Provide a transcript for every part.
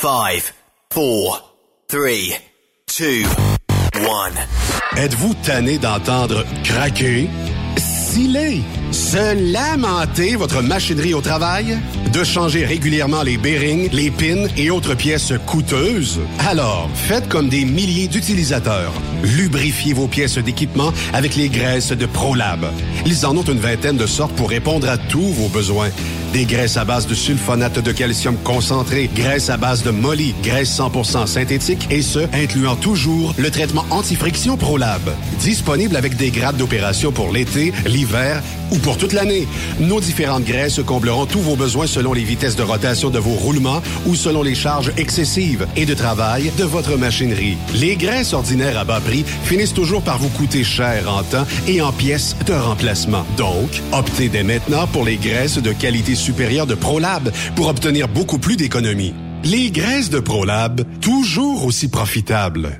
5, 4, 3, 2, 1. Êtes-vous tanné d'entendre craquer, sciller, se lamenter votre machinerie au travail? De changer régulièrement les bearings, les pins et autres pièces coûteuses? Alors, faites comme des milliers d'utilisateurs. Lubrifiez vos pièces d'équipement avec les graisses de ProLab. Ils en ont une vingtaine de sortes pour répondre à tous vos besoins. Des graisses à base de sulfonate de calcium concentré, graisses à base de molly, graisse 100% synthétique et ce, incluant toujours le traitement anti-friction ProLab. Disponible avec des grades d'opération pour l'été, l'hiver ou pour toute l'année. Nos différentes graisses combleront tous vos besoins selon les vitesses de rotation de vos roulements ou selon les charges excessives et de travail de votre machinerie. Les graisses ordinaires à bas prix finissent toujours par vous coûter cher en temps et en pièces de remplacement. Donc, optez dès maintenant pour les graisses de qualité supérieure de ProLab pour obtenir beaucoup plus d'économies. Les graisses de ProLab, toujours aussi profitables.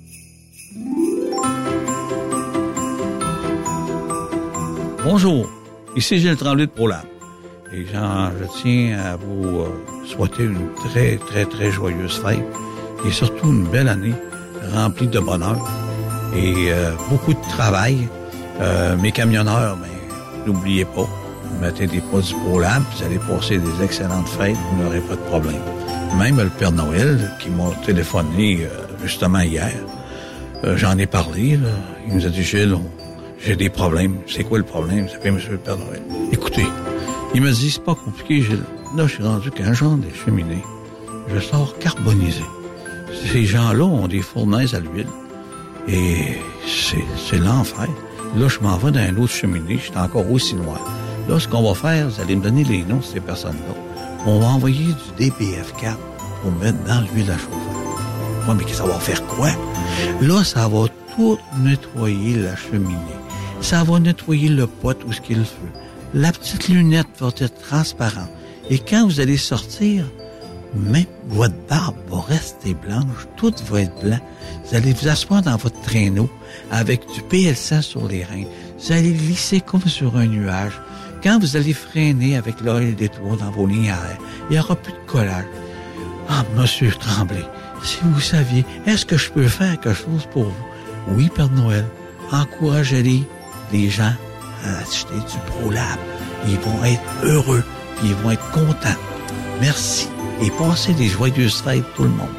Bonjour, ici Gilles Tremblay de ProLab. Et je tiens à vous souhaiter une très, très, très joyeuse fête et surtout une belle année remplie de bonheur et beaucoup de travail. Mes camionneurs, n'oubliez pas, mettez des produits ProLab, vous allez passer des excellentes fêtes, vous n'aurez pas de problème. Même le Père Noël, qui m'a téléphoné justement hier, j'en ai parlé, là, il nous a dit, Gilles, j'ai des problèmes. C'est quoi le problème? Ça fait Monsieur le Père Noël. Écoutez, il me dit, c'est pas compliqué, Gilles. Là, je suis rendu qu'un genre de cheminée, je sors carbonisé. Ces gens-là ont des fournaises à l'huile. Et c'est l'enfer. Là, je m'en vais dans une autre cheminée, je suis encore aussi noir. Là, ce qu'on va faire, vous allez me donner les noms de ces personnes-là. On va envoyer du DPF4 pour mettre dans l'huile à chauffer. Ouais, mais ça va faire quoi? Là, ça va tout nettoyer la cheminée. Ça va nettoyer le pot où ce qu'il fait. La petite lunette va être transparente. Et quand vous allez sortir, même votre barbe va rester blanche. Tout va être blanc. Vous allez vous asseoir dans votre traîneau avec du PL100 sur les reins. Vous allez glisser comme sur un nuage. Quand vous allez freiner avec l'oreille des toits dans vos lignes à air, il n'y aura plus de collage. Ah, Monsieur Tremblay, si vous saviez, est-ce que je peux faire quelque chose pour vous? Oui, Père Noël, encouragez les gens à acheter du ProLab. Ils vont être heureux, puis ils vont être contents. Merci et passez des joyeuses fêtes tout le monde.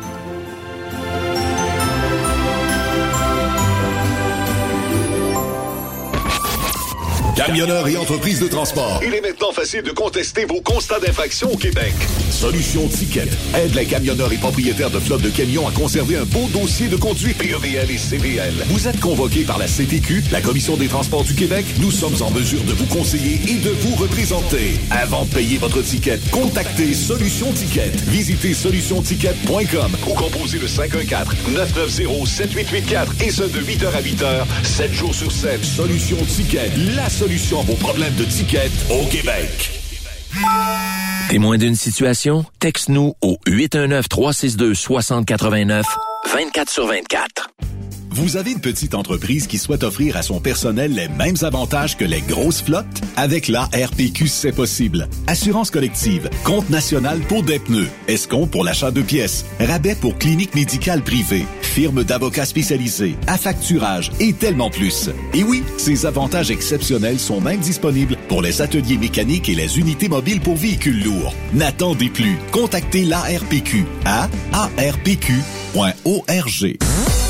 Camionneurs et entreprises de transport. Il est maintenant facile de contester vos constats d'infraction au Québec. Solution Ticket aide les camionneurs et propriétaires de flottes de camions à conserver un beau dossier de conduite PEVL et CVL. Vous êtes convoqué par la CTQ, la Commission des transports du Québec. Nous sommes en mesure de vous conseiller et de vous représenter. Avant de payer votre ticket, contactez Solution Ticket. Visitez solutionticket.com ou composez le 514-990-7884 et ce de 8h à 8h, 7 jours sur 7. Solution Ticket, la solution à vos problèmes de tickets au Québec. Témoin d'une situation? Texte-nous au 819-362-6089, 24/24. Vous avez une petite entreprise qui souhaite offrir à son personnel les mêmes avantages que les grosses flottes? Avec l'ARPQ, c'est possible. Assurance collective, compte national pour des pneus, escompte pour l'achat de pièces, rabais pour clinique médicale privée, firme d'avocats spécialisés, affacturage et tellement plus. Et oui, ces avantages exceptionnels sont même disponibles pour les ateliers mécaniques et les unités mobiles pour véhicules lourds. N'attendez plus. Contactez l'ARPQ à arpq.org.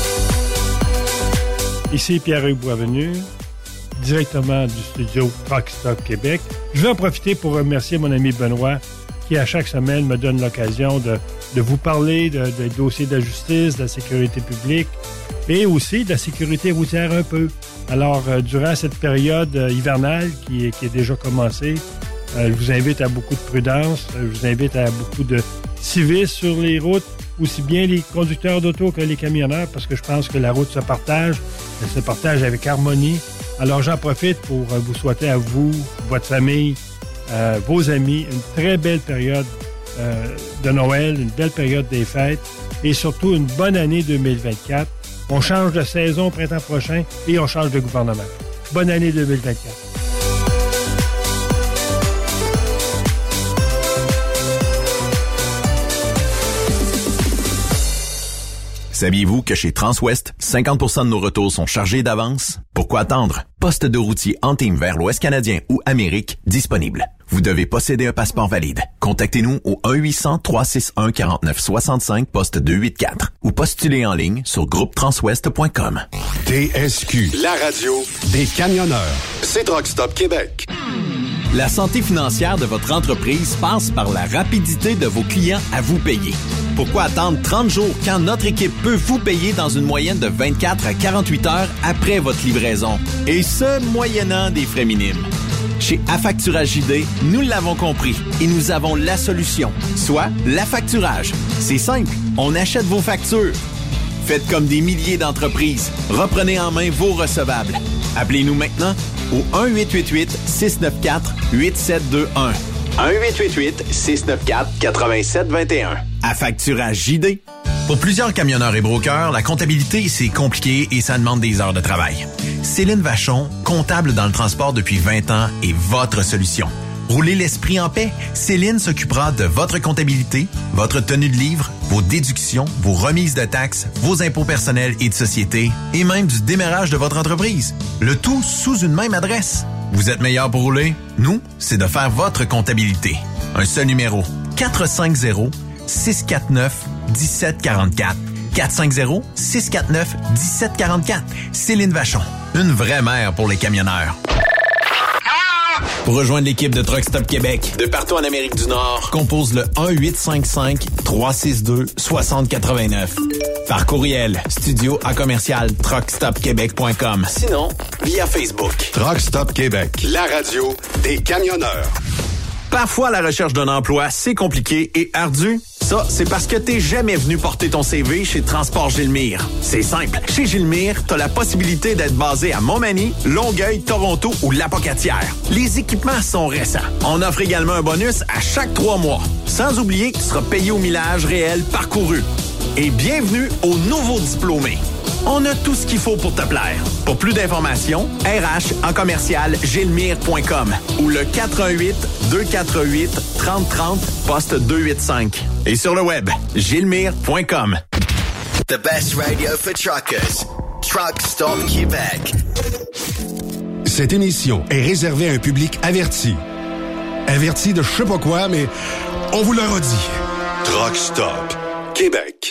Ici Pierre-Hugues Boisvenu, directement du studio Truck Stop Québec. Je veux en profiter pour remercier mon ami Benoît qui, à chaque semaine, me donne l'occasion de vous parler des dossiers de la justice, de la sécurité publique et aussi de la sécurité routière un peu. Alors, durant cette période hivernale qui est déjà commencée, je vous invite à beaucoup de prudence, je vous invite à beaucoup de civisme sur les routes, aussi bien les conducteurs d'auto que les camionneurs, parce que je pense que la route se partage, elle se partage avec harmonie. Alors, j'en profite pour vous souhaiter à vous, votre famille, vos amis, une très belle période de Noël, une belle période des fêtes et surtout une bonne année 2024. On change de saison au printemps prochain et on change de gouvernement. Bonne année 2024. Saviez-vous que chez Transwest, 50% de nos retours sont chargés d'avance? Pourquoi attendre? Poste de routier en team vers l'Ouest canadien ou Amérique disponible. Vous devez posséder un passeport valide. Contactez-nous au 1-800-361-4965, poste 284 ou postulez en ligne sur groupetranswest.com. TSQ, la radio des camionneurs. C'est Truck Stop Québec. La santé financière de votre entreprise passe par la rapidité de vos clients à vous payer. Pourquoi attendre 30 jours quand notre équipe peut vous payer dans une moyenne de 24 à 48 heures après votre livraison? Et ce, moyennant des frais minimes. Chez Affacturage JD, nous l'avons compris et nous avons la solution, soit l'affacturage. C'est simple, on achète vos factures. Faites comme des milliers d'entreprises. Reprenez en main vos recevables. Appelez-nous maintenant au 1-888-694-8721. 1-888-694-8721. Affacturage JD. Pour plusieurs camionneurs et brokers, la comptabilité, c'est compliqué et ça demande des heures de travail. Céline Vachon, comptable dans le transport depuis 20 ans, est votre solution. Roulez l'esprit en paix. Céline s'occupera de votre comptabilité, votre tenue de livre, vos déductions, vos remises de taxes, vos impôts personnels et de société, et même du démarrage de votre entreprise. Le tout sous une même adresse. Vous êtes meilleur pour rouler? Nous, c'est de faire votre comptabilité. Un seul numéro. 450-649-1744. 450-649-1744. Céline Vachon. Une vraie mère pour les camionneurs. Pour rejoindre l'équipe de Truck Stop Québec, de partout en Amérique du Nord, compose le 1-855-362-6089. Par courriel, studio@truckstopquebec.com. Sinon, via Facebook. Truck Stop Québec, la radio des camionneurs. Parfois, la recherche d'un emploi, c'est compliqué et ardu. Ça, c'est parce que t'es jamais venu porter ton CV chez Transport Gilmire. C'est simple. Chez Gilmire, t'as la possibilité d'être basé à Montmagny, Longueuil, Toronto ou Lapocatière. Les équipements sont récents. On offre également un bonus à chaque 3 mois. Sans oublier que tu seras payé au millage réel parcouru. Et bienvenue aux nouveaux diplômés. On a tout ce qu'il faut pour te plaire. Pour plus d'informations, RH en commercial gilmire.com ou le 418-248-3030 poste 285. Et sur le web, gilmire.com. The best radio for truckers. Truck Stop Québec. Cette émission est réservée à un public averti. Averti de je sais pas quoi, mais on vous le redit. Truck Stop Québec.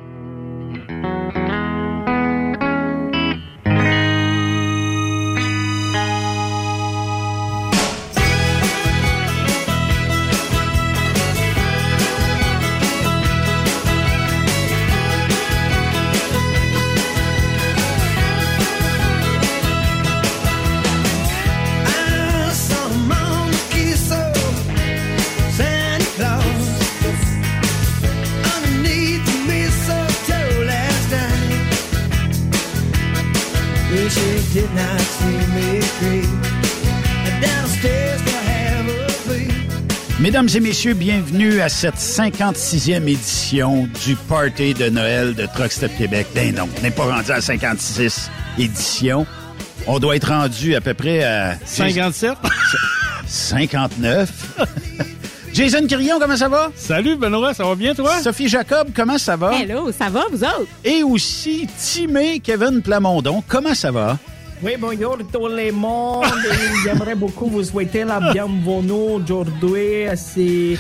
Mesdames et messieurs, bienvenue à cette 56e édition du Party de Noël de Truck Stop Québec. Ben non, on n'est pas rendu à 56 éditions. On doit être rendu à peu près à... 57? 59. Jason Quirion, comment ça va? Salut Benoît, ça va bien toi? Sophie Jacob, comment ça va? Hello, ça va vous autres? Et aussi Timé Kevin Plamondon, comment ça va? Oui, bonjour tout le monde. J'aimerais beaucoup vous souhaiter la bienvenue aujourd'hui à ces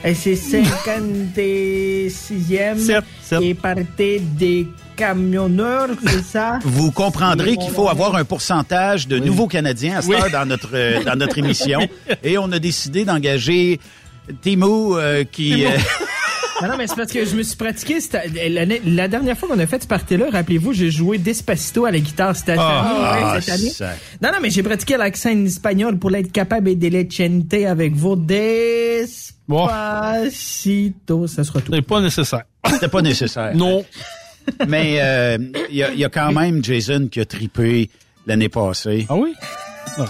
56e et partie des camionneurs, c'est ça? Vous comprendrez qu'il faut avoir un pourcentage de nouveaux Canadiens à cette heure dans notre émission. Et on a décidé d'engager Timo qui... Non, mais c'est parce que je me suis pratiqué. La dernière fois qu'on a fait ce party-là, rappelez-vous, j'ai joué Despacito à la guitare cette année. Non, mais j'ai pratiqué l'accent espagnol pour être capable de le chanter avec vous. Despacito, ça sera tout. C'est pas nécessaire. C'était pas nécessaire. Non. Mais il y a quand même Jason qui a trippé l'année passée. Ah oui? Non.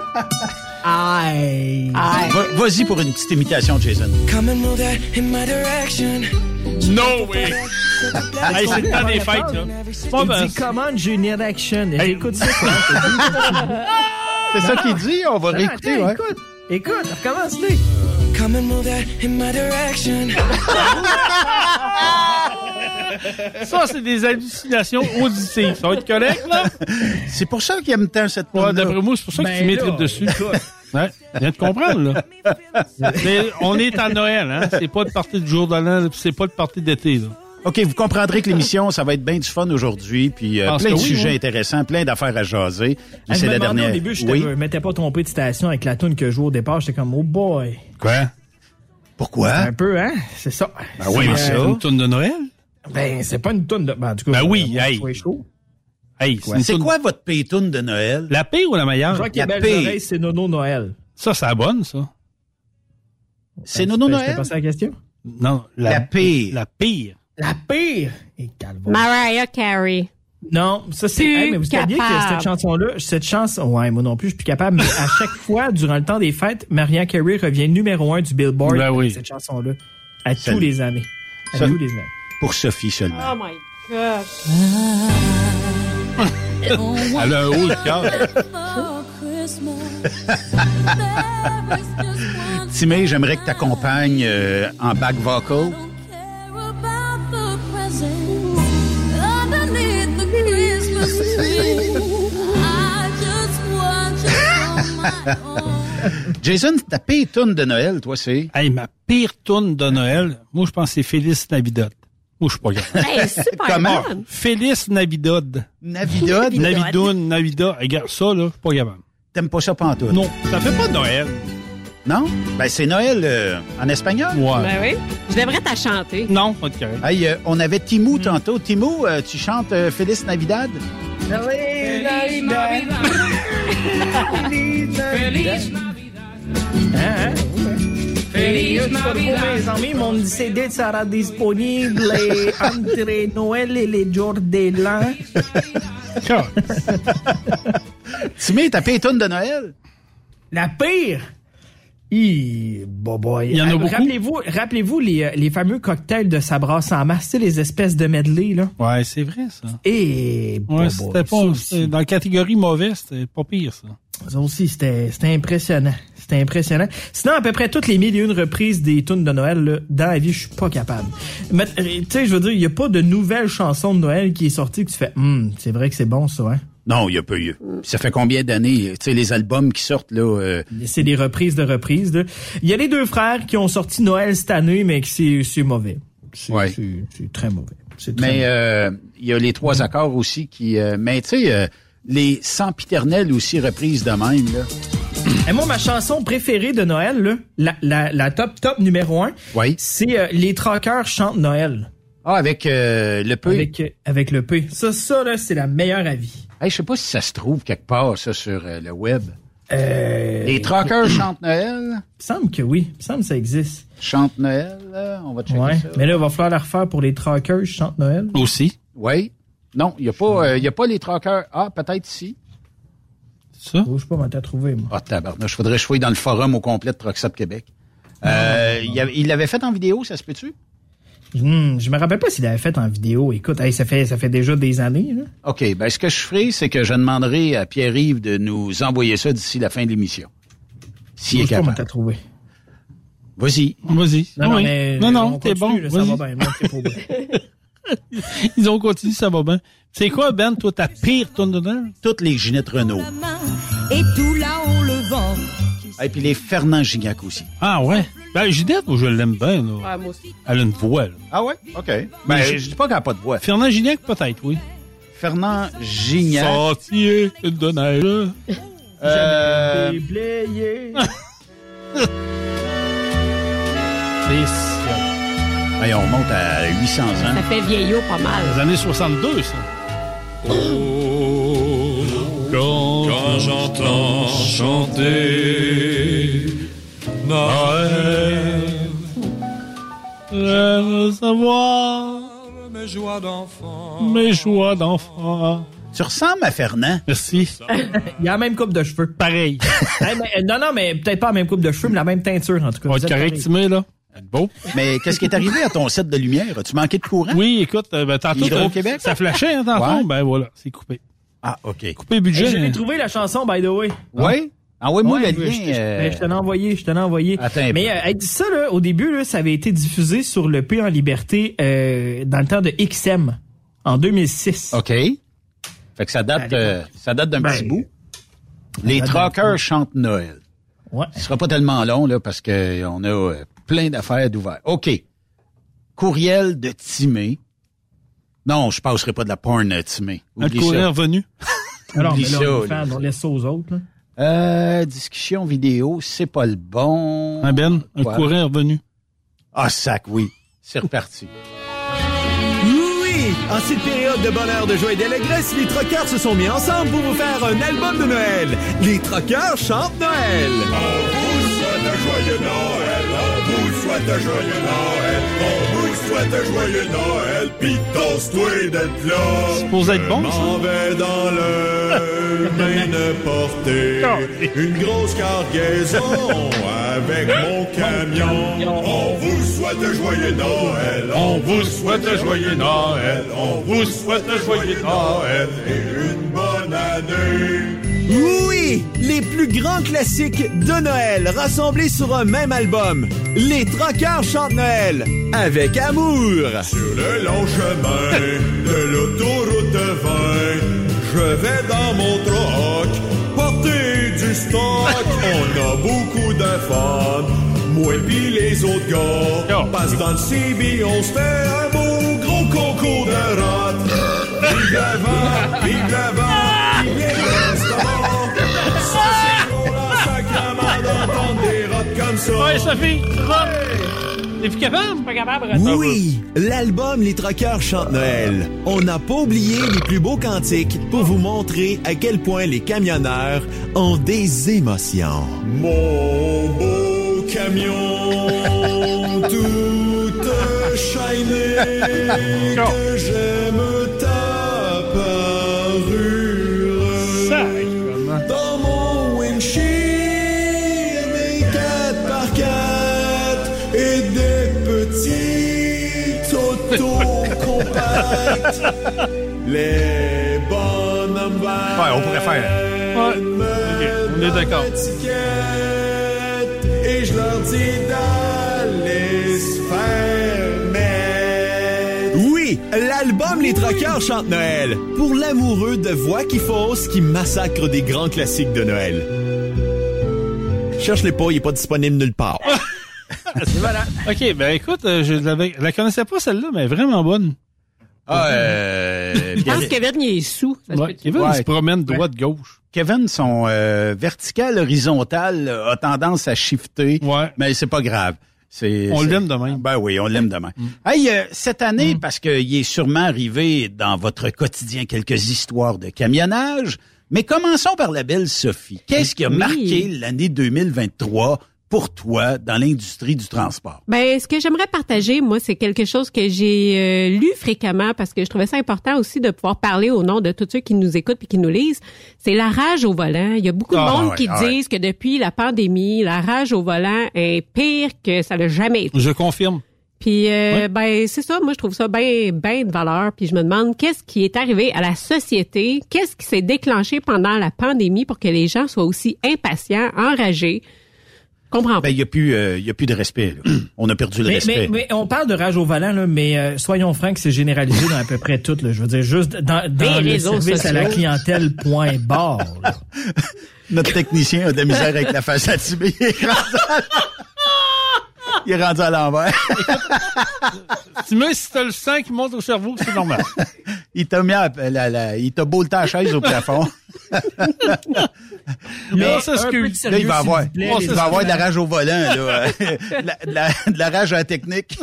Vas-y pour une petite imitation, Jason. Come and move that in my direction. No way! Hey, c'est le temps des fêtes, là. Il dit comment j'ai une érection. Hey. Écoute ça. C'est ça qu'il dit, on va réécouter. Ouais. Écoute, recommence-le. Come and move that in my direction. Ça, c'est des hallucinations auditives. Ça va être correct, là? C'est pour ça qu'il aime tant cette Ouais, toune-là. d'après moi, c'est pour ça que tu m'étripes dessus. Ouais, viens de comprendre, là. Mais on est à Noël, hein? C'est pas le party du jour de l'an, c'est pas le party d'été, là. OK, vous comprendrez que l'émission, ça va être bien du fun aujourd'hui, puis plein de sujets intéressants, plein d'affaires à jaser. Je me demandais au début, je ne m'étais pas trompé de station avec la toune que je jouais au départ. J'étais comme, oh boy. Quoi? Pourquoi? Un peu, hein? C'est ça. Ben oui, mais c'est une toune de Noël? Ben, c'est pas une toune de... Ben, en tout cas, ben oui, hey. Hey, c'est quoi votre paytoune de Noël? La pire ou la meilleure? Je crois qu'il y a Belles Oreilles, c'est Nono Noël. Ça, c'est la bonne, ça. C'est Nono Noël? Je t'ai passé la question? Non, la pire. La pire? Et Mariah Carey. Non, ça c'est... Hey, mais vous saviez que cette chanson-là, ouais, moi non plus, je suis plus capable, mais à chaque fois, durant le temps des fêtes, Mariah Carey revient numéro 1 du Billboard avec cette chanson-là. Tous les années. Tous les années. Pour Sophie seulement. Oh my God. Elle a un haut de cœur. Timé, j'aimerais que tu accompagnes en back vocal. Jason, ta pire toune de Noël, toi, c'est? Hey, ma pire toune de Noël, moi, je pense que c'est Feliz Navidad. Moi, je suis pas grave. Hey, super. Comment? Feliz Navidad. Navidad? Navidoun, Navidad. Regarde, ça, là, je suis pas capable. T'aimes pas ça pantoute? Non, ça fait pas Noël. Non? Ben, c'est Noël en espagnol. Ouais. Ben oui. Je devrais t'en chanter. Non, pas de carré. Hey, on avait Timou tantôt. Timou, tu chantes Feliz Navidad? Feliz Navidad. Feliz Navidad. Feliz Navidad. Mes amis, mon CD sera disponible entre Noël et les jours de l'an. Timé, ta pire toune de Noël? La pire? Il y en a beaucoup. Rappelez-vous les fameux cocktails de sa brasse en masse, tu sais, les espèces de medley, là. Ouais, c'est vrai, ça. Et ouais, c'était pas, dans la catégorie mauvaise, c'était pas pire, ça. Ça aussi, c'était impressionnant. C'était impressionnant. Sinon, à peu près toutes les 1001 reprises des tunes de Noël, là, dans la vie, je suis pas capable. Mais, tu sais, je veux dire, il y a pas de nouvelle chanson de Noël qui est sortie que tu fais, c'est vrai que c'est bon, ça, hein? Non, il y a pas eu. Ça fait combien d'années? Tu sais, les albums qui sortent, là... C'est des reprises de reprises, là. Il y a les deux frères qui ont sorti Noël cette année, mais que c'est mauvais. C'est très mauvais. Mais il y a les trois accords aussi qui... mais tu sais, les sempiternelles aussi reprises de même, là. Et moi, ma chanson préférée de Noël, là, la top numéro 1, c'est Les Troqueurs chantent Noël. Ah, avec le P. Avec le P. Ça, là, c'est la meilleure à vie. Hey, je sais pas si ça se trouve quelque part, ça, sur le web. Les Troqueurs chantent Noël? Il me semble que oui. Il me semble que ça existe. Chantent Noël, là. On va checker ça. Mais là, il va falloir la refaire pour Les Troqueurs chantent Noël. Aussi. Oui. Non, il n'y a pas Les Troqueurs. Ah, peut-être ici. Ça? Je sais pas comment t'as trouvé, moi. Ah, tabarnouche. Faudrait que je fouille dans le forum au complet de Truck Stop Québec. Il l'avait fait en vidéo, ça se peut-tu? Je me rappelle pas s'il l'avait fait en vidéo. Écoute, ça fait déjà des années, là. OK. Ben, ce que je ferai, c'est que je demanderai à Pierre-Yves de nous envoyer ça d'ici la fin de l'émission. S'il est capable. Comment t'as trouvé? Vas-y. Non, mais non, t'es bon. Là, ça va bien. Moi, t'es pas bien. Ils ont continué, ça va bien. C'est quoi, Ben, toi, ta pire tourne de Noël? Toutes les Ginette Renault. Et tout là-haut le vent. Et puis les Fernand Gignac aussi. Ah ouais? Ben, Ginette, je l'aime bien, là. Ouais, moi aussi. Elle a une voix, là. Ah ouais? OK. Ben, je dis pas qu'elle n'a pas de voix. Fernand Gignac, peut-être, oui. Fernand Gignac. Sentier de Noël. Jamais déblayé. C'est ça. Hey, on monte à 800 ans. Ça fait vieillot pas mal. Les années 62, ça. Oh, quand j'entends chanter Noël, j'aime savoir mes joies d'enfant. Tu ressembles à Fernand. Merci. Il a la même coupe de cheveux. Pareil. Non, mais peut-être pas la même coupe de cheveux, mais la même teinture, en tout cas. On va être correct, Timé, là. Beau. Mais qu'est-ce qui est arrivé à ton set de lumière? As-tu manqué de courant? Oui, écoute, tantôt, Hydro-Québec? Ça flashait, hein, tantôt. Ouais. Ben voilà, c'est coupé. Ah, OK. Coupé budget. Je l'ai trouvé, la chanson, by the way. Oui? Envoie-moi Ouais, le lien. je t'en ai envoyé. Attends un peu. Mais elle dit ça, là, au début, là, ça avait été diffusé sur le P en liberté dans le temps de XM, en 2006. OK. Fait que ça date d'un petit bout. Les truckers chantent Noël. Ouais. Ce sera pas tellement long, là, parce que on a plein d'affaires d'ouvert. OK. Courriel de Timé. Non, je passerai pas de la porn Timé. Un courrier revenu. Alors, Oublie mais là, ça, on laisse ça aux autres, là. Discussion vidéo, c'est pas le bon. Un Quoi? courrier revenu. Ah, sac, oui. C'est reparti. Oui! En cette période de bonheur, de joie et d'allégresse, les troqueurs se sont mis ensemble pour vous faire un album de Noël. Les troqueurs chantent Noël. On vous souhaite un joyeux Noël. On vous souhaite un joyeux Noël. On vous souhaite un joyeux Noël. Pis tosse-toi d'être là. C'est supposé être bon, ça? Je m'en vais dans le Maine porter une grosse cargaison avec mon camion. On vous souhaite un joyeux Noël. On vous souhaite un joyeux Noël. On vous souhaite un joyeux Noël et une bonne année. Oui! Les plus grands classiques de Noël rassemblés sur un même album. Les troqueurs chantent Noël avec amour. Sur le long chemin de l'autoroute 20, je vais dans mon troc porter du stock. On a beaucoup de fun. Moi pis les autres gars passent dans le CB, on se fait un beau gros concours de rot. Vive l'avant, vive l'avant, vive les restaurants. Ça c'est drôle en sacrement d'entendre des rots comme ça. Ouais, Sophie, t'es plus capable? Pas capable. Oui, l'album Les troqueurs chantent Noël. On n'a pas oublié les plus beaux cantiques pour vous montrer à quel point les camionneurs ont des émotions. Mon beau camion tout shiny que j'aime ta parure. Dans mon windshield, mes 4x4 et des petits autos compacts. Les bonhommes verts. Ouais, on pourrait faire. Ouais. OK, on est d'accord. Et je leur dis d'aller se faire mettre. Oui, l'album Les troqueurs chantent Noël. Pour l'amoureux de voix qui faussent, qui massacrent des grands classiques de Noël. Cherche-les pas, il est pas disponible nulle part. Voilà. OK, ben écoute, je la connaissais pas celle-là, mais elle est vraiment bonne. Je pense que Kevin, il est sous. Ouais, Kevin, il se promène droite-gauche. Kevin, son vertical, horizontal a tendance à shifter, mais c'est pas grave. On l'aime de même. Ben oui, on l'aime de même. Hey, cette année, parce qu'il est sûrement arrivé dans votre quotidien quelques histoires de camionnage, mais commençons par la belle Sophie. Qu'est-ce qui a marqué l'année 2023 pour toi dans l'industrie du transport? Ben, ce que j'aimerais partager, moi, c'est quelque chose que j'ai lu fréquemment parce que je trouvais ça important aussi de pouvoir parler au nom de tous ceux qui nous écoutent et qui nous lisent. C'est la rage au volant. Il y a beaucoup de monde qui disent que depuis la pandémie, la rage au volant est pire que ça l'a jamais été. Je confirme. Puis, ben, c'est ça. Moi, je trouve ça bien de valeur. Puis, je me demande qu'est-ce qui est arrivé à la société? Qu'est-ce qui s'est déclenché pendant la pandémie pour que les gens soient aussi impatients, enragés? Comprends. Ben, il y a plus de respect, là. On a perdu le respect. Mais on parle de rage au volant, là, mais soyons francs que c'est généralisé dans à peu près tout, là. Je veux dire, juste dans le service à la clientèle, point barre, là. Notre technicien a de la misère avec la face à Tibé. Il est rendu à l'envers. Mais si t'as le sang qui monte au cerveau, c'est normal. Il t'a mis il t'a bolté la chaise au plafond. Mais ça, excuse. Là, il va avoir de la rage au volant, là. de la rage à la technique.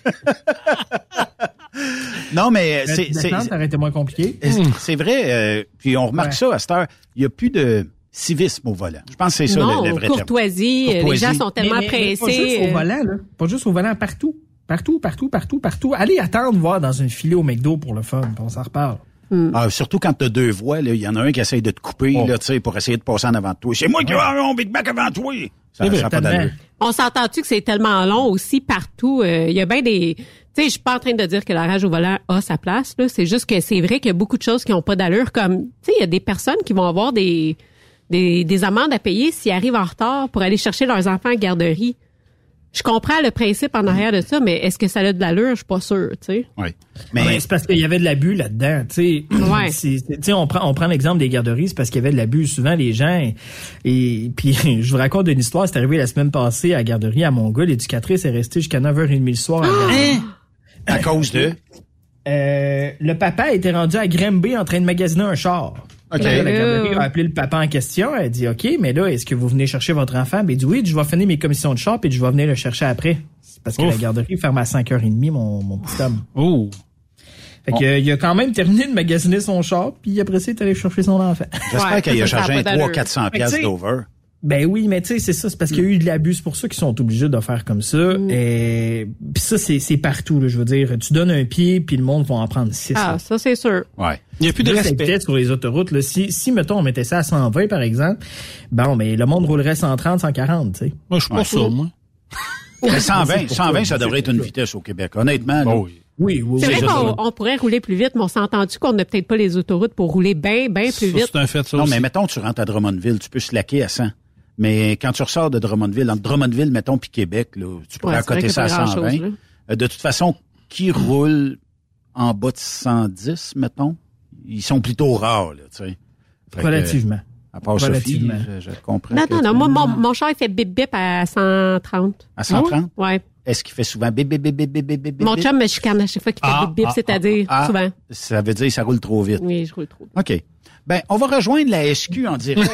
Non, mais ça aurait été moins compliqué. C'est vrai. Puis on remarque ça à cette heure. Il n'y a plus de civisme au volant. Je pense que c'est ça le vrai courtoisie. terme. Les gens sont tellement pressés. Pas juste au volant, là. Pas juste au volant, partout. Partout. Allez attendre voir dans une filée au McDo pour le fun, puis on s'en reparle. Surtout quand t'as deux voies, il y en a un qui essaye de te couper là, pour essayer de passer en avant de toi. C'est moi qui vais avoir mon Big Mac avant toi. Ça pas d'allure. On s'entend-tu que c'est tellement long aussi partout? Il y a bien des... Tu sais, je suis pas en train de dire que la rage au volant a sa place, là. C'est juste que c'est vrai qu'il y a beaucoup de choses qui ont pas d'allure, comme, tu sais, il y a des personnes qui vont avoir des des amendes à payer s'ils arrivent en retard pour aller chercher leurs enfants à garderie. Je comprends le principe en arrière de ça, mais est-ce que ça a de l'allure? Je suis pas sûre, tu sais. Oui. Mais c'est parce qu'il y avait de l'abus là-dedans, tu sais. Ouais. Tu sais, on prend l'exemple des garderies, c'est parce qu'il y avait de l'abus. Souvent, les gens, et puis, je vous raconte une histoire, c'est arrivé la semaine passée à la garderie à Montgol. L'éducatrice est restée jusqu'à 9h30 le soir à la garderie. À cause de? Le papa était rendu à Granby en train de magasiner un char. Okay. La garderie a appelé le papa en question. Elle dit, OK, mais là, est-ce que vous venez chercher votre enfant? Ben, il dit, oui, je vais finir mes commissions de char, puis je vais venir le chercher après. C'est parce que la garderie ferme à 5h30, mon petit homme. Oh! Fait que, il a quand même terminé de magasiner son char, puis après ça, il est allé chercher son enfant. J'espère qu'il a chargé un 300-400 piastres d'over. Ben oui, mais tu sais, c'est ça, c'est parce qu'il y a eu de l'abus, c'est pour ça qu'ils sont obligés de faire comme ça. Et puis ça, c'est partout, là, je veux dire. Tu donnes un pied, puis le monde va en prendre 6. Ah, là. ça, c'est sûr. Ouais. Il n'y a plus de respect. Peut-être sur les autoroutes, là. Si, mettons, on mettait ça à 120, par exemple, bon, mais le monde roulerait 130, 140, tu sais. Moi, je suis pas sûr, moi. Mais 120, ça devrait être une vitesse au Québec. Honnêtement, là. Oui. C'est vrai qu'on pourrait rouler plus vite, mais on s'est entendu qu'on n'a peut-être pas les autoroutes pour rouler bien plus vite. C'est un fait, ça non, aussi. mais mettons, tu rentres à Drummondville, tu peux slacker à 100. Mais quand tu ressors de Drummondville, entre Drummondville, mettons, puis Québec, là, tu pourrais accoter ça à 120. De toute façon, qui roule en bas de 110, mettons, ils sont plutôt rares, là, tu sais. Relativement. À part Sophie, je comprends. Non, moi, mon char, il fait bip-bip à 130. À 130? Ouais. Est-ce qu'il fait souvent bip, bip, bip, bip, bip, bip, bip? Mon chum me chicane à chaque fois qu'il fait bip-bip, c'est-à-dire souvent. Ça veut dire que ça roule trop vite. Oui, je roule trop vite. OK. Ben, on va rejoindre la SQ en direct.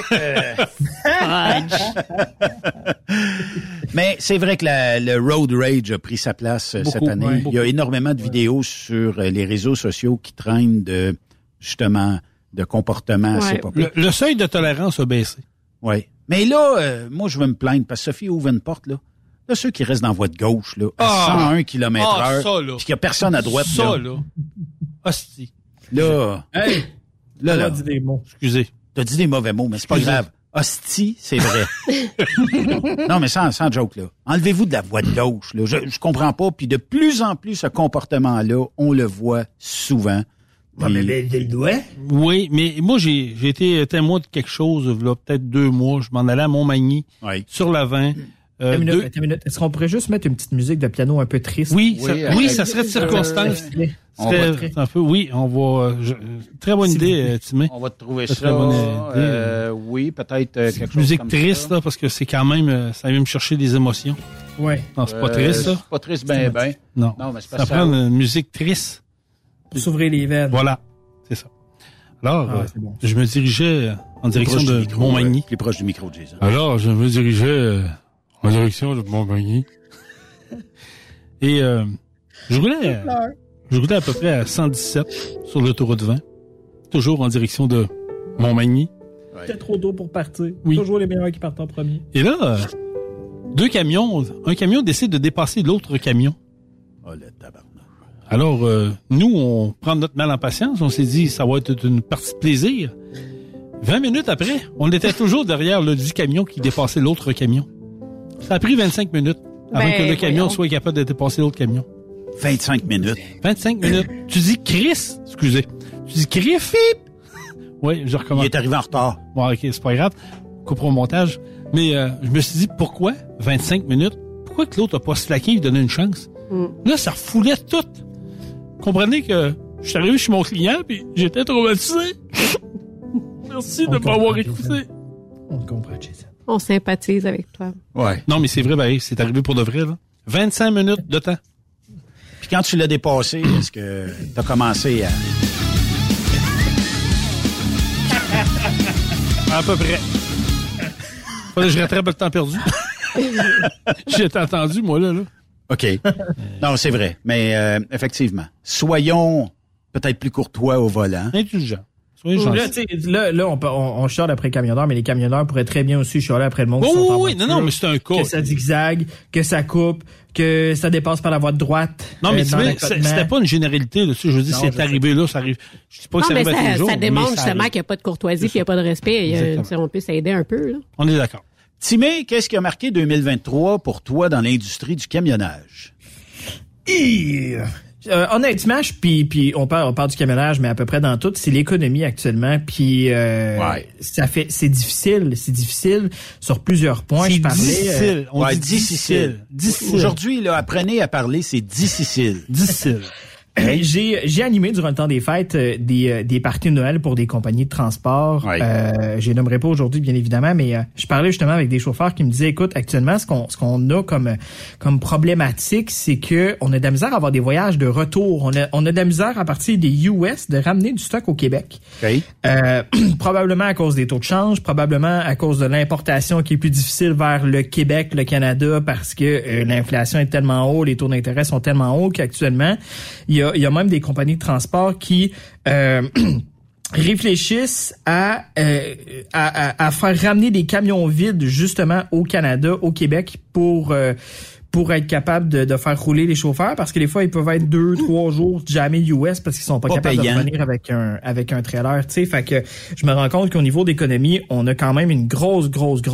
Mais c'est vrai que le road rage a pris sa place cette année. Ouais, il y a énormément de vidéos sur les réseaux sociaux qui traînent de comportements assez populaires. Le seuil de tolérance a baissé. Oui. Mais là, moi, je veux me plaindre parce que Sophie ouvre une porte, là. Là, ceux qui restent dans la voie de gauche, là, à 101 km/h, puis qu'il n'y a personne à droite, ça, là. Hostie. Là. Hey! Là. Dit des mots. Excusez. T'as dit des mauvais mots, mais c'est pas grave. Hostie, c'est vrai. Non, mais sans joke, là. Enlevez-vous de la voie de gauche, là. Je comprends pas. Puis de plus en plus, ce comportement-là, on le voit souvent. Ouais, mais le doigt? Oui, mais moi, j'ai été témoin de quelque chose, là, peut-être 2 mois. Je m'en allais à Montmagny, sur l'Avent. Attends une minute. Est-ce qu'on pourrait juste mettre une petite musique de piano un peu triste? Oui, ça serait de circonstance. On va. Très bonne idée, Timé. On va te trouver ça. Oui, peut-être quelque chose musique comme triste, ça. Là, parce que c'est quand même, ça vient me chercher des émotions. Ouais. Non, c'est pas triste, ça. C'est pas triste, ben. Non, mais c'est pas ça prend une musique triste. Pour s'ouvrir les veines. Voilà, c'est ça. Alors, je me dirigeais en direction de Montmagny. Plus proche du micro, Jason. Alors, je me dirigeais en direction de Montmagny. Et je roulais à peu près à 117 sur l'autoroute 20, toujours en direction de Montmagny. C'était trop tôt pour partir. Oui. Toujours les meilleurs qui partent en premier. Et là, un camion décide de dépasser l'autre camion. Oh, le tabarnak. Alors, nous, on prend notre mal en patience. On s'est dit, ça va être une partie de plaisir. 20 minutes après, on était toujours derrière le dit camion qui dépassait l'autre camion. Ça a pris 25 minutes avant que le camion soit capable de dépasser l'autre camion. 25 minutes. 25 minutes. Tu dis Chris, excusez. Tu dis Chris, oui, je recommence. Il est arrivé en retard. Bon, ok, c'est pas grave. Coupe au montage. Mais je me suis dit, pourquoi 25 minutes? Pourquoi que l'autre a pas slacké et lui donné une chance? Là, ça refoulait tout. Comprenez que je suis arrivé chez mon client puis j'étais traumatisé. Merci de ne pas avoir écouté. On te comprend, Jason. On sympathise avec toi. Ouais. Non, mais c'est vrai, ben, c'est arrivé pour de vrai, là. 25 minutes de temps. Puis quand tu l'as dépassé, est-ce que t'as commencé à... À peu près. Fallait que je rattrape le temps perdu. J'ai entendu, moi, là. OK. Non, c'est vrai. Mais effectivement, soyons peut-être plus courtois au volant. Indulgents. Là, on chiale après les camionneurs, mais les camionneurs pourraient très bien aussi chialer après le monde qui sont en voiture, non, mais c'est un cas. Que ça zigzague, que ça coupe, que ça dépasse par la voie de droite. Non, mais c'était pas une généralité. Là, je veux dire, c'est arrivé là, ça arrive. Je dis pas que ça arrive à tous les jours. Ça démontre justement qu'il n'y a pas de courtoisie et qu'il n'y a pas de respect. On peut s'aider un peu. Là. On est d'accord. Timé, qu'est-ce qui a marqué 2023 pour toi dans l'industrie du camionnage? Honnêtement, puis on parle du camionnage, mais à peu près dans tout, c'est l'économie actuellement. Puis c'est difficile sur plusieurs points. C'est je parlais, difficile. On dit difficile. Aujourd'hui, là, apprenez à parler, c'est difficile. Difficile. J'ai animé durant le temps des fêtes des parties de Noël pour des compagnies de transport. Ouais. Je les nommerai pas aujourd'hui, bien évidemment, mais je parlais justement avec des chauffeurs qui me disaient, écoute, actuellement, ce qu'on a comme problématique, c'est que on a de la misère à avoir des voyages de retour. On a de la misère à partir des US de ramener du stock au Québec. Okay. Probablement à cause des taux de change, probablement à cause de l'importation qui est plus difficile vers le Québec, le Canada, parce que l'inflation est tellement haut, les taux d'intérêt sont tellement hauts qu'actuellement, il y a même des compagnies de transport qui réfléchissent à faire ramener des camions vides justement au Canada, au Québec pour être capable de faire rouler les chauffeurs, parce que des fois ils peuvent être 2-3 jours jamais US parce qu'ils sont pas capables de revenir avec un trailer, tu sais. Fait que je me rends compte qu'au niveau d'économie, on a quand même une grosse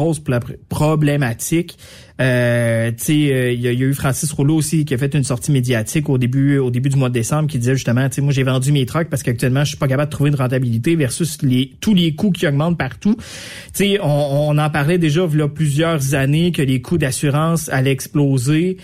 problématique. Tu sais, il y a eu Francis Rouleau aussi qui a fait une sortie médiatique au début du mois de décembre qui disait justement, tu sais, moi j'ai vendu mes trucks parce qu'actuellement je suis pas capable de trouver une rentabilité versus tous les coûts qui augmentent partout. Tu sais, on en parlait déjà il y a plusieurs années que les coûts d'assurance allaient exploser.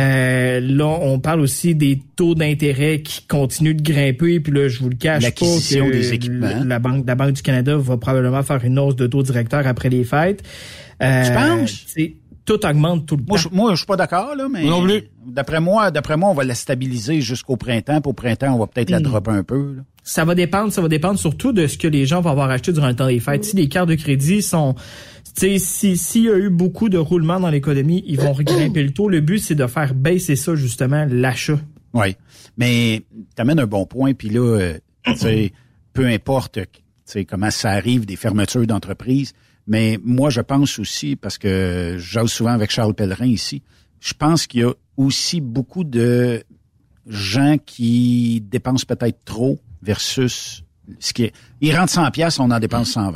Là, on parle aussi des taux d'intérêt qui continuent de grimper, puis là, je vous le cache pas que des équipements. La Banque du Canada va probablement faire une hausse de taux directeur après les fêtes. Tu penses? Tout augmente tout le temps. Moi, je suis pas d'accord, là, mais non plus. D'après moi, on va la stabiliser jusqu'au printemps. Puis au printemps, on va peut-être la dropper un peu, là. Ça va dépendre surtout de ce que les gens vont avoir acheté durant le temps des fêtes. Si les cartes de crédit sont, tu sais, s'il y a eu beaucoup de roulements dans l'économie, ils vont regrimper le taux. Le but, c'est de faire baisser ça, justement, l'achat. Oui. Mais t'amènes un bon point, puis là, tu sais, peu importe, tu sais, comment ça arrive, des fermetures d'entreprises. Mais moi, je pense aussi, parce que j'ose souvent avec Charles Pellerin ici, je pense qu'il y a aussi beaucoup de gens qui dépensent peut-être trop versus ce qui est... Ils rentrent 100 pièces, on en dépense 120.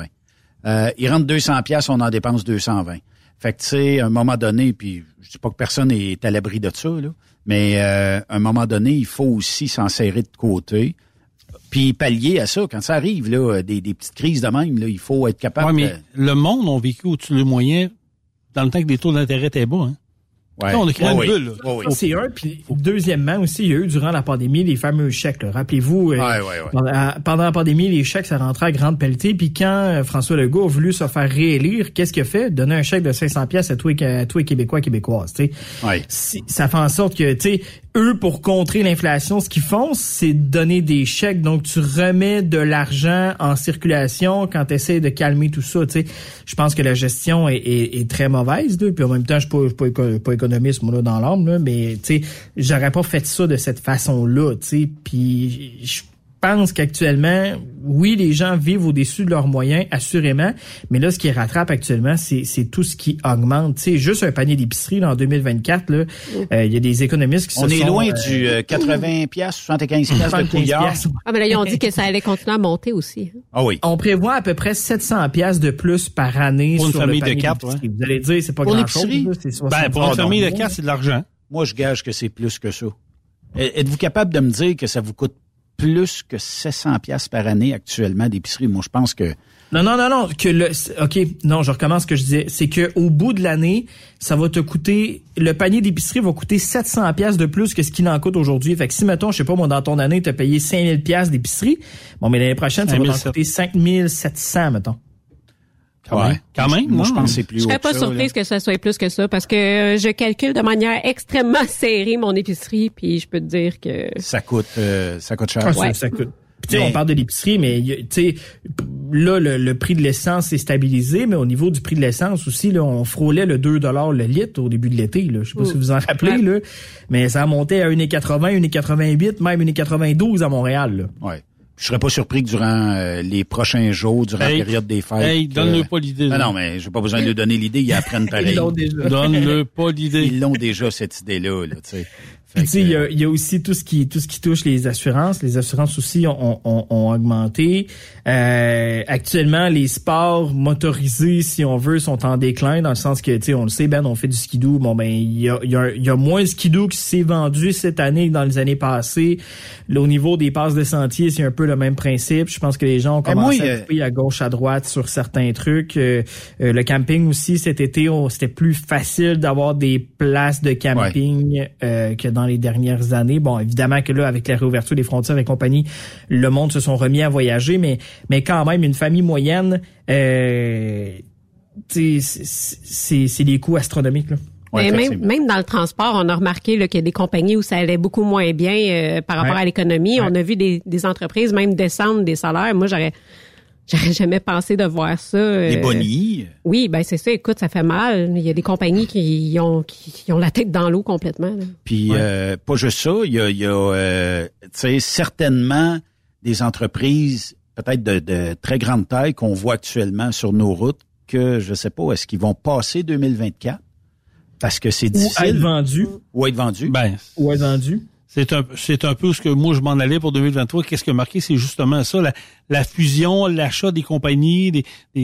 Ils rentrent 200 pièces, on en dépense 220. Fait que, tu sais, à un moment donné, puis je dis pas que personne est à l'abri de ça, là, mais à un moment donné, il faut aussi s'en serrer de côté. Puis pallier à ça, quand ça arrive, là, des petites crises de même, là, il faut être capable. Ouais, mais le monde a vécu au-dessus des moyens dans le temps que les taux d'intérêt étaient bas, hein. Ouais. Là, on a créé une bulle. C'est un, puis deuxièmement aussi, il y a eu durant la pandémie les fameux chèques. Là. Rappelez-vous, pendant la pandémie, les chèques, ça rentrait à grande pelletée. Puis quand François Legault a voulu se faire réélire, qu'est-ce qu'il a fait? Donner un chèque de 500 pièces à tous les Québécois et Québécoises. Tu sais, ça fait en sorte que, tu sais, eux, pour contrer l'inflation, ce qu'ils font, c'est donner des chèques. Donc, tu remets de l'argent en circulation quand tu essaies de calmer tout ça. Tu sais, je pense que la gestion est très mauvaise. Là. Puis en même temps, je suis pas économiste, moi, là, dans l'âme, là, mais tu sais, j'aurais pas fait ça de cette façon-là. Tu sais, puis je pense qu'actuellement, oui, les gens vivent au-dessus de leurs moyens, assurément, mais là, ce qui rattrape actuellement, c'est tout ce qui augmente. Tu sais, juste un panier d'épicerie là, en 2024, là, il y a des économistes qui On est loin du 80 piastres, 75 piastres de couillard. Ah, mais là, ils ont dit que ça allait continuer à monter aussi. Ah oui. On prévoit à peu près 700 piastres de plus par année pour sur une le famille panier de 4. d'épicerie. Vous allez dire, c'est pas grand-chose. Pour une famille de 4, c'est de l'argent. Moi, je gage que c'est plus que ça. Êtes-vous capable de me dire que ça vous coûte plus que 700 piastres par année actuellement d'épicerie? Moi, je pense que... Non. OK, non, je recommence ce que je disais. C'est que au bout de l'année, ça va te coûter... Le panier d'épicerie va coûter 700 piastres de plus que ce qu'il en coûte aujourd'hui. Fait que si, mettons, je sais pas, moi, dans ton année, tu as payé 5000 piastres d'épicerie, bon, mais l'année prochaine, ça va t'en coûter 5700, mettons. Quand même, moi, je pense que c'est plus haut. Je serais pas surprise que ça soit plus que ça, parce que je calcule de manière extrêmement serrée mon épicerie, puis je peux te dire que... Ça coûte cher. Ah, ça coûte. Tu sais, on parle de l'épicerie, mais tu sais, là, le prix de l'essence est stabilisé, mais au niveau du prix de l'essence aussi, là, on frôlait le 2 $ le litre au début de l'été, là. Je sais pas si vous vous en rappelez, là. Mais ça a monté à 1,80, 1,88, même 1,92 à Montréal, là. Ouais. Je serais pas surpris que durant les prochains jours, durant la période des fêtes... donne-le pas l'idée. Non, mais j'ai pas besoin de lui donner l'idée, ils apprennent pareil. Ils l'ont déjà. Donne-le pas l'idée. Ils l'ont déjà, cette idée-là, là, tu sais. Puis tu sais, il y a aussi tout ce qui touche les assurances. Les assurances aussi ont augmenté. Actuellement, les sports motorisés, si on veut, sont en déclin, dans le sens que, tu sais, on le sait, Ben, on fait du skidoo. Bon, ben, il y a moins de skidoo qui s'est vendu cette année que dans les années passées. Là, au niveau des passes de sentier, c'est un peu le même principe. Je pense que les gens ont commencé à couper à gauche, à droite sur certains trucs. Le camping aussi, cet été, c'était plus facile d'avoir des places de camping que dans les dernières années. Bon, évidemment que là, avec la réouverture des frontières et compagnie, le monde se sont remis à voyager, mais quand même, une famille moyenne, c'est des coûts astronomiques, là. Ouais, même dans le transport, on a remarqué là, qu'il y a des compagnies où ça allait beaucoup moins bien par rapport à l'économie. On a vu des entreprises même descendre des salaires. Moi, j'aurais jamais pensé de voir ça. Des bonnies. Oui, ben c'est ça. Écoute, ça fait mal. Il y a des compagnies qui ont la tête dans l'eau complètement. Là. Puis pas juste ça, il y a tu sais, certainement des entreprises peut-être de très grande taille qu'on voit actuellement sur nos routes que je sais pas, est-ce qu'ils vont passer 2024 parce que c'est difficile. Ou être vendu. Ou être vendu. Ou être vendu. C'est un peu ce que moi je m'en allais pour 2023. Qu'est-ce qui a marqué, c'est justement ça, la fusion, l'achat des compagnies,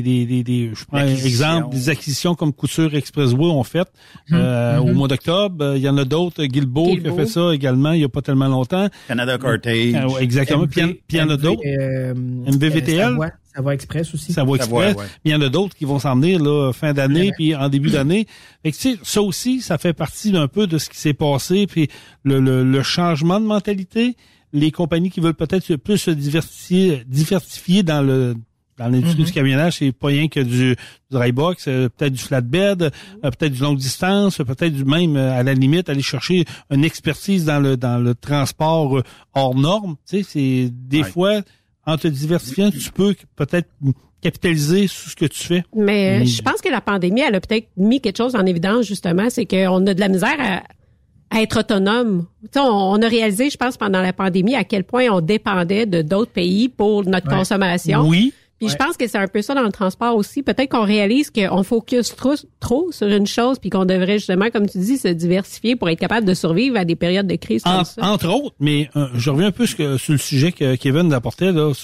je prends un exemple, des acquisitions comme Couture Expressway ont fait au mois d'octobre. Il y en a d'autres, Guilbeault qui a fait ça également il y a pas tellement longtemps. Canada Cartage. Exactement. Puis il y en a d'autres. MVVTL. Savoie Express aussi. Savoie Express. Il y en a d'autres qui vont s'en venir là, fin d'année puis en début d'année. Fait que, tu sais, ça aussi, ça fait partie d'un peu de ce qui s'est passé puis le changement de mentalité. Les compagnies qui veulent peut-être plus se diversifier dans l'industrie du camionnage, c'est pas rien que du dry box, peut-être du flatbed, peut-être du longue distance, peut-être du même à la limite aller chercher une expertise dans le transport hors norme. Tu sais, c'est des fois en te diversifiant, tu peux peut-être capitaliser sur ce que tu fais. Mais je pense que la pandémie, elle a peut-être mis quelque chose en évidence, justement, c'est qu'on a de la misère à être autonome. Tu sais, on a réalisé, je pense, pendant la pandémie, à quel point on dépendait de d'autres pays pour notre consommation. Oui. Puis je pense que c'est un peu ça dans le transport aussi. Peut-être qu'on réalise qu'on focus trop sur une chose puis qu'on devrait justement, comme tu dis, se diversifier pour être capable de survivre à des périodes de crise comme ça. Entre autres, mais je reviens un peu sur le sujet que Kevin apportait là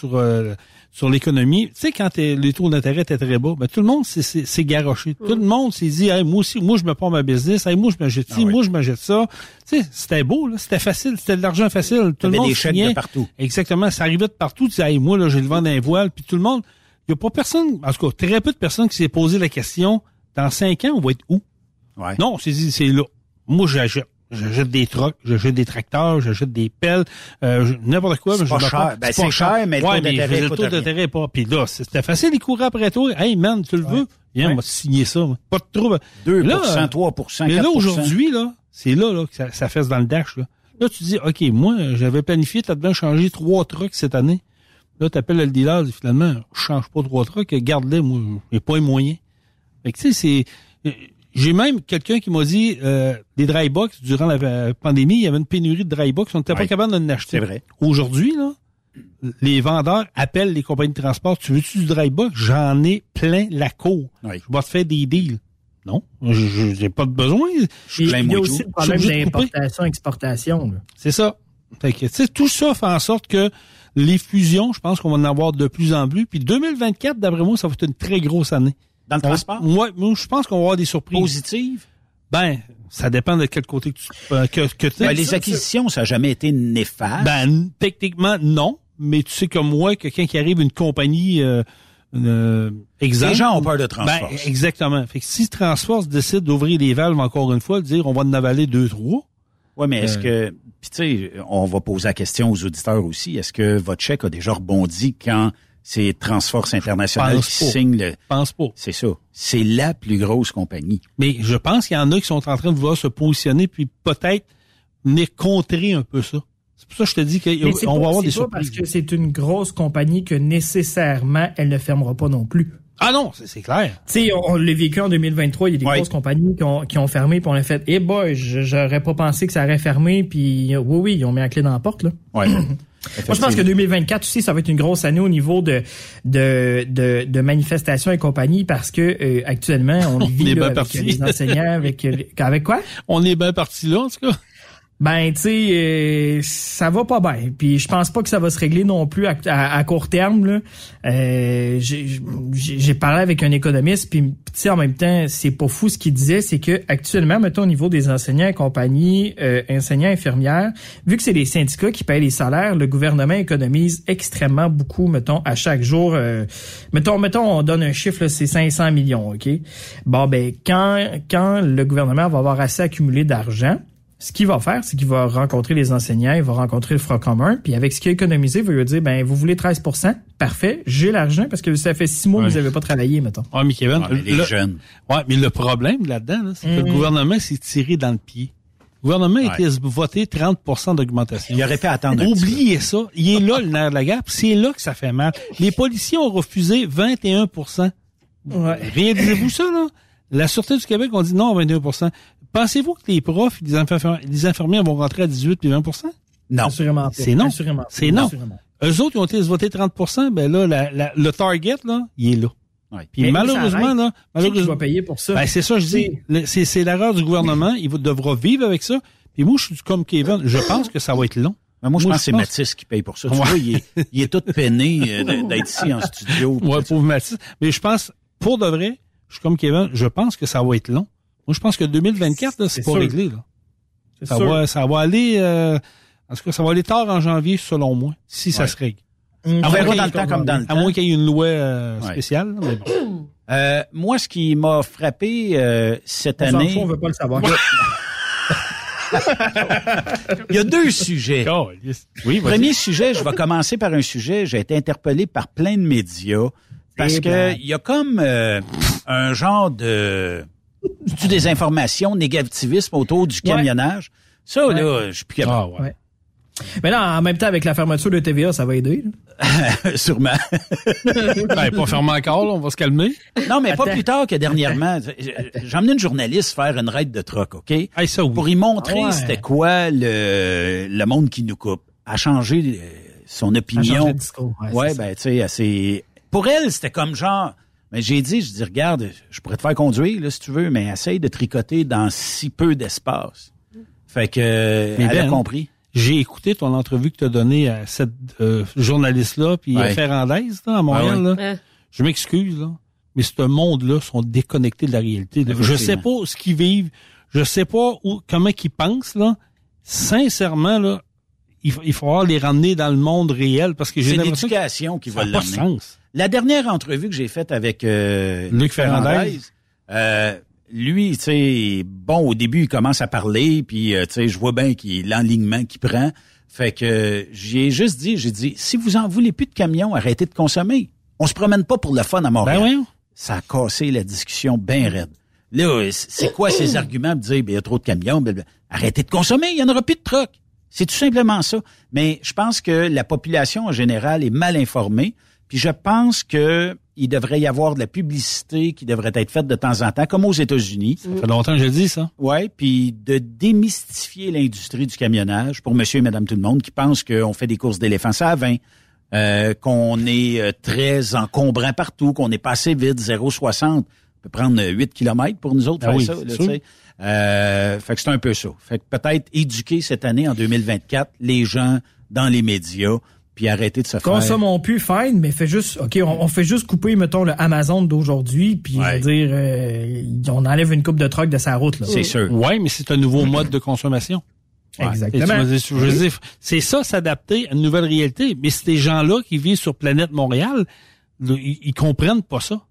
sur l'économie. Tu sais, quand les taux d'intérêt étaient très bas, ben tout le monde s'est garoché. Tout le monde s'est dit, hey, moi aussi, moi je me prends ma business, hey, moi je m'achète ci, moi je m'achète ça. Tu sais, c'était beau, là, c'était facile, c'était de l'argent facile. Tout le monde des chèques de partout. Exactement, ça arrivait de partout. Tu disais, hey, moi là, j'ai le vent d'un voile, puis tout le monde. Il y a pas personne, en tout cas, très peu de personnes qui s'est posé la question, dans 5 ans, on va être où? Ouais. Non, c'est là. Moi, j'achète des trucks, j'achète des tracteurs, j'achète des pelles, n'importe quoi. C'est pas cher. Ben, c'est cher, mais le taux d'intérêt est pas. Puis là, c'était facile, il courait après toi. Hey, man, tu le veux? Viens, on va signer ça. Pas de trouble. 2%, 3%, 4%. Mais là, aujourd'hui, là, c'est là que ça fesse dans le dash, là. Là, tu dis, OK, moi, j'avais planifié là-dedans changer 3 trucks cette année. Là, t'appelles le dealer, finalement, je change pas 3 trucks, garde-les, moi, j'ai pas les moyens. Fait que, tu sais, j'ai même quelqu'un qui m'a dit, des dry box, durant la pandémie, il y avait une pénurie de dry box, on n'était pas capable d'en acheter. C'est vrai. Aujourd'hui, là, les vendeurs appellent les compagnies de transport, tu veux-tu du dry box? J'en ai plein la cour. Oui. Je vais te faire des deals. Non, j'ai pas de besoin. Il y a aussi le problème d'importation-exportation. C'est ça. Fait que, tu sais, tout ça fait en sorte que les fusions, je pense qu'on va en avoir de plus en plus. Puis 2024, d'après moi, ça va être une très grosse année. Dans le transport? Moi, je pense qu'on va avoir des surprises. Positives? Ben, ça dépend de quel côté que tu es. Les acquisitions, ça n'a jamais été néfaste? Ben, techniquement, non. Mais tu sais comme moi, que quand il arrive une compagnie... exemple, les gens ont peur de Transforce. Ben, exactement. Fait que si Transforce décide d'ouvrir les valves encore une fois, de dire on va en avaler 2-3... Oui, mais est-ce que... Puis tu sais, on va poser la question aux auditeurs aussi. Est-ce que votre chèque a déjà rebondi quand c'est Transforce International qui signe le... Je pense pas. C'est ça. C'est la plus grosse compagnie. Mais je pense qu'il y en a qui sont en train de vouloir se positionner puis peut-être venir contrer un peu ça. C'est pour ça que je te dis qu'on va avoir des surprises. C'est pas parce que c'est une grosse compagnie que nécessairement elle ne fermera pas non plus. Ah non, c'est clair. Tu sais, on l'a vécu en 2023, il y a des grosses compagnies qui ont fermé, puis on a fait, eh boy, j'aurais pas pensé que ça aurait fermé, puis oui, ils ont mis la clé dans la porte, là. Ouais. Moi, je pense que 2024 aussi, ça va être une grosse année au niveau de manifestations et compagnie, parce que actuellement, on vit là, avec les enseignants, avec quoi? On est bien parti là, en tout cas. Ben, tu sais, ça va pas bien. Puis je pense pas que ça va se régler non plus à court terme. Là. J'ai parlé avec un économiste, puis tu sais, en même temps, c'est pas fou ce qu'il disait, c'est que actuellement, mettons au niveau des enseignants et compagnie, enseignants, infirmières, vu que c'est les syndicats qui payent les salaires, le gouvernement économise extrêmement beaucoup, mettons, à chaque jour. Mettons, on donne un chiffre, là, c'est 500 millions, OK? Bon, ben, quand le gouvernement va avoir assez accumulé d'argent, ce qu'il va faire, c'est qu'il va rencontrer les enseignants, il va rencontrer le Front commun, puis avec ce qu'il a économisé, il va lui dire, ben, vous voulez 13%? Parfait, j'ai l'argent parce que ça fait 6 mois que vous n'avez pas travaillé, mettons. Ah, mais Kevin, les jeunes. Ouais, mais le problème là-dedans, là, c'est que le gouvernement s'est tiré dans le pied. Le gouvernement a été voté 30% d'augmentation. Il aurait pu attendre Oubliez ça. Il est là, le nerf de la guerre, puis c'est là que ça fait mal. Les policiers ont refusé 21%. Ouais. Réalisez-vous ça, là? La Sûreté du Québec, on dit non à 21%. Pensez-vous que les profs, les infirmières vont rentrer à 18 puis 20%? Non. Assurément pas. C'est non. Assurément. C'est non. Assurément. Eux autres, ils ont été votés 30%, ben là, le target, là, il est là. Ouais. Puis malheureusement, qui va payer pour ça? Ben, c'est ça, je dis. C'est l'erreur du gouvernement. Il devra vivre avec ça. Puis moi, je suis comme Kevin. Je pense que ça va être long. Mais moi, je pense que c'est Mathis qui paye pour ça. Tu vois, il est tout peiné d'être ici en studio. Ouais, pauvre Mathis. Mais je pense, pour de vrai, je suis comme Kevin, je pense que ça va être long. Moi, je pense que 2024, là, c'est pas sûr. Réglé, là. Ça va aller, en tout cas, ça va aller tard en janvier, selon moi, si ça se règle. On verra dans le temps comme dans le temps. À moins qu'il y ait une loi spéciale. Mais bon. Moi, ce qui m'a frappé cette année... on veut pas le savoir. Il y a 2 sujets. Oui, premier sujet, je vais commencer par un sujet. J'ai été interpellé par plein de médias parce que il y a comme un genre de désinformation, négativisme autour du camionnage. Ça, là, je suis plus capable. Ouais. Mais là, en même temps, avec la fermeture de TVA, ça va aider. Sûrement. Ben, pas fermé encore, là, on va se calmer. Non, mais pas plus tard que dernièrement. J'ai emmené une journaliste faire une raid de truck, OK? Ça, oui. Pour y montrer c'était quoi le monde qui nous coupe. A changé son opinion. A changé de discours. Ouais, ben, tu sais, assez... Pour elle, c'était comme genre... Mais j'ai dit, regarde, je pourrais te faire conduire, là, si tu veux, mais essaye de tricoter dans si peu d'espace. Fait que, elle a compris. J'ai écouté ton entrevue que tu as donnée à cette journaliste-là, puis Ferrandaise, là, à Montréal. Là. Je m'excuse, là, mais ce monde-là sont déconnectés de la réalité. Je sais pas ce qu'ils vivent, je sais pas comment ils pensent, là. Sincèrement, là, il va falloir les ramener dans le monde réel, parce que j'ai l'impression c'est l'éducation qui va l'amener. Ça n'a pas de sens. La dernière entrevue que j'ai faite avec Luc Ferrandaise, lui, tu sais, bon, au début, il commence à parler, puis, tu sais, je vois bien l'enlignement qu'il prend. Fait que j'ai juste dit, si vous en voulez plus de camions, arrêtez de consommer. On se promène pas pour le fun à Montréal. Ben oui. Ça a cassé la discussion bien raide. Là, c'est quoi ces arguments de dire, il y a trop de camions, arrêtez de consommer, il y en aura plus de trucks. C'est tout simplement ça. Mais je pense que la population en général est mal informée. Puis je pense que il devrait y avoir de la publicité qui devrait être faite de temps en temps, comme aux États-Unis. Ça fait longtemps que je le dis, ça. Ouais, puis de démystifier l'industrie du camionnage pour monsieur et madame tout le monde qui pensent qu'on fait des courses d'éléphants à 20, qu'on est très encombrant partout, qu'on est pas assez vite, 0,60. On peut prendre 8 km pour nous autres faire ça. Là, tu sais. Fait que c'est un peu ça. Fait que peut-être éduquer cette année, en 2024, les gens dans les médias, puis arrêter de se faire... Consommons plus, fine, mais on fait juste couper, mettons, le Amazon d'aujourd'hui, puis je veux dire, on enlève une coupe de truck de sa route, là. C'est sûr. Oui, mais c'est un nouveau mode de consommation. Exactement. Je veux dire, c'est ça, s'adapter à une nouvelle réalité. Mais ces gens-là qui vivent sur Planète Montréal, ils comprennent pas ça.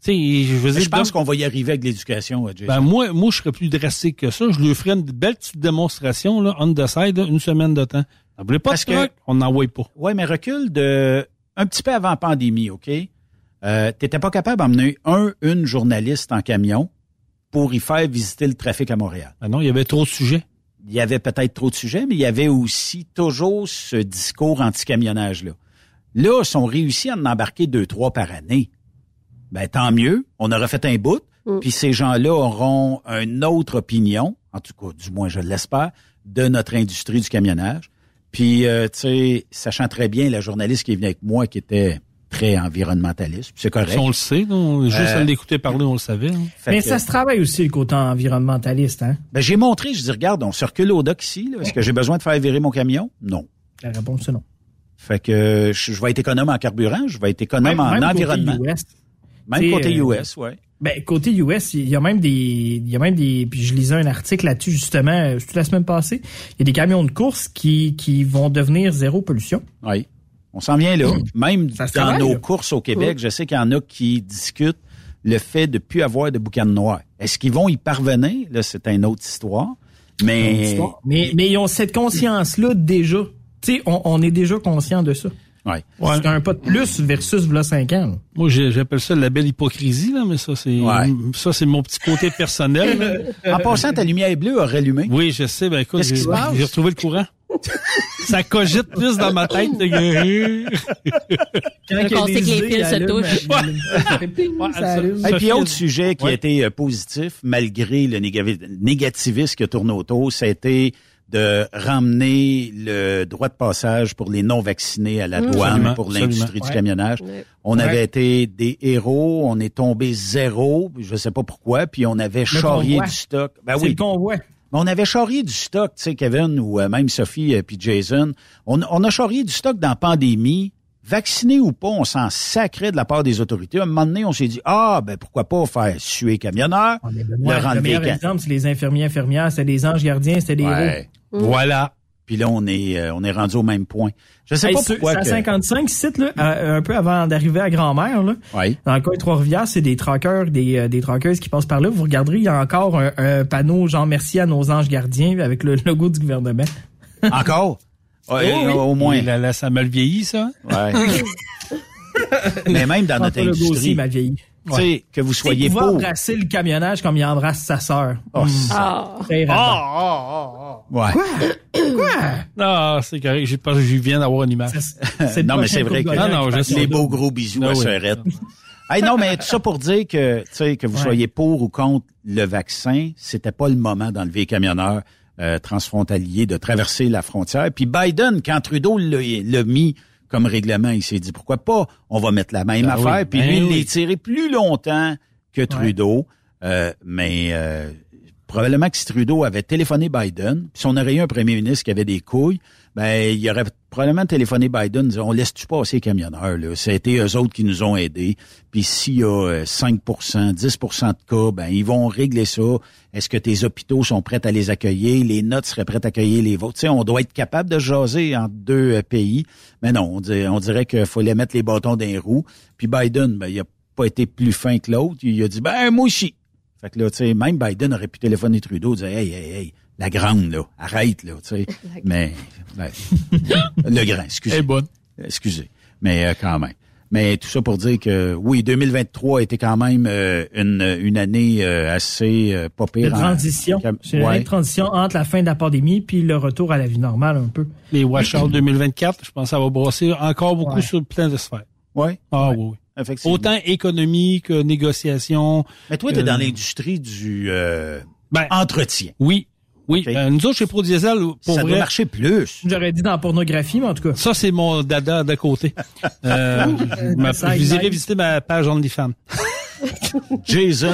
Je pense qu'on va y arriver avec l'éducation, Jason. Ben moi, je serais plus drastique que ça. Je lui ferais une belle petite démonstration, là, on the side, là, une semaine de temps. On voulait pas de truck, on n'envoie pas. Ouais, mais recule un petit peu avant la pandémie, OK? T'étais pas capable d'emmener une journaliste en camion pour y faire visiter le trafic à Montréal. Ben non, il y avait trop de sujets. Il y avait peut-être trop de sujets, mais il y avait aussi toujours ce discours anti-camionnage-là. Là, ils sont réussis à en embarquer 2-3 par année. Ben, tant mieux. On aura fait un bout. Puis ces gens-là auront une autre opinion, en tout cas, du moins je l'espère, de notre industrie du camionnage. Puis, tu sais, sachant très bien la journaliste qui est venue avec moi, qui était très environnementaliste. C'est correct. On le sait, non? Juste à l'écouter parler, on le savait. Hein. Mais ça se travaille aussi, le côté environnementaliste, hein? Ben, j'ai montré, je dis, regarde, on circule au dock ici, là. Est-ce que j'ai besoin de faire virer mon camion? Non. La réponse, c'est non. Fait que je vais être économe en carburant, je vais être économe en environnement. Côté US. Même côté US, ouais. Ben, côté US, il y a même des, puis je lisais un article là-dessus, justement, toute la semaine passée. Il y a des camions de course qui vont devenir zéro pollution. Oui. On s'en vient là. Même dans nos courses au Québec, je sais qu'il y en a qui discutent le fait de plus avoir de boucan noir. Est-ce qu'ils vont y parvenir? Là, c'est une autre histoire. Mais ils ont cette conscience-là déjà. Tu sais, on est déjà conscient de ça. Ouais. C'est un pas de plus versus v'là 5 ans. Là. Moi, j'appelle ça la belle hypocrisie, là, mais ça, c'est mon petit côté personnel. En passant, ta lumière bleue a rallumé. Oui, je sais. Ben, écoute, j'ai retrouvé le courant. Ça cogite plus dans ma tête. Quand c'est que les fils se touchent. Et puis, autre sujet qui a été positif, malgré le négativisme qui tourne autour, c'était de ramener le droit de passage pour les non-vaccinés à la douane pour l'industrie du camionnage. Ouais. On avait été des héros, on est tombé zéro, je sais pas pourquoi, puis on avait charrié du stock. Ben c'est le convoi. On avait charrié du stock, tu sais, Kevin, ou même Sophie puis Jason. On a charrié du stock dans la pandémie. Vacciné ou pas, on s'en sacrait de la part des autorités. À un moment donné, on s'est dit, pourquoi pas faire suer camionneurs, le meilleur exemple, c'est les infirmières, c'était des anges gardiens, c'était des héros. Voilà. Puis là, on est rendu au même point. Je sais pas pourquoi. À 55 sites, là, un peu avant d'arriver à Grand-Mère, là. Dans le coin de Trois-Rivières, c'est des truckers, des truckeuses qui passent par là. Vous regarderez, il y a encore un panneau genre merci à nos anges gardiens avec le logo du gouvernement. Encore? Au moins. Là, ça m'a vieilli, ça. Ouais. Mais même dans notre industrie. Aussi m'a vieilli. Tu sais, que vous soyez pour pauvre. embrasser le camionnage comme il embrasse sa sœur. Ouais. Quoi? Non, c'est correct. Je viens d'avoir une image. Non, mais c'est vrai que les beaux gros bisous à Sœurette. Hey, non, mais tout ça pour dire que, tu sais, que vous soyez pour ou contre le vaccin, c'était pas le moment d'enlever les camionneurs transfrontaliers de traverser la frontière. Puis Biden, quand Trudeau l'a mis comme règlement, il s'est dit pourquoi pas, on va mettre la même affaire. Puis lui, il l'a tiré plus longtemps que Trudeau. Mais probablement que si Trudeau avait téléphoné Biden, puis si on aurait eu un premier ministre qui avait des couilles, ben il aurait probablement téléphoné Biden, disant on laisse-tu passer les camionneurs, là? C'était eux autres qui nous ont aidés. Puis s'il y a 5%, 10% de cas, ben ils vont régler ça. Est-ce que tes hôpitaux sont prêts à les accueillir? Les notes seraient prêtes à accueillir les vôtres? Tu sais, on doit être capable de jaser entre deux pays. Mais non, on dirait qu'il fallait mettre les bâtons dans les roues. Puis Biden, ben il a pas été plus fin que l'autre. Il a dit, ben moi aussi. Fait que là, tu sais, même Biden aurait pu téléphoner Trudeau, dire, hey, la grande, là, arrête, là, tu sais. Mais, le grand, excusez. Elle est bonne. Excusez. Mais, quand même. Mais tout ça pour dire que, oui, 2023 était quand même une année assez pas pire. De transition. C'est une année de transition entre la fin de la pandémie puis le retour à la vie normale, un peu. Les Washout 2024, je pense que ça va brosser encore beaucoup sur plein de sphères. Oui. Ah oui. Autant économie que négociation. Mais toi, t'es dans l'industrie du entretien. Oui. Nous autres, chez Pro Diesel, pour ça vrai, doit marcher plus. J'aurais dit dans la pornographie, mais en tout cas. Ça, c'est mon dada d'à côté. Vous irez visiter ma page OnlyFans. Jason,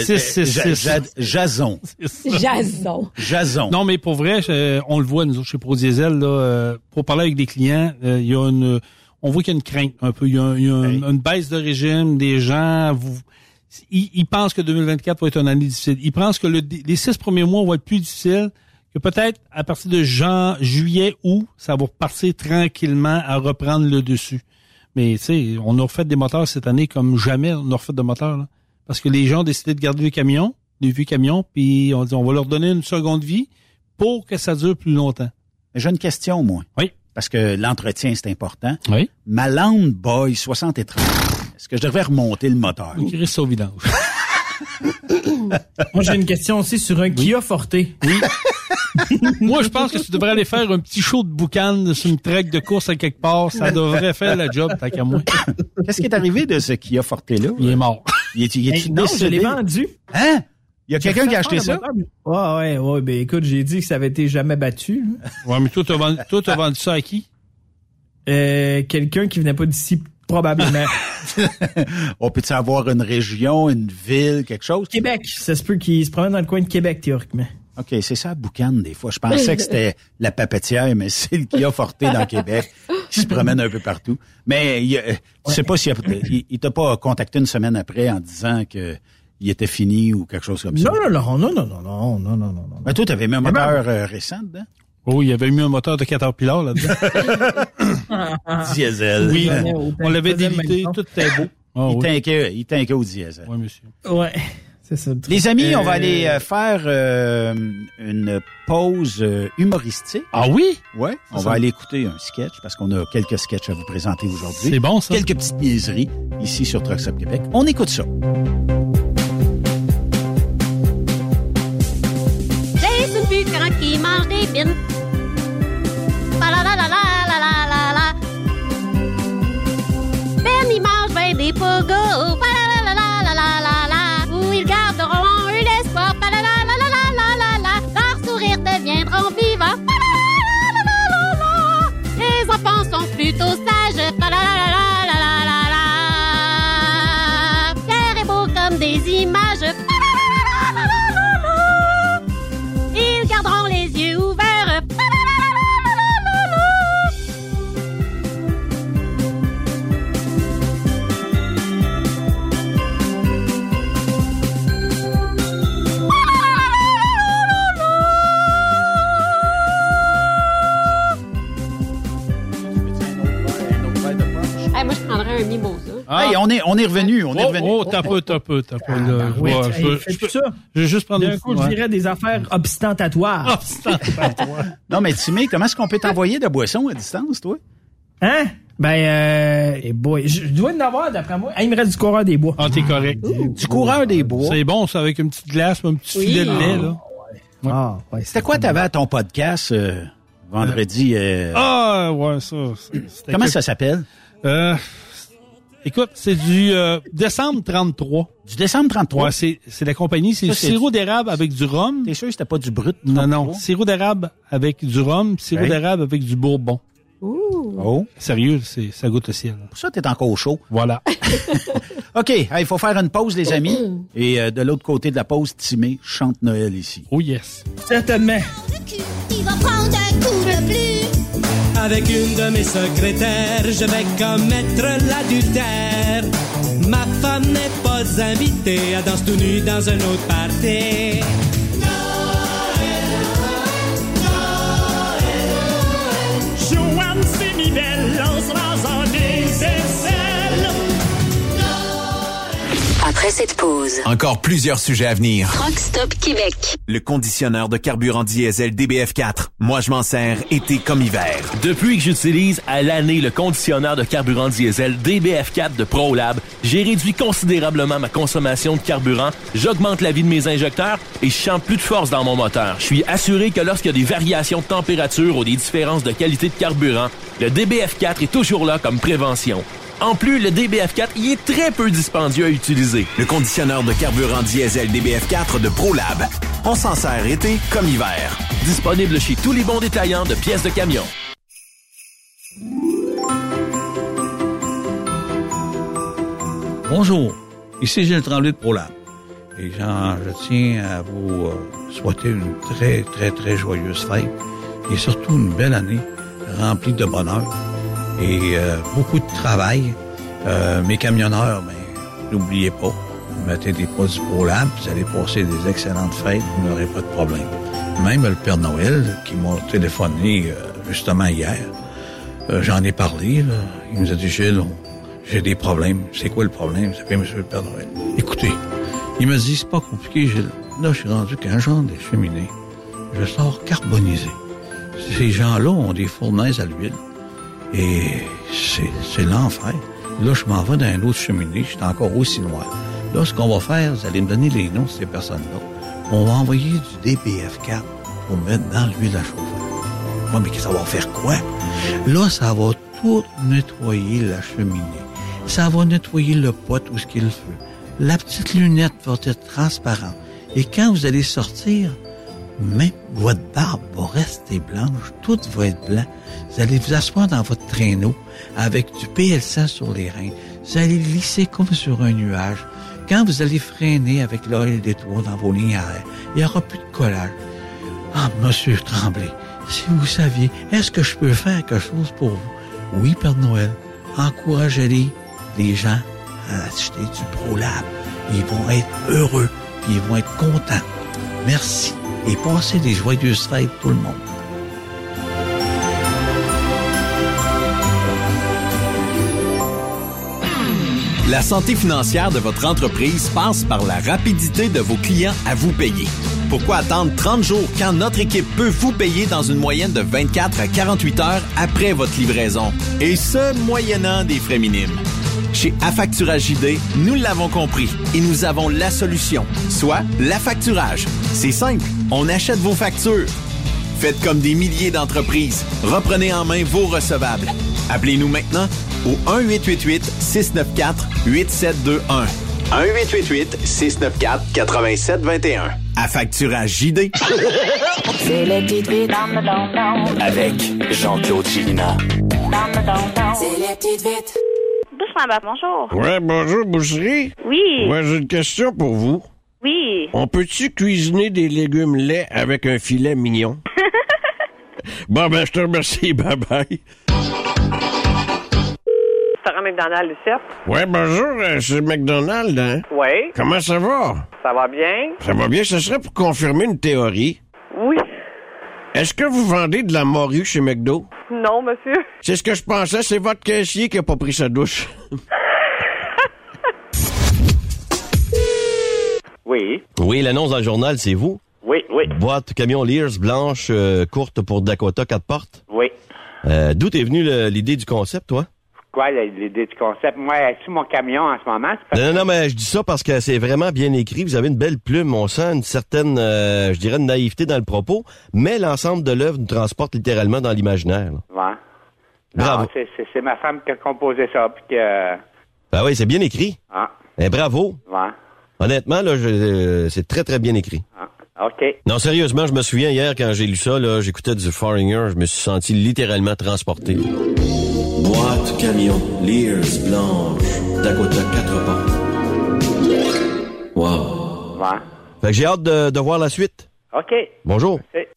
Jason. Non, mais pour vrai, on le voit, nous autres, chez Pro Diesel, là, pour parler avec des clients, il y a on voit qu'il y a une crainte un peu. Il y a une baisse de régime. Des gens, ils pensent que 2024 va être une année difficile. Ils pensent que les 6 premiers mois vont être plus difficiles, que peut-être à partir de juillet, août, ça va repartir tranquillement à reprendre le dessus. Mais tu sais, on a refait des moteurs cette année comme jamais on a refait de moteurs. Là. Parce que les gens ont décidé de garder les vieux camions, puis on dit on va leur donner une seconde vie pour que ça dure plus longtemps. J'ai une question, moi. Oui. Parce que l'entretien, c'est important. Oui. Ma Landboy 73, est-ce que je devrais remonter le moteur? Il reste au vidange. Moi, j'ai une question aussi sur un Kia Forte. Oui. Moi, je pense que tu devrais aller faire un petit show de boucan sur une trek de course à quelque part. Ça devrait faire le job, tant qu'à moi. Qu'est-ce qui est arrivé de ce Kia Forte-là? Il est mort. Il est non, je l'ai vendu. Hein? Il y a quelqu'un qui a acheté ça? Ouais. Ben écoute, j'ai dit que ça avait été jamais battu. Ouais, mais toi, t'as vendu ça à qui? Quelqu'un qui venait pas d'ici Probablement. On peut-tu avoir une région, une ville, quelque chose? Québec. Ça se peut qu'il se promène dans le coin de Québec, théoriquement. OK, c'est ça, Boucan, des fois. Je pensais que c'était la papetière, mais c'est le Kia Forte dans Québec qui se promène un peu partout. Mais tu sais pas s'il il t'a pas contacté une semaine après en disant que il était fini ou quelque chose comme ça? Non. Mais toi, t'avais mis un moteur récent dedans? Oh, il avait mis un moteur de Caterpillar là-dedans. Diesel. Oui, on l'avait délité, tout était beau. Il t'inquiète au diesel. Oui, monsieur. Ouais. C'est ça. Les amis, on va aller faire une pause humoristique. Ah oui? Ouais. On va aller écouter un sketch parce qu'on a quelques sketchs à vous présenter aujourd'hui. C'est bon, ça. Quelques petites niaiseries ici sur Truck Stop Québec. On écoute ça. Jason Bucran qui mange des pins. Ben, il mange ben des pogos. Où ils garderont eu l'espoir. Leurs sourires deviendront vivants. Les enfants sont plutôt sages. Fiers et beaux comme des images. Ils garderont les yeux ouverts. Moi, je prendrais un mimosa. Hey, on est revenu. T'as peu. Oui, fais-tu ça? Je vais juste prendre d'un coup, je dirais des affaires obstantatoires. Non, mais Timé, comment est-ce qu'on peut t'envoyer de boissons à distance, toi? Hein? Boy, je dois en avoir, d'après moi. Il me reste du coureur des bois. Ah, t'es correct. Du coureur des bois. C'est bon, ça, avec une petite glace, un petit filet de lait, là. C'était quoi t'avais à ton podcast vendredi? Comment ça s'appelle? Écoute, c'est du décembre 33. Du décembre 33? Ouais, c'est la compagnie. C'est du sirop d'érable avec du rhum. T'es sûr que c'était pas du brut? 33? Non. Sirop d'érable avec du rhum, sirop d'érable avec du bourbon. Oh. Sérieux, ça goûte le ciel. Pour ça, t'es encore chaud. Voilà. OK, il faut faire une pause, les amis. Et de l'autre côté de la pause, Timé chante Noël ici. Oh yes. Certainement. Il va prendre un coup de plus. Avec une de mes secrétaires, je vais commettre l'adultère. Ma femme n'est pas invitée, elle danse tout nu dans un autre party. Joanne Sémibelle lancera en des aisselles. Après cette pause, Encore plusieurs sujets à venir. Truck Stop Québec. Le conditionneur de carburant diesel DBF4. Moi, je m'en sers été comme hiver. Depuis que j'utilise à l'année le conditionneur de carburant diesel DBF4 de ProLab, j'ai réduit considérablement ma consommation de carburant, j'augmente la vie de mes injecteurs et je sens plus de force dans mon moteur. Je suis assuré que lorsqu'il y a des variations de température ou des différences de qualité de carburant, le DBF4 est toujours là comme prévention. En plus, le DBF4 y est très peu dispendieux à utiliser. Le conditionneur de carburant diesel DBF4 de ProLab. On s'en sert été comme hiver. Disponible chez tous les bons détaillants de pièces de camion. Bonjour, ici Gilles Tremblay de ProLab. Et je tiens à vous souhaiter une très, très, très joyeuse fête et surtout une belle année remplie de bonheur et beaucoup de travail. Mes camionneurs, n'oubliez pas, mettez des produits ProLab, vous allez passer des excellentes fêtes, vous n'aurez pas de problème. Même le Père Noël, qui m'a téléphoné justement hier, j'en ai parlé, là, il nous a dit, Gilles, j'ai des problèmes. C'est quoi le problème? C'est bien, monsieur le Père Noël. Écoutez, il me dit, c'est pas compliqué, Gilles. Là, je suis rendu qu'un genre des cheminées, je sors carbonisé. Ces gens-là ont des fournaises à l'huile. Et c'est l'enfer. Là, je m'en vais dans un autre cheminée, je suis encore aussi noir. Là, ce qu'on va faire, vous allez me donner les noms de ces personnes-là. On va envoyer du DBF4 pour mettre dans l'huile à chauffer. Ouais, mais ça va faire quoi? Là, ça va tout nettoyer la cheminée. Ça va nettoyer le pot où ce qu'il fait. La petite lunette va être transparente. Et quand vous allez sortir, Même votre barbe va rester blanche, tout va être blanc. Vous allez vous asseoir dans votre traîneau avec du PL100 sur les reins. Vous allez glisser comme sur un nuage. Quand vous allez freiner avec l'huile des toits dans vos lignes arrière, il n'y aura plus de collage. Ah, Monsieur Tremblay, si vous saviez, est-ce que je peux faire quelque chose pour vous? Oui, Père Noël. Encouragez les gens à acheter du ProLab. Ils vont être heureux, ils vont être contents. Merci et passez des joyeuses fêtes tout le monde. La santé financière de votre entreprise passe par la rapidité de vos clients à vous payer. Pourquoi attendre 30 jours quand notre équipe peut vous payer dans une moyenne de 24 à 48 heures après votre livraison? Et ce, moyennant des frais minimes. Chez Affacturage JD, nous l'avons compris et nous avons la solution, soit l'affacturage. C'est simple, on achète vos factures. Faites comme des milliers d'entreprises. Reprenez en main vos recevables. Appelez-nous maintenant au 1-888-694-8721. 1-888-694-8721. Affacturage JD. C'est les petites vites Avec Jean-Claude Gélina. C'est les petites vites. Bouche-Lambatte, bonjour. Ouais, bonjour, boucherie. Oui. Ouais, j'ai une question pour vous. Oui. On peut-tu cuisiner des légumes laids avec un filet mignon? Bon, ben, je te remercie. Bye-bye. Restaurant McDonald's, Lucette. Ouais, bonjour, c'est McDonald's, hein? Oui. Comment ça va? Ça va bien? Ça va bien, ce serait pour confirmer une théorie. Oui. Est-ce que vous vendez de la morue chez McDo? Non, monsieur. C'est ce que je pensais, c'est votre caissier qui a pas pris sa douche. Oui. Oui, l'annonce dans le journal, c'est vous? Oui, oui. Boîte camion Lears blanche courte pour Dakota 4 portes? Oui. D'où t'es venue l'idée du concept, toi? Quoi, l'idée du concept? Moi, sur mon camion en ce moment, c'est Non, mais je dis ça parce que c'est vraiment bien écrit. Vous avez une belle plume. On sent une certaine, je dirais, une naïveté dans le propos, mais l'ensemble de l'œuvre nous transporte littéralement dans l'imaginaire. Là. Ouais. Bravo. Non, c'est ma femme qui a composé ça, puis que... Ben oui, c'est bien écrit. Ah. Bravo. Ouais. Honnêtement, là, c'est très, très bien écrit. Ah. OK. Non, sérieusement, je me souviens hier, quand j'ai lu ça, là, j'écoutais du Foreigner, je me suis senti littéralement transporté. Boîte, camion, Lears, blanche, Dakota 4 portes. Wow. Ouais. Fait que j'ai hâte de voir la suite. OK. Bonjour. Okay.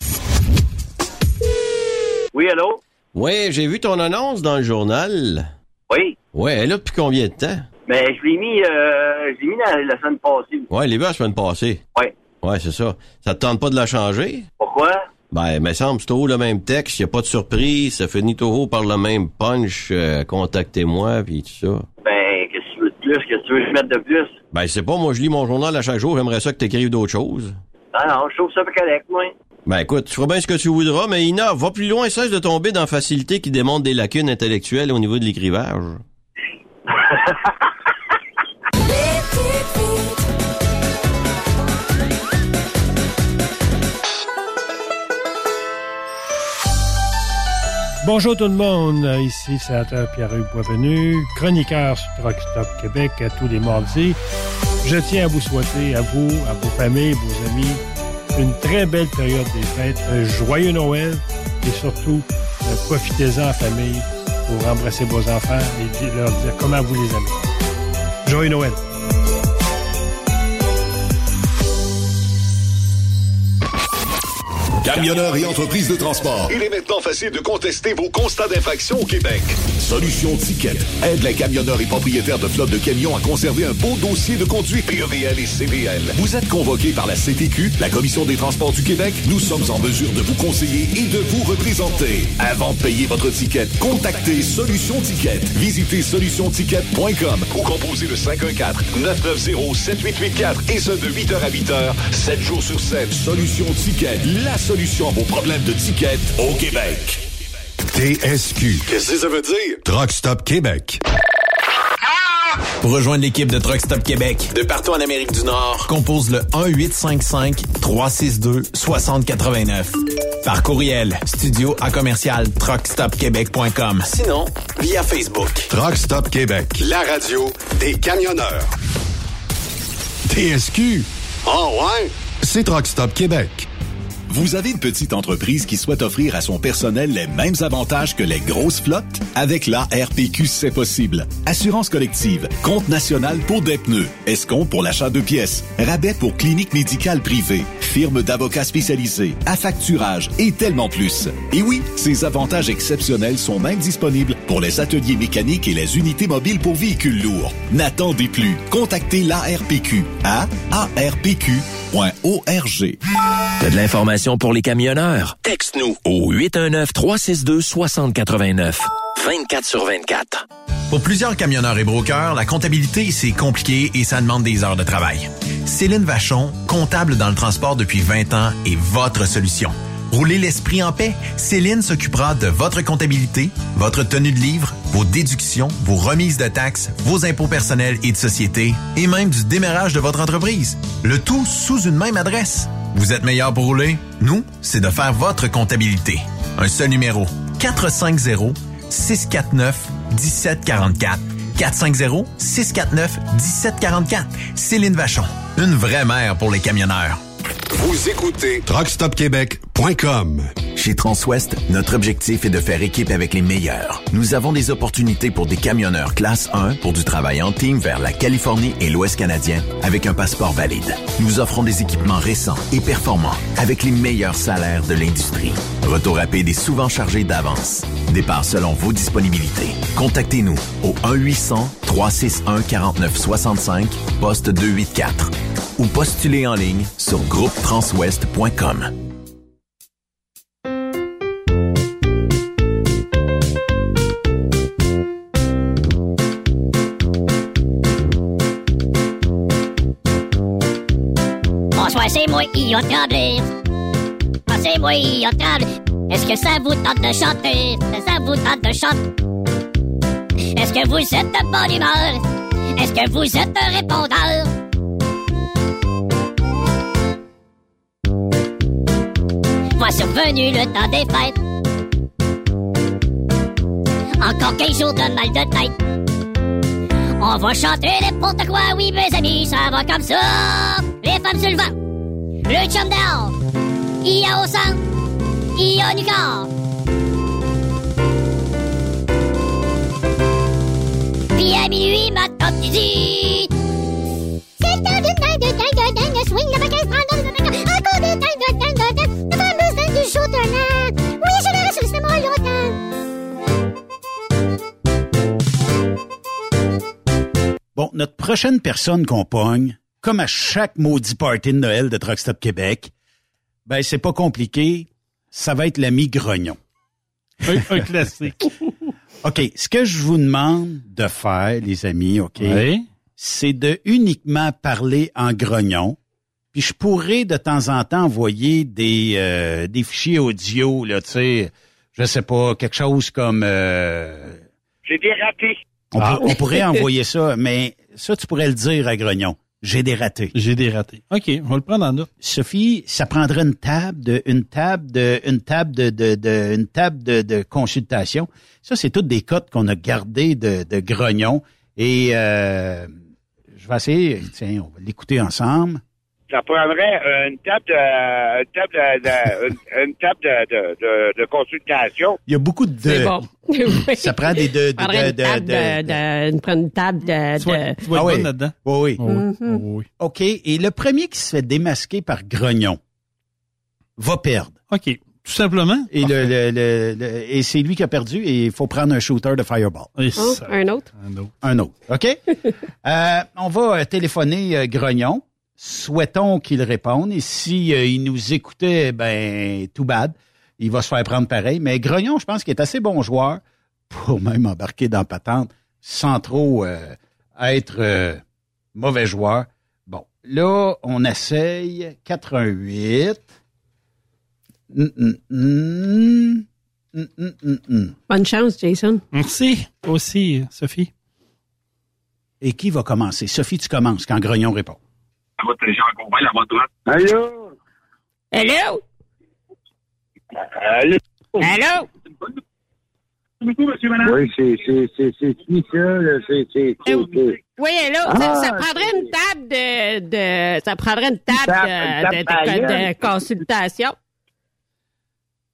Oui, allô? Oui, j'ai vu ton annonce dans le journal. Oui. Ouais, elle est là depuis combien de temps? Ben, je l'ai mis la semaine passée. Ouais, elle est la semaine passée. Oui. Ouais, c'est ça. Ça te tente pas de la changer? Pourquoi? Ben, me semble, c'est toujours le même texte, y a pas de surprise, ça finit toujours par le même punch, contactez-moi, puis tout ça. Ben, qu'est-ce que tu veux de plus? Qu'est-ce que tu veux que je mette de plus? Ben, c'est pas, moi, je lis mon journal à chaque jour, j'aimerais ça que t'écrives d'autres choses. Ah non, je trouve ça correct, moi. Ben, écoute, tu feras bien ce que tu voudras, mais innove, va plus loin et cesse de tomber dans la facilité qui démontre des lacunes intellectuelles au niveau de l'écrivage. Bonjour tout le monde, ici sénateur Pierre-Hugues Boisvenu, chroniqueur sur Truck Stop Québec à tous les mardis. Je tiens à vous souhaiter, à vous, à vos familles, vos amis, une très belle période des fêtes, un joyeux Noël et surtout, profitez-en en famille pour embrasser vos enfants et leur dire comment vous les aimez. Joyeux Noël! Camionneurs et entreprises de transport. Il est maintenant facile de contester vos constats d'infraction au Québec. Solution Ticket aide les camionneurs et propriétaires de flottes de camions à conserver un beau dossier de conduite PEVL et CVL. Vous êtes convoqué par la CTQ, la Commission des transports du Québec. Nous sommes en mesure de vous conseiller et de vous représenter. Avant de payer votre ticket, contactez Solution Ticket. Visitez solutionticket.com ou composez le 514-990-7884 et ce de 8h à 8h, 7 jours sur 7. Solution Ticket, la solution à vos problèmes de tickets au Québec. TSQ. Qu'est-ce que ça veut dire? Truck Stop Québec. Pour rejoindre l'équipe de Truck Stop Québec, de partout en Amérique du Nord, compose le 1-855-362-6089. Par courriel, studio@truckstopquebec.com. Sinon, via Facebook. Truck Stop Québec, la radio des camionneurs. TSQ. Oh ouais? C'est Truck Stop Québec. Vous avez une petite entreprise qui souhaite offrir à son personnel les mêmes avantages que les grosses flottes? Avec l'ARPQ, c'est possible. Assurance collective, compte national pour des pneus, escompte pour l'achat de pièces, rabais pour clinique médicale privée, firme d'avocats spécialisés, affacturage et tellement plus. Et oui, ces avantages exceptionnels sont même disponibles pour les ateliers mécaniques et les unités mobiles pour véhicules lourds. N'attendez plus. Contactez l'ARPQ à arpq.org. T'as de l'information pour les camionneurs? Texte-nous au 819-362-6089. 24/24. Pour plusieurs camionneurs et brokers, la comptabilité, c'est compliqué et ça demande des heures de travail. Céline Vachon, comptable dans le transport depuis 20 ans, est votre solution. Roulez l'esprit en paix. Céline s'occupera de votre comptabilité, votre tenue de livre, vos déductions, vos remises de taxes, vos impôts personnels et de société, et même du démarrage de votre entreprise. Le tout sous une même adresse. Vous êtes meilleur pour rouler? Nous, c'est de faire votre comptabilité. Un seul numéro. 450-649-1744. 450-649-1744. Céline Vachon. Une vraie mère pour les camionneurs. Vous écoutez TruckStopQuébec.com. Chez Transwest, notre objectif est de faire équipe avec les meilleurs. Nous avons des opportunités pour des camionneurs classe 1 pour du travail en team vers la Californie et l'Ouest canadien avec un passeport valide. Nous offrons des équipements récents et performants avec les meilleurs salaires de l'industrie. Retour rapide et souvent chargé d'avance. Départ selon vos disponibilités. Contactez-nous au 1-800-361-4965, poste 284 ou postulez en ligne sur groupetranswest.com. Bonsoir, c'est moi, Ion Tremblay. C'est moi, Ion Tremblay. Est-ce que ça vous tente de chanter? Ça vous tente de chanter? Est-ce que vous êtes de bonne humeur? Est-ce que vous êtes un répondeur? Voici revenu le temps des fêtes. Encore 15 jours de mal de tête. On va chanter n'importe quoi, oui mes amis, ça va comme ça. Les femmes sur le vent, le chum dehors, il y a au sang, il y a du corps. Puis à minuit, ma tante dit c'est le temps de swing, de vacances, prendre encore des dingues, de fameuse dingue du Chautonnat. Oui, je le reste sur le cinéma longtemps. Bon, notre prochaine personne qu'on pogne, comme à chaque maudit party de Noël de Truck Stop Québec, ben c'est pas compliqué, ça va être l'ami Grognon. Un classique. OK, ce que je vous demande de faire, les amis, OK, oui, c'est de uniquement parler en grognon. Puis je pourrais de temps en temps envoyer des fichiers audio, là, tu sais, je sais pas, quelque chose comme... J'ai dératé. On pourrait envoyer ça, mais ça, tu pourrais le dire à Grognon. J'ai des ratés. J'ai des ratés. OK, on va le prendre en note. Sophie, ça prendrait une table de consultation. Ça, c'est toutes des cotes qu'on a gardées de Grognon. Et je vais essayer, tiens, on va l'écouter ensemble. Ça prendrait une table de consultation. Il y a beaucoup de... C'est bon. Ça prend des... Une table de... Tu vas être bonne là-dedans? Oui. Mm-hmm. Oui. OK. Et le premier qui se fait démasquer par Grognon va perdre. OK. Tout simplement. Et et c'est lui qui a perdu et il faut prendre un shooter de Fireball. Un autre. OK? On va téléphoner Grognon. Souhaitons qu'il réponde. Et si il nous écoutait, ben, too bad. Il va se faire prendre pareil. Mais Grognon, je pense qu'il est assez bon joueur pour même embarquer dans patente sans trop être mauvais joueur. Bon, là, on essaye 88. Bonne chance, Jason. Merci aussi, Sophie. Et qui va commencer? Sophie, tu commences quand Grognon répond. Ça va très cher qu'on va la voix droite. Allô? Hello? Allô? Hello? Monsieur, madame? Oui, c'est qui ça, là? Oui, hello. Ça prendrait une table de consultation.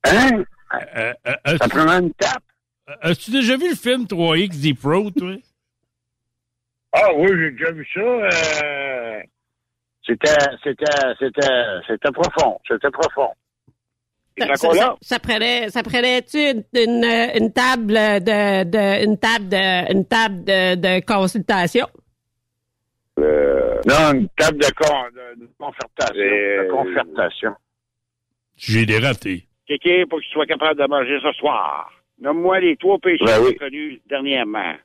Hein? Ça prend une tape. As-tu déjà vu le film 3X Deep Road, toi? Ah oui, j'ai déjà vu ça. C'était profond. C'était profond. Ça prenait-tu une table de consultation? Non, une table de concertation. J'ai des ratés. Kéké, pour que tu sois capable de manger ce soir. Nomme-moi les 3 péchés connus dernièrement.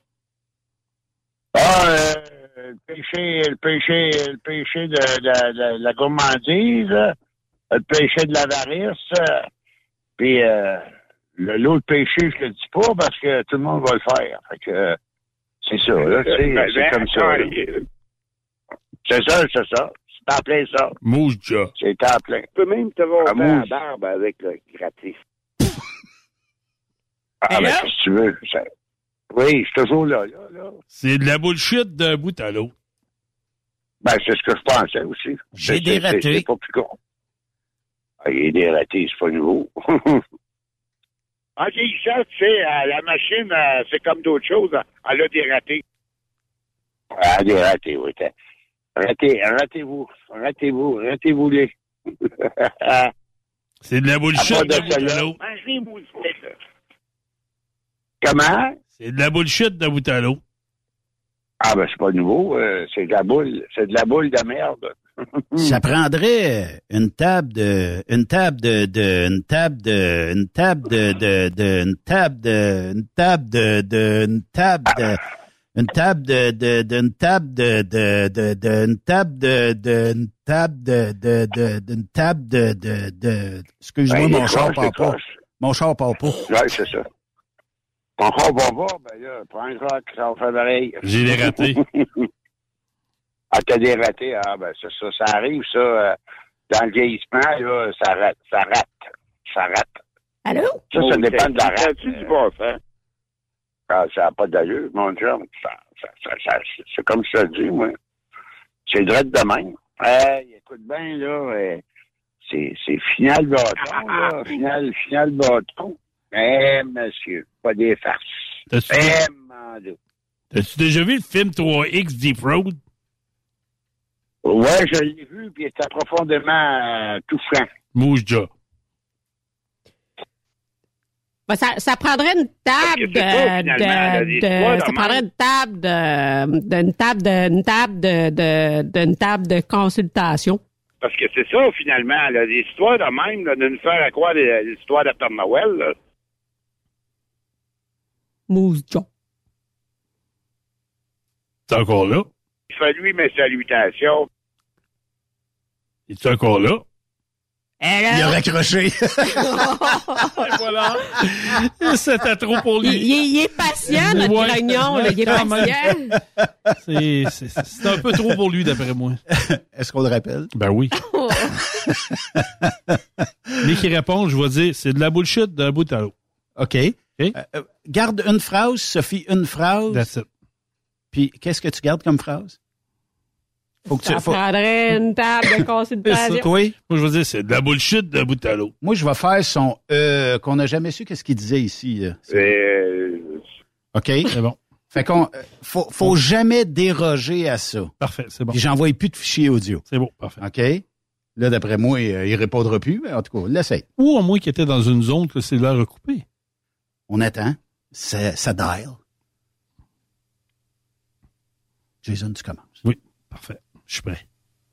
Le péché de la gourmandise, le péché de l'avarice, puis l'autre péché, je le dis pas parce que tout le monde va le faire. Fait que c'est ça, là, c'est comme ça. Là. C'est ça. C'est en plein ça. Mouja. C'est en plein. Tu peux même te voir la barbe avec le gratis. Ben, qu'est-ce que tu veux? Oui, je suis toujours là. C'est de la bullshit d'un bout à l'autre. Ben, c'est ce que je pensais aussi. J'ai des ratés. C'est pas plus con. Il y a des ratés, c'est pas nouveau. En vieillissant, tu sais, la machine, c'est comme d'autres choses. Elle a des ratés. Ah, des ratés, oui. Ratez-vous-les. C'est de la bullshit d'un bout à l'autre. Comment? C'est de la bullshit d'un bout à l'autre. Ah, ben, c'est pas nouveau. C'est de la boule. C'est de la boule de merde. Ça prendrait une table de excuse-moi, mon char part pas. Mon char part pas. Ouais, c'est ça. Mon char va pas, ben là, prends un rock, ça va faire pareil. J'ai des ratés. Ah, t'as des ratés, ben c'est ça. Ça arrive, ça, dans le vieillissement, là, ça rate. Allô? Ça dépend de la rate. Tu du bof, hein? Ça n'a pas d'allure, mon chum. C'est comme je te dis, moi. C'est drôle de même. Écoute bien, là, c'est final bâton, là. Final bâton. Monsieur, pas des farces. T'as-tu déjà vu le film 3X Deep Road? Ouais, je l'ai vu, puis il était profondément touchant. Mouja. Ben, ça prendrait une table de consultation. Parce que c'est ça, finalement, là, des histoires de même, là, de nous faire à quoi l'histoire de Père Noël, là. Mouja. T'es encore là? Il fait lui mes salutations. Es-tu encore là? Il a raccroché. Voilà. C'était trop pour lui. Il est patient, notre grognon, là. Il est patient. C'est un peu trop pour lui, d'après moi. Est-ce qu'on le rappelle? Ben oui. Dès qu'il répond, je vais dire, c'est de la bullshit d'un bout à l'autre. OK. Garde une phrase, Sophie, une phrase. That's it. Puis, qu'est-ce que tu gardes comme phrase? Prendrait une table de consultation. Oui. Moi, je veux dire, c'est de la bullshit d'un bout à l'autre. Moi, je vais faire son qu'on n'a jamais su qu'est-ce qu'il disait ici. OK? C'est bon. Fait qu'on faut jamais déroger à ça. Parfait, c'est bon. Puis j'envoie plus de fichiers audio. C'est bon, parfait. OK? Là, d'après moi, il répondra plus, mais en tout cas, l'essaye. Ou au moins qu'il était dans une zone que le cellulaire a coupé. On attend. Ça dial. Jason, tu commences. Oui, parfait. Je suis prêt.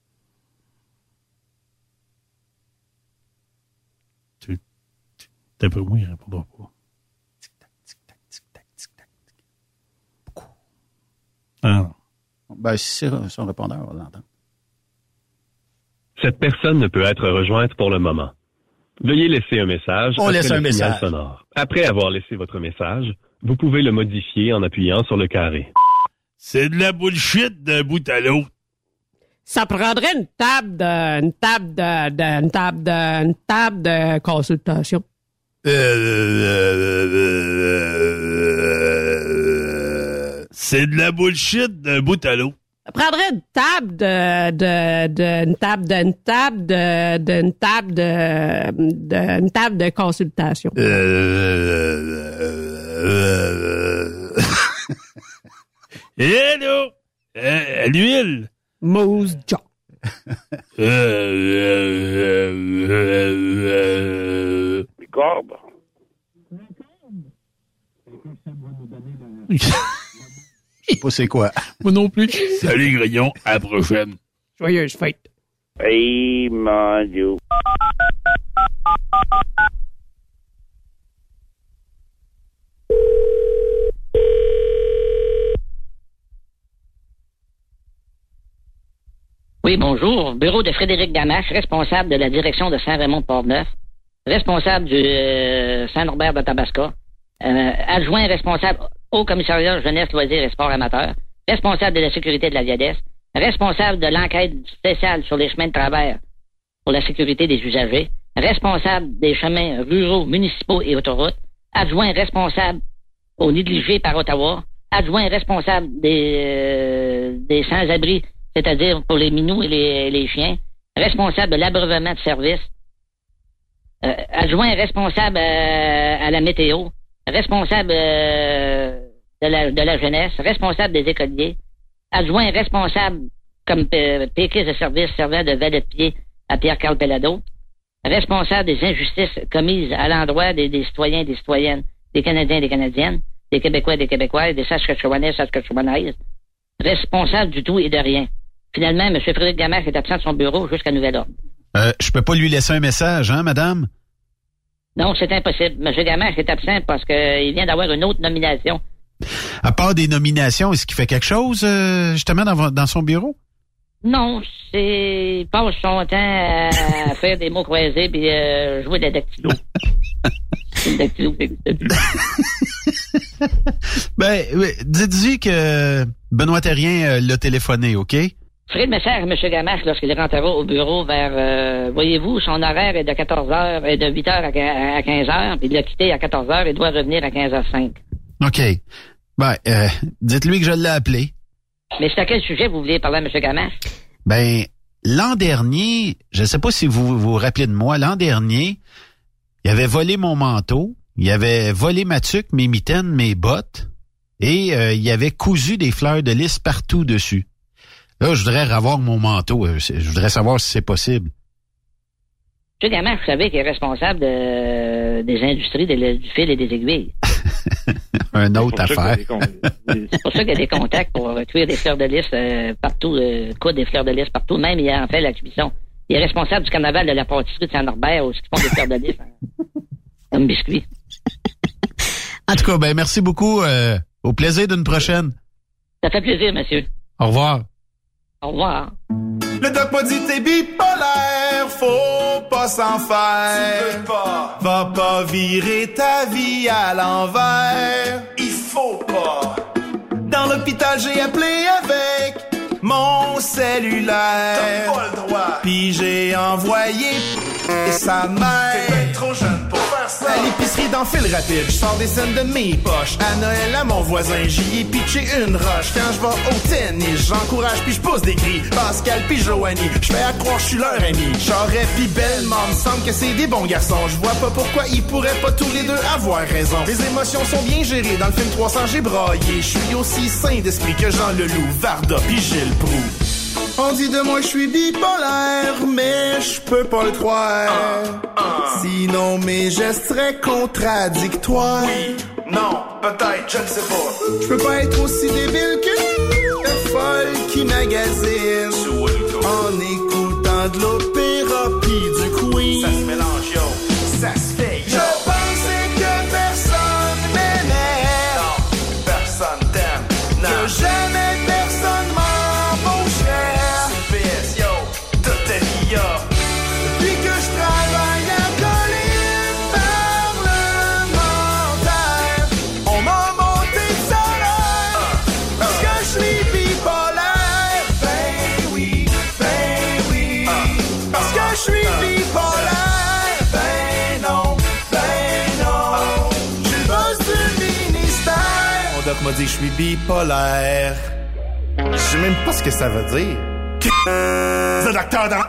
T'as pas moi, il répondra pas. Ah non. Ben, si c'est son répondeur, on va l'entendre. Cette personne ne peut être rejointe pour le moment. Veuillez laisser un message après le signal message sonore. Après avoir laissé votre message, vous pouvez le modifier en appuyant sur le carré. C'est de la bullshit d'un bout à l'autre. Ça prendrait une table de consultation. C'est de la bullshit d'un bout à l'autre. Ça prendrait une table de consultation. Hello! L'huile! Mousse John. Bicorbe. Je sais pas c'est quoi. Moi non plus. Salut, Grignon. À la prochaine. Joyeuse fête. Hey, mon Dieu. Oui, bonjour. Bureau de Frédéric Gamache, responsable de la direction de Saint-Raymond-de-Port-Neuf, responsable du Saint-Norbert de Tabasca, adjoint responsable au commissariat jeunesse, loisirs et sport amateur, responsable de la sécurité de la Viadès, responsable de l'enquête spéciale sur les chemins de travers pour la sécurité des usagers, responsable des chemins ruraux, municipaux et autoroutes, adjoint responsable aux négligés par Ottawa, adjoint responsable des sans-abri, c'est-à-dire pour les minous et les chiens, responsable de l'abreuvement de services, adjoint responsable à la météo, responsable de la jeunesse, responsable des écoliers, adjoint responsable comme péquiste de service servant de valet de pied à Pierre-Carl Pellado, responsable des injustices commises à l'endroit des citoyens et des citoyennes, des Canadiens et des Canadiennes, des Québécois et des Québécoises, des Saskatchewanais et Saskatchewanaises, responsable du tout et de rien. Finalement, M. Frédéric Gamache est absent de son bureau jusqu'à nouvel ordre. Je peux pas lui laisser un message, hein, madame? Non, c'est impossible. M. Gamache est absent parce qu'il vient d'avoir une autre nomination. À part des nominations, est-ce qu'il fait quelque chose, justement, dans son bureau? Non, il passe son temps à faire des mots croisés puis jouer de la dactylo. Le dactylo, ça n'existe plus. Ben, dites-lui que Benoît Thérien l'a téléphoné, OK? Ferez le message à M. Gamache lorsqu'il rentrera au bureau vers... voyez-vous, son horaire est de 14h et de 8h à 15h, puis il l'a quitté à 14h et doit revenir à 15h05. OK. Ben, dites-lui que je l'ai appelé. Mais c'est à quel sujet vous vouliez parler à M. Gamache? Ben, l'an dernier, je ne sais pas si vous vous rappelez de moi, l'an dernier, il avait volé mon manteau, il avait volé ma tuque, mes mitaines, mes bottes, et il avait cousu des fleurs de lys partout dessus. Là, je voudrais revoir mon manteau. Je voudrais savoir si c'est possible. M. Gamache, vous savez qu'il est responsable des industries du fil et des aiguilles. Une autre affaire. C'est pour ça qu'il y a des contacts pour cuire des fleurs de lys partout, coudre des fleurs de lys partout. Même, il a en fait la cuisson. Il est responsable du carnaval de la pâtisserie de Saint-Norbert où ils font des fleurs de lys comme biscuits. En tout cas, ben merci beaucoup. Au plaisir d'une prochaine. Ça fait plaisir, monsieur. Au revoir. Au revoir. Le doc m'a dit t'es bipolaire, faut pas s'en faire. Tu peux pas. Va pas virer ta vie à l'envers. Il faut pas. Dans l'hôpital, j'ai appelé avec mon cellulaire. T'as pas le droit. Puis j'ai envoyé et sa mère. T'es ben trop jeune pour faire ça. À l'épicerie dans fil rapide, je sors des scènes de mes poches. À Noël, à mon voisin, j'y ai pitché une roche. Quand je vais au tennis, j'encourage puis je pousse des cris. Pascal puis Joanie, je fais à croire je suis leur ami. Charest puis Bellemare, me semble que c'est des bons garçons. Je vois pas pourquoi ils pourraient pas tous les deux avoir raison. Les émotions sont bien gérées, dans le film 300 j'ai braillé. Je suis aussi sain d'esprit que Jean Leloup, Varda puis Gilles Proulx. On dit de moi que je suis bipolaire, mais je peux pas le croire. Sinon mes gestes seraient contradictoires. Oui, non, peut-être, je ne sais pas. Je peux pas être aussi débile que la folle qui magasine en écoutant de l'opéra pis du Queen. Ça se mélange, yo, ça se fait, yo. Je pensais que personne m'aimait. Non, personne t'aime. Non. Que jamais personne m'embaucherait. CPS, yo, toute ta vie, yo. Depuis que je travaille à colline parlementaire, on m'a monté de salaire parce que je suis bipolaire. Ben oui, parce que je suis bipolaire. Ben non, je suis le boss du ministère. Mon doc m'a dit que je suis bipolaire. Je sais même pas ce que ça veut dire. Le docteur dans...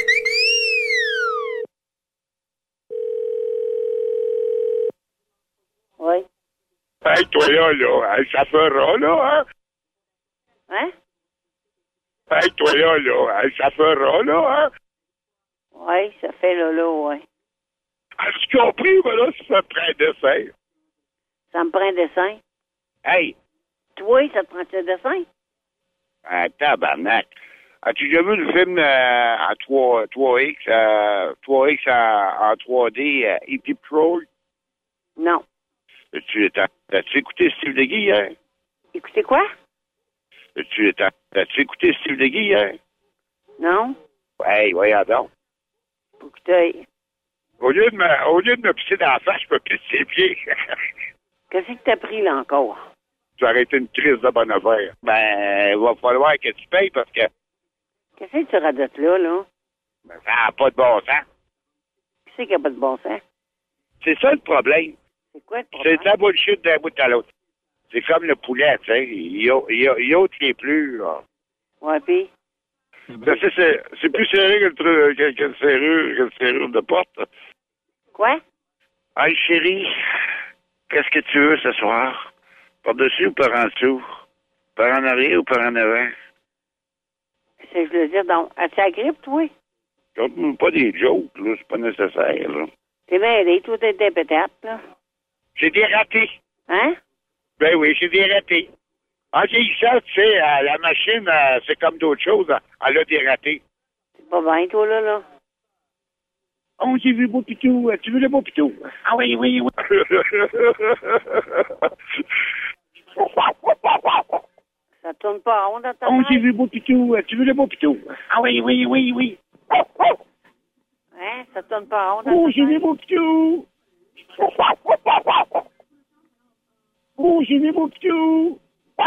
Oui. Hey, toi là, ça fera, là, hein? Hein? Hey, toi là, ça fera, là, hein? Oui, ça fait là, ouais. As-tu compris, voilà, ça te prend un dessin? Ça me prend un dessin? Hey! Toi, ça te prend un dessin? Ah, tabarnak. As-tu déjà vu le film en 3X en 3D, E.T. Patrol? Non. T'as-tu écouté Steve Leggy hier? Écoutez quoi? T'as-tu écouté Steve Leggy hier? Non. Hey, voyons donc. Écoutez. Au lieu de me pisser dans la face, je peux pisser les pieds. Qu'est-ce que t'as pris, là, encore? Tu as arrêté une crise de bonne affaire. Ben, il va falloir que tu payes parce que... Qu'est-ce que tu radotes là? Ben, ça n'a pas de bon sens. Qu'est-ce qu'il n'y a pas de bon sens? C'est ça le problème. C'est quoi le problème? C'est de la bullshit d'un bout à l'autre. C'est comme le poulet, tu sais. Il y a qui est plus, là. Ouais, pis? C'est plus serré que le serrure de porte. Quoi? Hey, chérie, qu'est-ce que tu veux ce soir? Par-dessus ou par en dessous? Par en arrière ou par en avant? C'est que je veux dire, donc, as-tu la grippe, toi? Pas des jokes, là, c'est pas nécessaire, là. T'es mêlé, toi, t'es des pétates, là. J'ai des ratés. Hein? Ben oui, j'ai des ratés. En vieillissant, tu sais, la machine, c'est comme d'autres choses, elle a des ratés. C'est pas bien, toi, là. Oh, j'ai vu le beau pitou. Tu veux le beau pitou? Ah oui, oui, oui. Ça tourne pas rond dans ta Oh, tête? j'ai vu le beau pitou. Tu veux le beau pitou? Ah oui, oui, oui, oui. Hein? Ça tourne pas rond dans Oh, ta j'ai vu le tête? beau pitou. Oh, j'ai vu le beau pitou.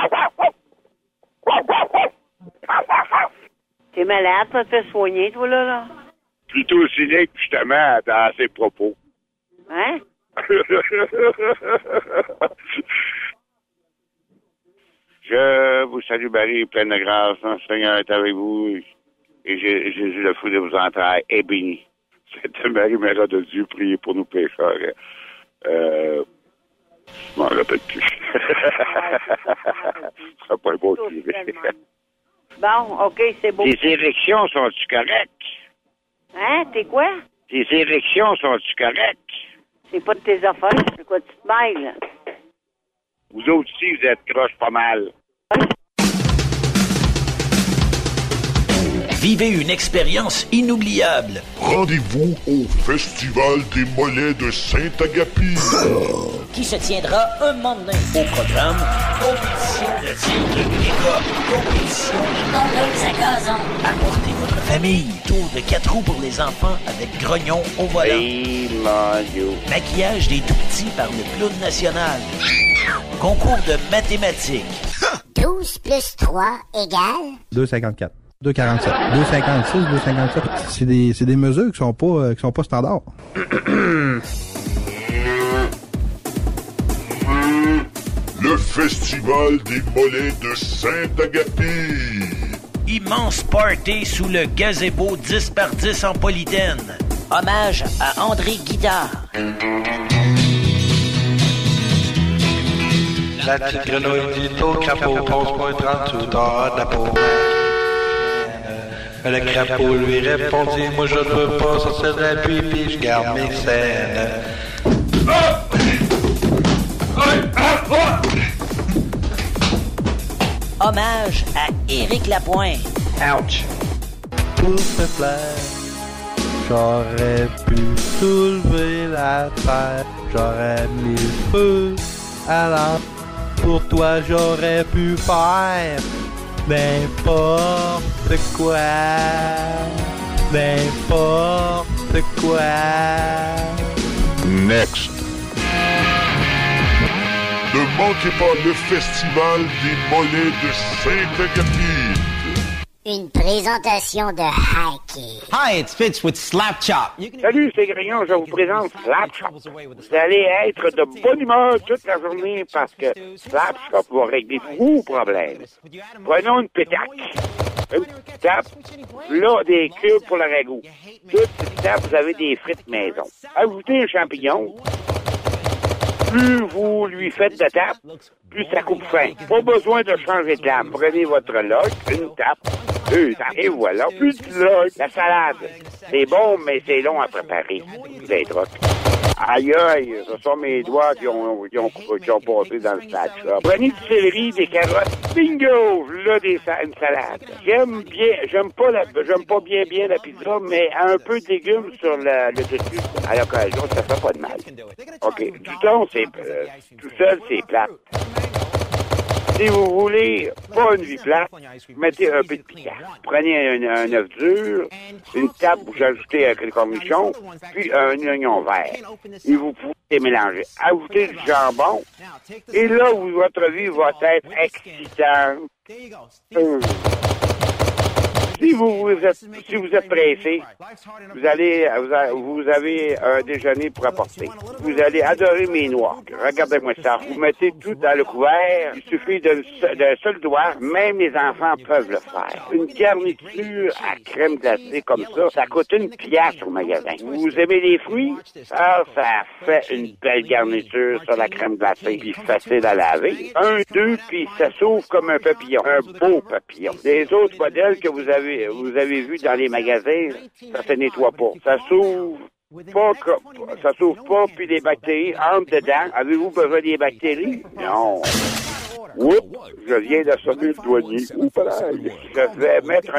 T'es malade, toi, te fais soigner, toi, là? Plutôt cynique, justement, dans ses propos. Hein? Je vous salue, Marie, pleine de grâce. Le Seigneur est avec vous. Et Jésus, le fruit de vos entrailles, est béni. Sainte Marie, Mère de Dieu, priez pour nous pécheurs. Je m'en rappelle plus. Ce sera pas un beau curé. Bon, OK, c'est beau. Tes élections sont-tu correctes? Hein? T'es quoi? Tes élections sont-tu correctes? C'est pas de tes affaires. C'est quoi, tu te mêles? Vous autres aussi, vous êtes croche pas mal. Vivez une expérience inoubliable. Rendez-vous au Festival des Mollets de Saint-Agapi. Qui se tiendra un moment donné. Au programme, compétition de tir de méga, compétition de tondeuse à gazon. Apportez votre famille. Tour de 4 roues pour les enfants avec grognon au volant. Hey, mon Dieu. Maquillage des tout-petits par le clown national. Concours de mathématiques. 12 plus 3 égale... 2,54. 2,47. 2,56, 2,57. C'est des mesures qui sont pas standards. Le Festival des Mollets de Saint-Agapi. Immense party sous le gazebo 10x10 en Polytaine. Hommage à André Guitard. La petite grenouille dit au crapaud, pose-moi 30 sous dehors de la peau. Le crapaud lui répondit, moi je ne veux pas sortir de la pluie, puis je garde mes scènes. Hommage à Éric Lapointe. Ouch. Pour te plaire, j'aurais pu soulever la terre, j'aurais mis le feu à l'âme. Pour toi, j'aurais pu faire n'importe quoi. N'importe quoi. Next. Ne manquez pas le Festival des Mollets de Saint-Agapi. Une présentation de Hacky. Hi, it's Fitz with Slap Chop. Salut, c'est Grignon, je vous présente Slap Shop. Vous allez être de bonne humeur toute la journée parce que Slap Shop va régler vos problèmes. Prenons une pétaque. Une petite tape, là, des cubes pour le ragoût. Toute petite tape, vous avez des frites maison. Ajoutez un champignon. Plus vous lui faites de tape, plus ça coupe fin. Pas besoin de changer de lame. Prenez votre log, une tape, deux tapes, et voilà. Plus de log, la salade. C'est bon, mais c'est long à préparer. Vous êtes rock. Aïe, aïe, ce sont mes doigts qui ont passé dans le sac. Là. Prenez du céleri, des carottes, bingo! Là, une salade. J'aime pas bien la pizza, mais un peu de légumes sur le dessus, à l'occasion, ça fait pas de mal. OK. Du thon, tout seul, c'est plate. Si vous voulez pas une vie plate, mettez un peu de piquant. Prenez un œuf dur, une tape, vous ajoutez avec le cornichon, puis un oignon vert. Et vous pouvez mélanger. Ajoutez du jambon. Et là où votre vie va être excitante. Si vous êtes pressé, vous avez un déjeuner pour apporter. Vous allez adorer mes noix. Regardez-moi ça. Vous mettez tout dans le couvert. Il suffit d'un seul doigt. Même les enfants peuvent le faire. Une garniture à crème glacée comme ça coûte $1 au magasin. Vous aimez les fruits? Ça fait une belle garniture sur la crème glacée. Puis facile à laver. 1, 2, puis ça s'ouvre comme un papillon. Un beau papillon. Les autres modèles que vous avez vu dans les magasins, ça se nettoie pas. Ça s'ouvre pas, puis les bactéries entrent dedans. Avez-vous besoin des bactéries? Non. Oups, je viens d'assommer le douanier. Je vais mettre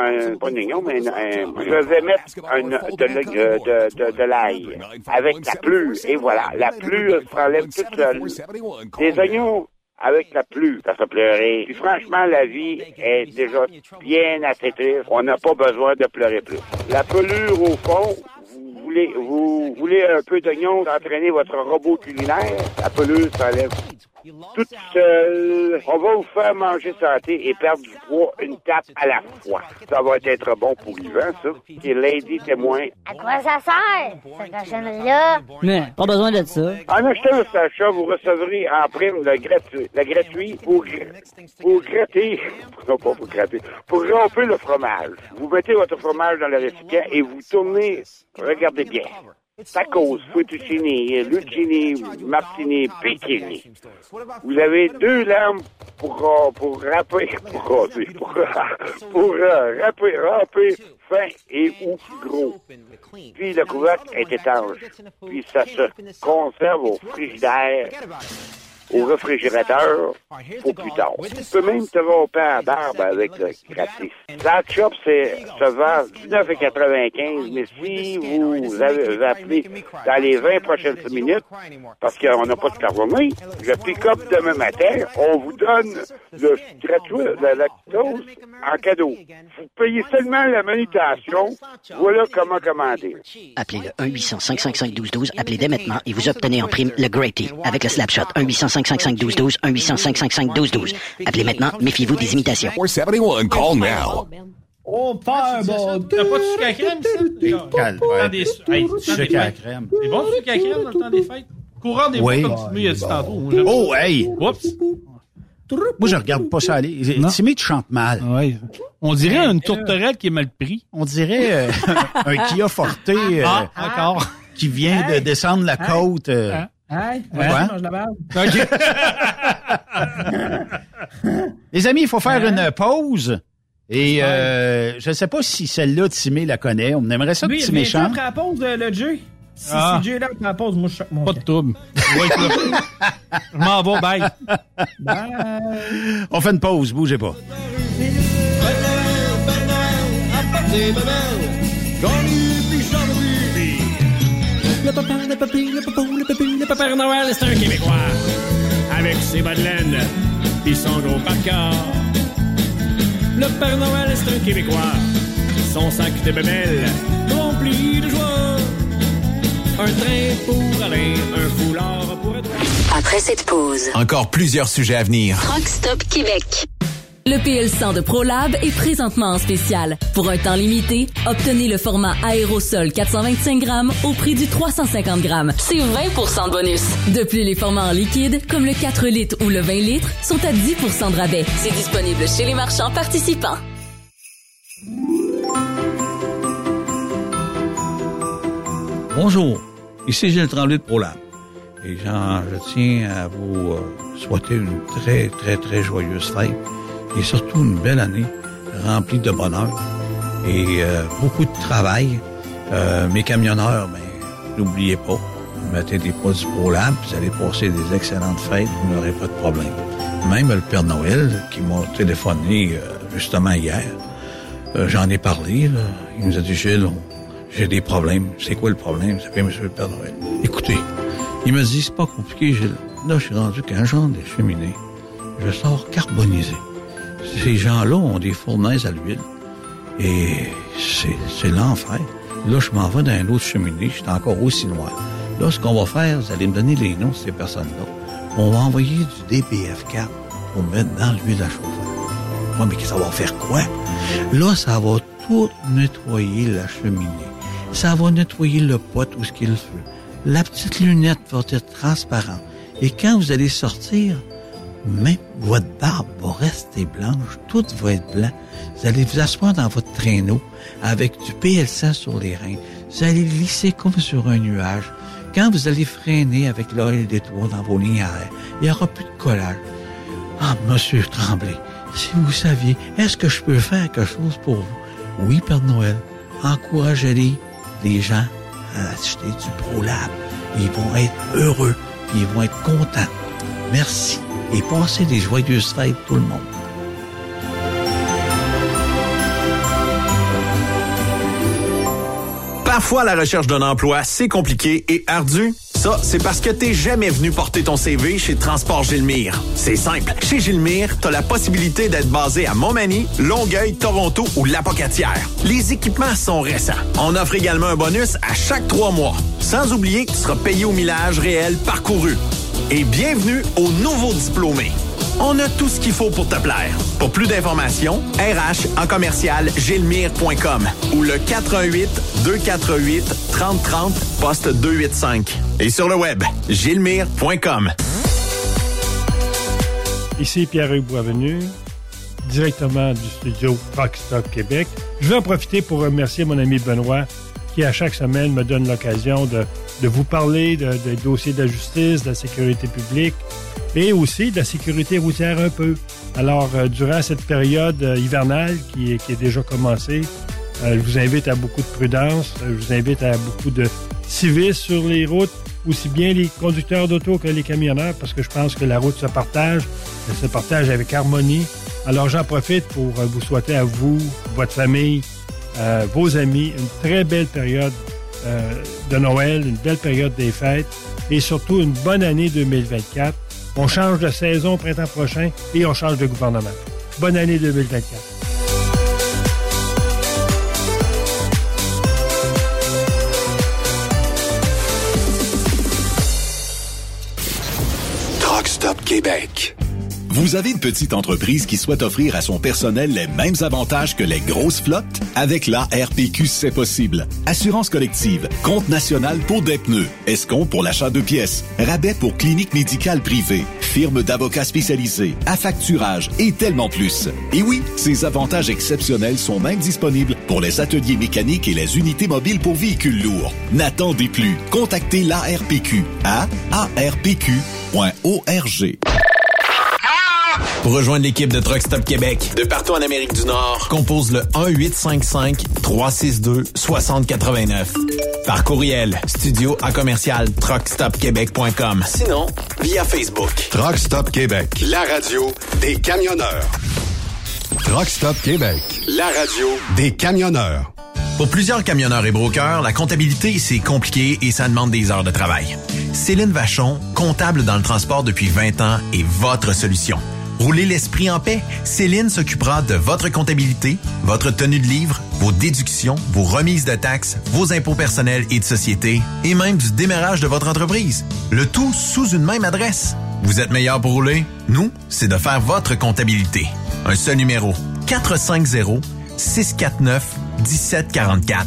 de l'ail avec la pelure. Et voilà, la pelure s'enlève toute seule. Des oignons avec la pluie, ça fait pleurer. Puis franchement, la vie est déjà bien assez triste. On n'a pas besoin de pleurer plus. La pelure, au fond, vous voulez un peu d'oignon pour entraîner votre robot culinaire, la pelure s'enlève toute seule. On va vous faire manger santé et perdre du poids une tape à la fois. Ça va être bon pour Yvan, ça. C'est Lady témoin. À quoi ça sert, cette cochonnerie-là? Mais, pas besoin de ça. En achetant un sachet, vous recevrez en prime le gratuit pour gratter. Non, pas pour gratter. Pour romper le fromage. Vous mettez votre fromage dans le récipient et vous tournez. Regardez bien. Tacos, fettuccine, lucchini, martini, picchini. Vous avez 2 lames pour râper fin et ou gros. Puis le couvercle est étanche. Puis ça se conserve au frigidaire, au réfrigérateur, pour plus tard. Tu peux même te romper à barbe avec le gratis. Slap Shop, se vend $19,95, mais si vous appelez dans les 20 prochaines minutes, parce qu'on n'a pas de carboné, le pick-up demain matin, on vous donne la lactose en cadeau. Vous payez seulement la manutention. Voilà comment commander. Appelez le 1-800-555-1212. Appelez dès maintenant et vous obtenez en prime le Grey-Tea avec le Slapshot. 1-800-555-1212. 1-800-555-1212. Appelez maintenant, méfiez-vous des imitations. 471, call now. Oh, père, bon. T'as pas de sucre à crème, ça? Calme. Sucre à crème. C'est bon, sucre à crème dans le temps des fêtes? Courant des oui. fois, comme Timmy a dit tantôt. Oh, hey! Oups! Moi, je regarde pas ça aller. Timmy, tu chantes mal. Ouais. On dirait une tourterelle qui est mal pris. On dirait un Kia Forte d'accord. Qui vient de descendre la côte. Hey, mange la barbe. Les amis, il faut faire une pause. Et je ne sais pas si celle-là, Timmy la connaît. On aimerait ça que Timmy chante. Après la pause, le Jay. Si Jay est là après la pause, moi, je choque mon pas de trouble. Je m'en vais, bye. Bye. On fait une pause, bougez pas. Le Père Noël, c'est un Québécois. Avec ses bas de laine, pis son gros par cœur. Le Père Noël, c'est un Québécois. Son sac de bébelles, rempli de joie. Un train pour Alain, un foulard pour Edouard. Après cette pause, encore plusieurs sujets à venir. Rock Stop Québec. Le PL100 de ProLab est présentement en spécial. Pour un temps limité, obtenez le format aérosol 425 grammes au prix du 350 grammes. C'est 20 de bonus. De plus, les formats en liquide, comme le 4 litres ou le 20 litres, sont à 10 de rabais. C'est disponible chez les marchands participants. Bonjour, ici Gilles Tremblay de ProLab. Et je tiens à vous souhaiter une très, très, très joyeuse fête et surtout une belle année remplie de bonheur et beaucoup de travail. Mes camionneurs, n'oubliez pas, mettez des produits ProLab, vous allez passer des excellentes fêtes, vous n'aurez pas de problème. Même le Père Noël, qui m'a téléphoné justement hier, j'en ai parlé, là, il nous a dit, Gilles, j'ai des problèmes. C'est quoi le problème? Ça fait Monsieur le Père Noël. Écoutez, il me dit, c'est pas compliqué, Gilles. Là, je suis rendu qu'un genre de cheminée, je sors carbonisé. Ces gens-là ont des fournaises à l'huile. Et c'est l'enfer. Là, je m'en vais dans une autre cheminée, je suis encore aussi noir. Là, ce qu'on va faire, vous allez me donner les noms de ces personnes-là. On va envoyer du DPF4 pour mettre dans l'huile à chauffer. Ouais, mais ça va faire quoi? Là, ça va tout nettoyer la cheminée. Ça va nettoyer le pot où ce qu'il fait. La petite lunette va être transparente. Et quand vous allez sortir, même votre barbe va rester blanche. Tout va être blanc. Vous allez vous asseoir dans votre traîneau avec du PL100 sur les reins. Vous allez glisser comme sur un nuage. Quand vous allez freiner avec l'huile d'étoile dans vos lignes à air, il n'y aura plus de collage. Ah, Monsieur Tremblay, si vous saviez, est-ce que je peux faire quelque chose pour vous? Oui, Père Noël. Encouragez les gens à acheter du ProLab. Ils vont être heureux. Ils vont être contents. Merci. Et passez des joyeuses fêtes, tout le monde. Parfois, la recherche d'un emploi, c'est compliqué et ardu. Ça, c'est parce que t'es jamais venu porter ton CV chez Transport Gilmire. C'est simple. Chez Gilmire, t'as la possibilité d'être basé à Montmagny, Longueuil, Toronto ou Lapocatière. Les équipements sont récents. On offre également un bonus à chaque 3 mois. Sans oublier que tu seras payé au millage réel parcouru. Et bienvenue aux nouveaux diplômés. On a tout ce qu'il faut pour te plaire. Pour plus d'informations, RH en commercial gilmire.com ou le 418-248-3030 poste 285. Et sur le web, gilmire.com. Ici Pierre-Hugues Boisvenu, directement du studio Truck Stop Québec. Je vais en profiter pour remercier mon ami Benoît qui, à chaque semaine, me donne l'occasion de vous parler des dossiers de la justice, de la sécurité publique et aussi de la sécurité routière un peu. Alors, durant cette période hivernale qui est déjà commencée, je vous invite à beaucoup de prudence, je vous invite à beaucoup de civisme sur les routes, aussi bien les conducteurs d'auto que les camionneurs, parce que je pense que la route se partage avec harmonie. Alors, j'en profite pour vous souhaiter à vous, votre famille, vos amis, une très belle période de Noël, une belle période des fêtes et surtout une bonne année 2024. On change de saison au printemps prochain et on change de gouvernement. Bonne année 2024. Truck Stop Québec. Vous avez une petite entreprise qui souhaite offrir à son personnel les mêmes avantages que les grosses flottes? Avec l'ARPQ, c'est possible. Assurance collective, compte national pour des pneus, escompte pour l'achat de pièces, rabais pour clinique médicale privée, firme d'avocats spécialisés, affacturage et tellement plus. Et oui, ces avantages exceptionnels sont même disponibles pour les ateliers mécaniques et les unités mobiles pour véhicules lourds. N'attendez plus. Contactez l'ARPQ à arpq.org. Pour rejoindre l'équipe de Truck Stop Québec, de partout en Amérique du Nord, compose le 1-855-362-6089. Par courriel, studio@truckstopquebec.com. Sinon, via Facebook. Truck Stop Québec, la radio des camionneurs. Truck Stop Québec, la radio des camionneurs. Pour plusieurs camionneurs et brokers, la comptabilité, c'est compliqué et ça demande des heures de travail. Céline Vachon, comptable dans le transport depuis 20 ans, est votre solution. Roulez l'esprit en paix. Céline s'occupera de votre comptabilité, votre tenue de livre, vos déductions, vos remises de taxes, vos impôts personnels et de société, et même du démarrage de votre entreprise. Le tout sous une même adresse. Vous êtes meilleur pour rouler? Nous, c'est de faire votre comptabilité. Un seul numéro. 450-649-1744.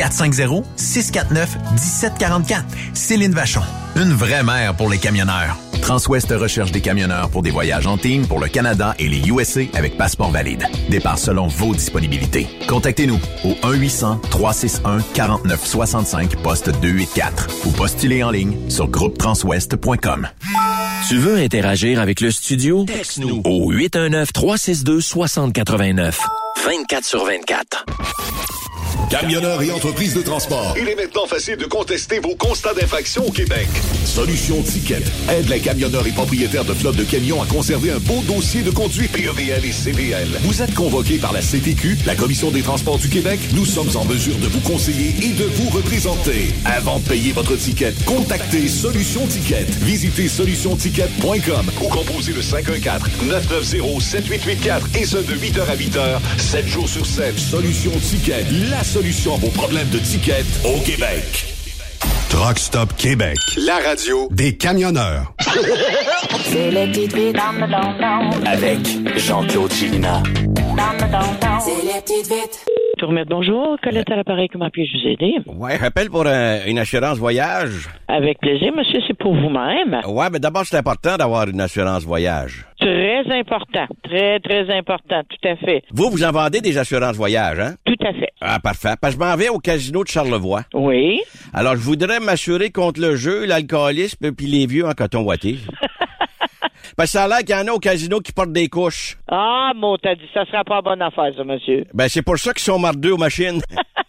450-649-1744. Céline Vachon. Une vraie mère pour les camionneurs. Transwest recherche des camionneurs pour des voyages en team pour le Canada et les USA avec passeport valide. Départ selon vos disponibilités. Contactez-nous au 1-800-361-4965 poste 284 ou postulez en ligne sur groupetranswest.com. Tu veux interagir avec le studio? Texte-nous au 819-362-6089. 24/24. Camionneurs et entreprises de transport. Il est maintenant facile de contester vos constats d'infraction au Québec. Solution Ticket aide les camionneurs et propriétaires de flottes de camions à conserver un beau dossier de conduite PEVL et CVL. Vous êtes convoqué par la CTQ, la Commission des transports du Québec. Nous sommes en mesure de vous conseiller et de vous représenter. Avant de payer votre ticket, contactez Solution Ticket. Visitez solutionticket.com ou composez le 514-990-7884 et ce de 8h à 8h, 7 jours sur 7. Solution Ticket, la solution à vos problèmes de tickets au Québec. Truck Stop Québec, la radio des camionneurs. C'est les petites vites Avec Jean-Claude Chilina. C'est les petites vites. Tourmette, bonjour. Colette à l'appareil, comment puis-je vous aider? Ouais, rappel pour une assurance voyage. Avec plaisir, monsieur, c'est pour vous-même. Ouais, mais d'abord, c'est important d'avoir une assurance voyage. Très important. Très, très important, tout à fait. Vous en vendez des assurances voyage, hein? Tout à fait. Ah, parfait. Parce que je m'en vais au casino de Charlevoix. Oui. Alors, je voudrais m'assurer contre le jeu, l'alcoolisme puis les vieux en coton ouaté. Parce que ça a l'air qu'il y en a au casino qui portent des couches. Ah, mon t'as dit, ça sera pas bonne affaire, ça, monsieur. Ben, c'est pour ça qu'ils sont mordus aux machines.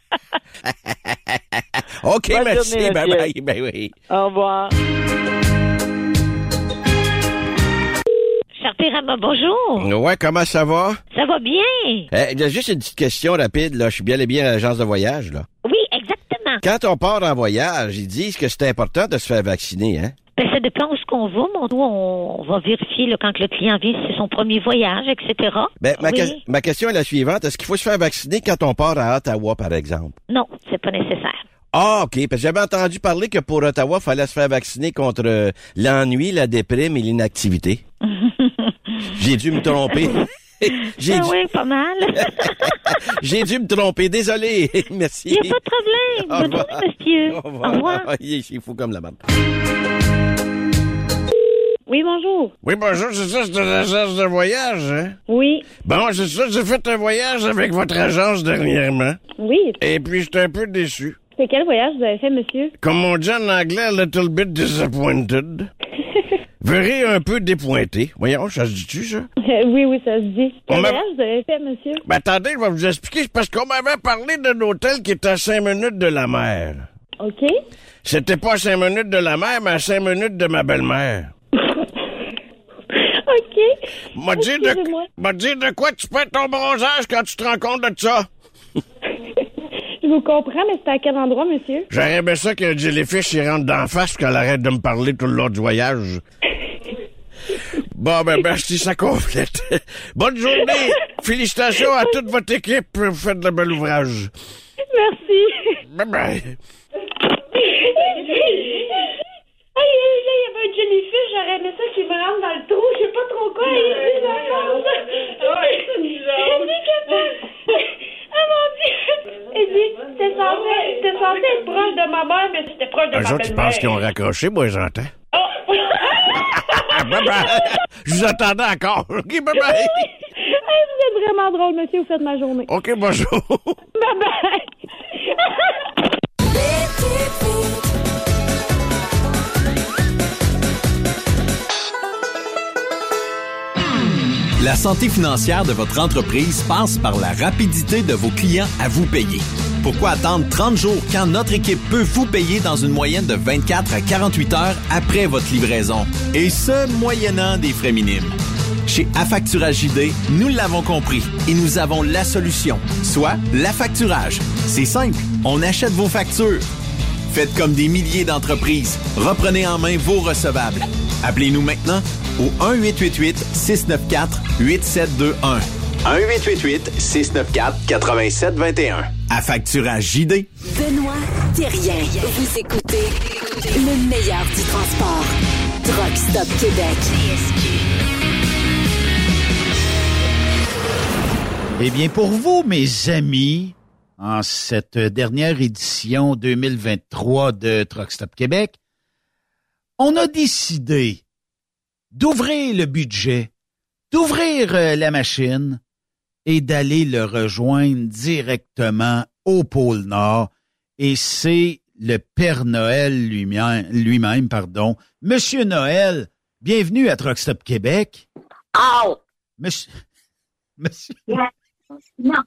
OK, bonne merci. Journée, bye. Ben oui. Au revoir. Charterama, bonjour. Ouais, comment ça va? Ça va bien. Juste une petite question rapide, là. Je suis bien et bien à l'agence de voyage, là. Oui, exactement. Quand on part en voyage, ils disent que c'est important de se faire vacciner, hein? Ben, ça dépend où ce qu'on va. Nous, on va vérifier là, quand le client vient si c'est son premier voyage, etc. Ben, oui. ma question est la suivante. Est-ce qu'il faut se faire vacciner quand on part à Ottawa, par exemple? Non, c'est pas nécessaire. Ah, OK. Parce que j'avais entendu parler que pour Ottawa, il fallait se faire vacciner contre l'ennui, la déprime et l'inactivité. J'ai dû me tromper. Oui, pas mal. J'ai dû me tromper. Désolé. Merci. Il n'y a pas de problème. Bonne journée, monsieur. Au revoir. Il est fou comme la merde. Oui, bonjour. Oui, bonjour. C'est ça, c'est une agence de voyage, hein? Oui. Bon, c'est ça. J'ai fait un voyage avec votre agence dernièrement. Oui. Et puis, j'étais un peu déçu. C'est quel voyage vous avez fait, monsieur? Comme on dit en anglais, a little bit disappointed. Verrez un peu dépointé. Voyons, ça se dit-tu, ça? Oui, ça se dit. Quel voyage vous avez fait, monsieur? Ben, attendez, je vais vous expliquer. C'est parce qu'on m'avait parlé d'un hôtel qui était à 5 minutes de la mer. OK. C'était pas à 5 minutes de la mer, mais à 5 minutes de ma belle-mère. OK. M'a dit de quoi tu perds ton bronzage quand tu te rends compte de ça? Je vous comprends, mais c'est à quel endroit, monsieur? J'aurais aimé ça qu'un jellyfish y rentre d'en face qu'elle arrête de me parler tout le long du voyage. Bon, ben, merci, ça complète. Bonne journée! Félicitations à toute votre équipe. Vous faites de bel ouvrage. Merci. Bye-bye. Là, il y avait un jellyfish, j'aurais aimé ça qu'il me rentre dans le trou. Je sais pas trop quoi. Il est dans Ah, mon Dieu! Il dit, t'es censé être proche de ma mère, mais c'était proche de ma belle-mère. Eux autres, ils pensent qu'ils ont raccroché, moi, j'entends. Oh! Bye-bye. Je vous attendais encore. OK, bye-bye. Hey, vous êtes vraiment drôle, monsieur. Vous faites ma journée. OK, bonjour. Bye-bye. La santé financière de votre entreprise passe par la rapidité de vos clients à vous payer. Pourquoi attendre 30 jours quand notre équipe peut vous payer dans une moyenne de 24 à 48 heures après votre livraison? Et ce, moyennant des frais minimes. Chez Affacturage JD, nous l'avons compris et nous avons la solution, soit l'affacturage. C'est simple, on achète vos factures. Faites comme des milliers d'entreprises. Reprenez en main vos recevables. Appelez-nous maintenant au 1-888-694-8721. 1-888-694-8721. Affacturage JD. Benoît Thérien. Vous écoutez le meilleur du transport. Truck Stop Québec. Eh bien, pour vous, mes amis, en cette dernière édition 2023 de Truck Stop Québec, on a décidé d'ouvrir le budget, d'ouvrir la machine et d'aller le rejoindre directement au pôle Nord. Et c'est le Père Noël lui-même, Monsieur Noël, bienvenue à Truck Stop Québec. Oh! Monsieur... Non.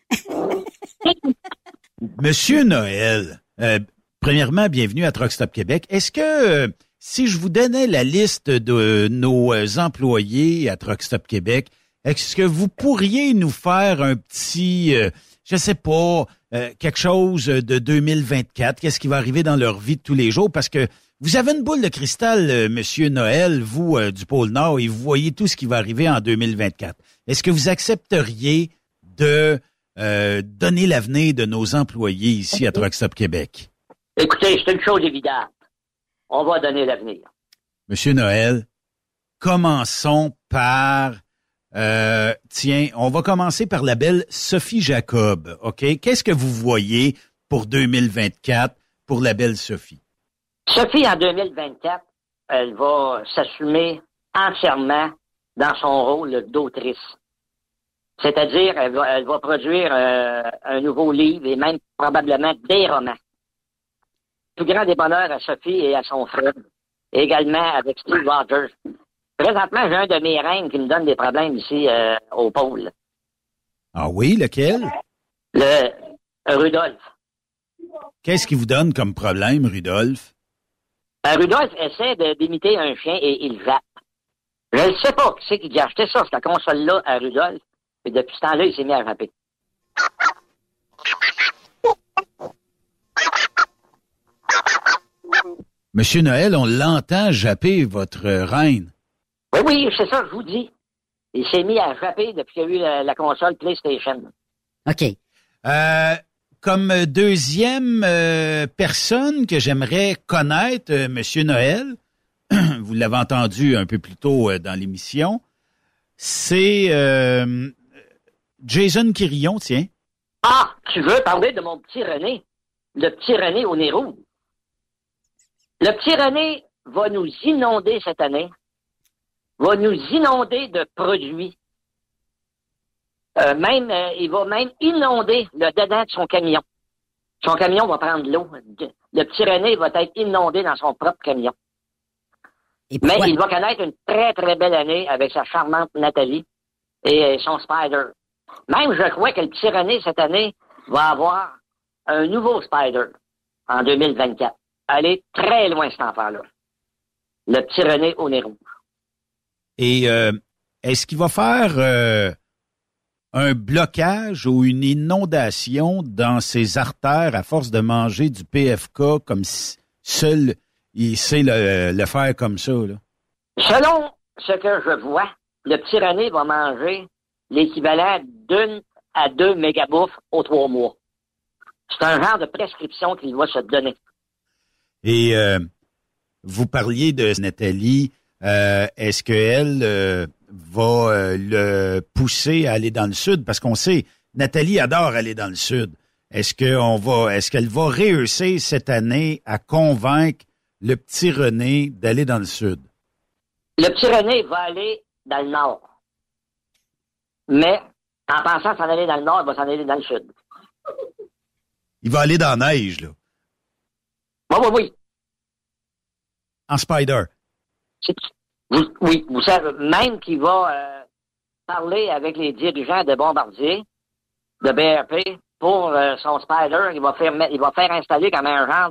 Monsieur Noël, premièrement, bienvenue à Truck Stop Québec. Est-ce que si je vous donnais la liste de nos employés à Truck Stop Québec, est-ce que vous pourriez nous faire un petit, je sais pas, quelque chose de 2024? Qu'est-ce qui va arriver dans leur vie de tous les jours? Parce que vous avez une boule de cristal, Monsieur Noël, vous, du pôle Nord, et vous voyez tout ce qui va arriver en 2024. Est-ce que vous accepteriez de donner l'avenir de nos employés ici à Truck Stop Québec? Écoutez, c'est une chose évidente. On va donner l'avenir. Monsieur Noël, commençons par... on va commencer par la belle Sophie Jacob, OK? Qu'est-ce que vous voyez pour 2024 pour la belle Sophie? Sophie, en 2024, elle va s'assumer entièrement dans son rôle d'autrice. C'est-à-dire, elle va produire un nouveau livre et même probablement des romans. Tout grand des bonheurs à Sophie et à son frère. Et également avec Steve Rogers. Présentement, j'ai un de mes reines qui me donne des problèmes ici au pôle. Ah oui, lequel? Le Rudolph. Qu'est-ce qui vous donne comme problème, Rudolph? Rudolph essaie d'imiter un chien et il zappe. Je ne sais pas qui c'est qui a acheté ça, cette console-là, à Rudolph. Et depuis ce temps-là, il s'est mis à japper. Monsieur Noël, on l'entend japper, votre reine. Oui, c'est ça que je vous dis. Il s'est mis à japper depuis qu'il y a eu la console PlayStation. OK. Comme deuxième personne que j'aimerais connaître, Monsieur Noël, vous l'avez entendu un peu plus tôt dans l'émission, c'est Jason Quirillon, tiens. Ah, tu veux parler de mon petit René? Le petit René au nez rouge. Le petit René va nous inonder cette année, va nous inonder de produits. Il va même inonder le dedans de son camion. Son camion va prendre l'eau. Le petit René va être inondé dans son propre camion. Mais il va connaître une très, très belle année avec sa charmante Nathalie et son Spider. Même, je crois que le petit René, cette année, va avoir un nouveau Spider en 2024. Aller très loin, cet enfant-là. Le petit René au nez rouge. Et est-ce qu'il va faire un blocage ou une inondation dans ses artères à force de manger du PFK comme si seul il sait le faire comme ça, là? Selon ce que je vois, le petit René va manger l'équivalent d'1 à 2 mégabouffes aux 3 mois. C'est un genre de prescription qu'il va se donner. Et vous parliez de Nathalie. Est-ce qu'elle va le pousser à aller dans le sud? Parce qu'on sait, Nathalie adore aller dans le sud. Est-ce qu'elle va réussir cette année à convaincre le petit René d'aller dans le sud? Le petit René va aller dans le nord. Mais, en pensant s'en aller dans le nord, il va s'en aller dans le sud. Il va aller dans la neige, là. Oui. En Spider. Oui, vous savez, même qu'il va parler avec les dirigeants de Bombardier, de BRP, pour son Spider, il va faire installer comme un genre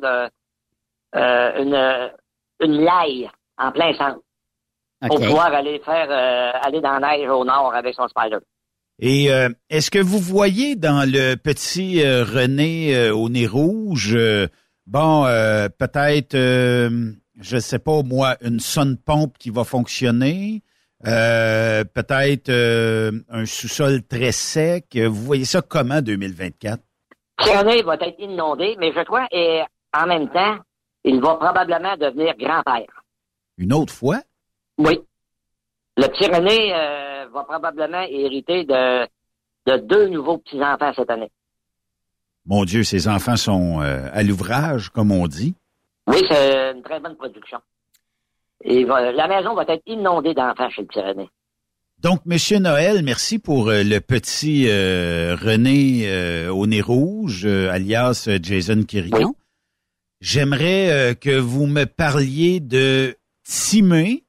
de une laille en plein centre. Pour pouvoir aller dans la neige au nord avec son Spider. Et est-ce que vous voyez dans le petit René au nez rouge, peut-être, je sais pas moi, une sonde-pompe qui va fonctionner, peut-être un sous-sol très sec. Vous voyez ça comment 2024? René va être inondé, mais je crois, et en même temps, il va probablement devenir grand-père. Une autre fois? Oui. Le petit René va probablement hériter de 2 nouveaux petits-enfants cette année. Mon Dieu, ces enfants sont à l'ouvrage, comme on dit. Oui, c'est une très bonne production. Et la maison va être inondée d'enfants chez le petit René. Donc, Monsieur Noël, merci pour le petit René au nez rouge, alias Jason Quirion. Oui. J'aimerais que vous me parliez de Timé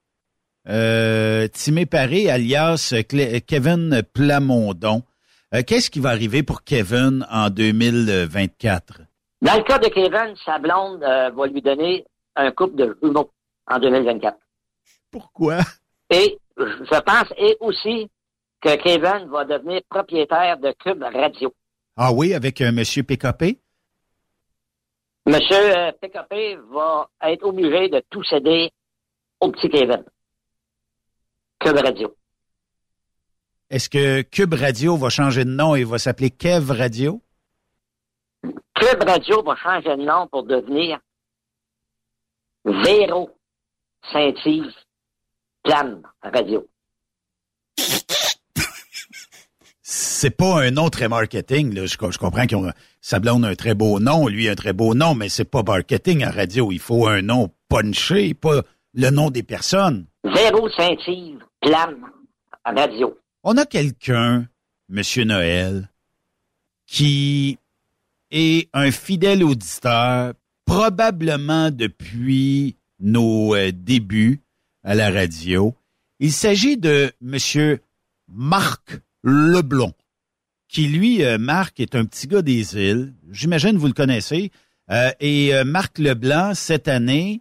Paré, alias Kevin Plamondon. Qu'est-ce qui va arriver pour Kevin en 2024? Dans le cas de Kevin, sa blonde va lui donner un couple de jumeaux en 2024. Pourquoi? Et je pense aussi que Kevin va devenir propriétaire de Cube Radio. Ah oui, avec Monsieur PKP? Monsieur PKP va être obligé de tout céder au petit Kevin. Cube Radio. Est-ce que Cube Radio va changer de nom et va s'appeler Kev Radio? Cube Radio va changer de nom pour devenir Véro Saint-Yves Plan Radio. C'est pas un nom très marketing, là. Je comprends que Sablon a un très beau nom, lui a un très beau nom, mais c'est pas marketing à radio. Il faut un nom punché, pas le nom des personnes. Véro Saint-Yves Plan Radio. On a quelqu'un, Monsieur Noël, qui est un fidèle auditeur, probablement depuis nos débuts à la radio. Il s'agit de Monsieur Marc Leblond, qui, lui, Marc, est un petit gars des îles. J'imagine que vous le connaissez. Et Marc Leblanc, cette année,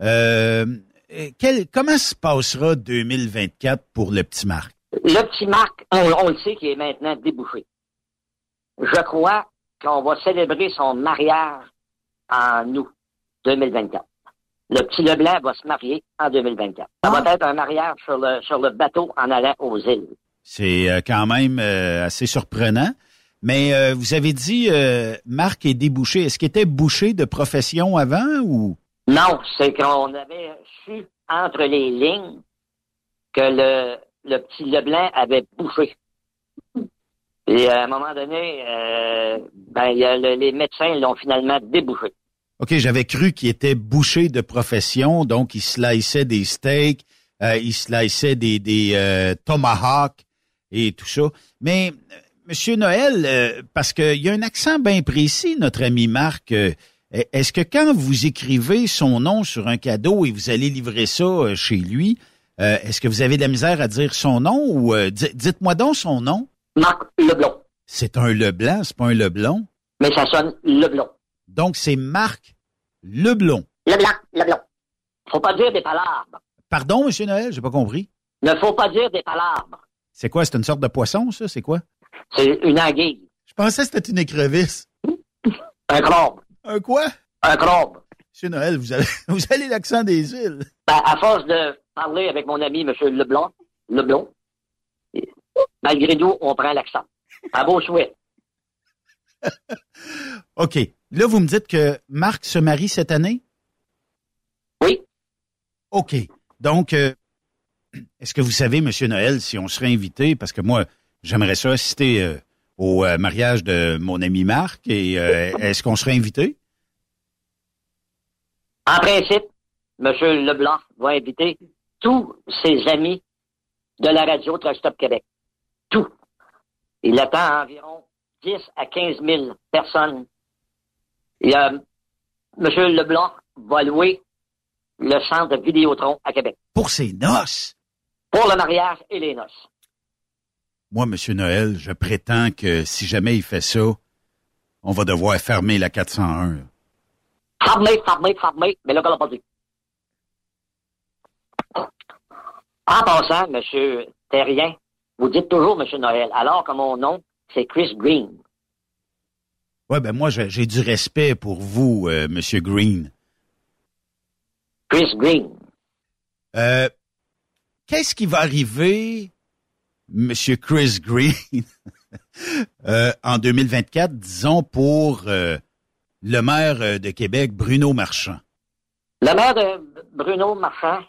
comment se passera 2024 pour le petit Marc? Le petit Marc, on le sait qu'il est maintenant débouché. Je crois qu'on va célébrer son mariage en août 2024. Le petit Leblanc va se marier en 2024. Ça va être un mariage sur le bateau en allant aux îles. C'est quand même assez surprenant. Mais vous avez dit Marc est débouché. Est-ce qu'il était bouché de profession avant ou? Non, c'est qu'on avait su entre les lignes que le petit Leblanc avait bouché. Et à un moment donné, les médecins l'ont finalement débouché. OK, j'avais cru qu'il était bouché de profession, donc il sliçait des steaks, il sliçait des tomahawks et tout ça. Mais, Monsieur Noël, parce qu'il y a un accent bien précis, notre ami Marc, est-ce que quand vous écrivez son nom sur un cadeau et vous allez livrer ça chez lui, est-ce que vous avez de la misère à dire son nom ou dites-moi donc son nom? Marc Leblond. C'est un Leblanc, c'est pas un Leblond? Mais ça sonne Leblond. Donc, c'est Marc Leblond. Leblond. Faut pas dire des palabres. Pardon, Monsieur Noël, j'ai pas compris. Ne faut pas dire des palabres. C'est quoi? C'est une sorte de poisson, ça? C'est quoi? C'est une anguille. Je pensais que c'était une écrevisse. Un crabe. Un quoi? Un crabe. Monsieur Noël, vous avez l'accent des îles. À force de parler avec mon ami, Monsieur Leblond, malgré nous, on prend l'accent. Un beau souhait. OK. Là, vous me dites que Marc se marie cette année? Oui. OK. Donc, est-ce que vous savez, Monsieur Noël, si on serait invité, parce que moi, j'aimerais ça assister au mariage de mon ami Marc, et est-ce qu'on serait invité? En principe, M. Leblanc va inviter tous ses amis de la radio Truck Stop Québec. Tout. Il attend environ 10 à 15 000 personnes. Et M. Leblanc va louer le centre Vidéotron à Québec. Pour ses noces? Pour le mariage et les noces. Moi, M. Noël, je prétends que si jamais il fait ça, on va devoir fermer la 401. Fermer, mais là, qu'on l'a pas dit. En passant, M. Terrien, vous dites toujours M. Noël, alors que mon nom, c'est Chris Green. Ouais, ben moi, j'ai du respect pour vous, M. Green. Chris Green. Qu'est-ce qui va arriver, M. Chris Green, en 2024, disons, pour le maire de Québec, Bruno Marchand? Le maire de Bruno Marchand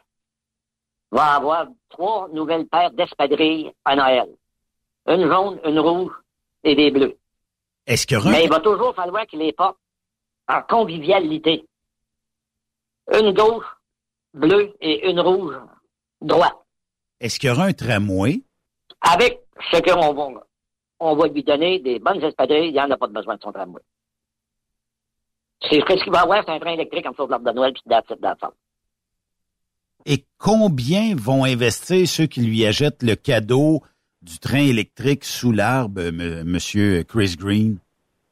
va avoir 3 nouvelles paires d'espadrilles à Noël. Une jaune, une rouge et des bleus. Est-ce qu'il y aura Mais il va toujours falloir qu'il les porte en convivialité. Une gauche bleue et une rouge droite. Est-ce qu'il y aura un tramway? Avec ce on va lui donner des bonnes espadrilles, il n'y en a pas de besoin de son tramway. Ce qu'il va avoir, c'est un train électrique en dessous de l'arbre de Noël puis d'assaut. Et combien vont investir ceux qui lui achètent le cadeau du train électrique sous l'arbre, Monsieur Chris Green?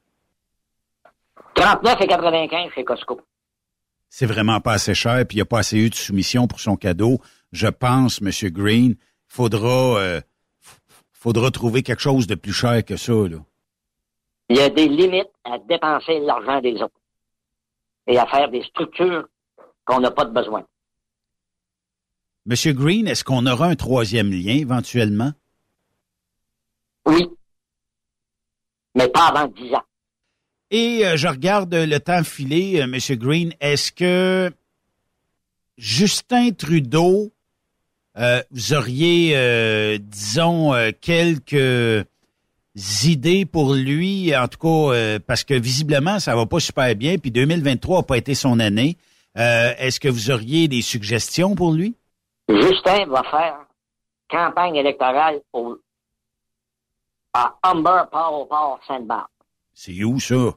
39,95 chez Costco. C'est vraiment pas assez cher, puis il n'y a pas assez eu de soumission pour son cadeau. Je pense, Monsieur Green, faudra trouver quelque chose de plus cher que ça, là. Il y a des limites à dépenser l'argent des autres et à faire des structures qu'on n'a pas de besoin. Monsieur Green, est-ce qu'on aura un troisième lien éventuellement? Oui. Mais pas avant 10 ans. Et je regarde le temps filer, Monsieur Green. Est-ce que Justin Trudeau, vous auriez, disons, quelques idées pour lui, en tout cas, parce que visiblement, ça va pas super bien, puis 2023 n'a pas été son année. Est-ce que vous auriez des suggestions pour lui? Justin va faire campagne électorale à Humber, Port-au-Port, Sainte-Barbe. C'est où, ça?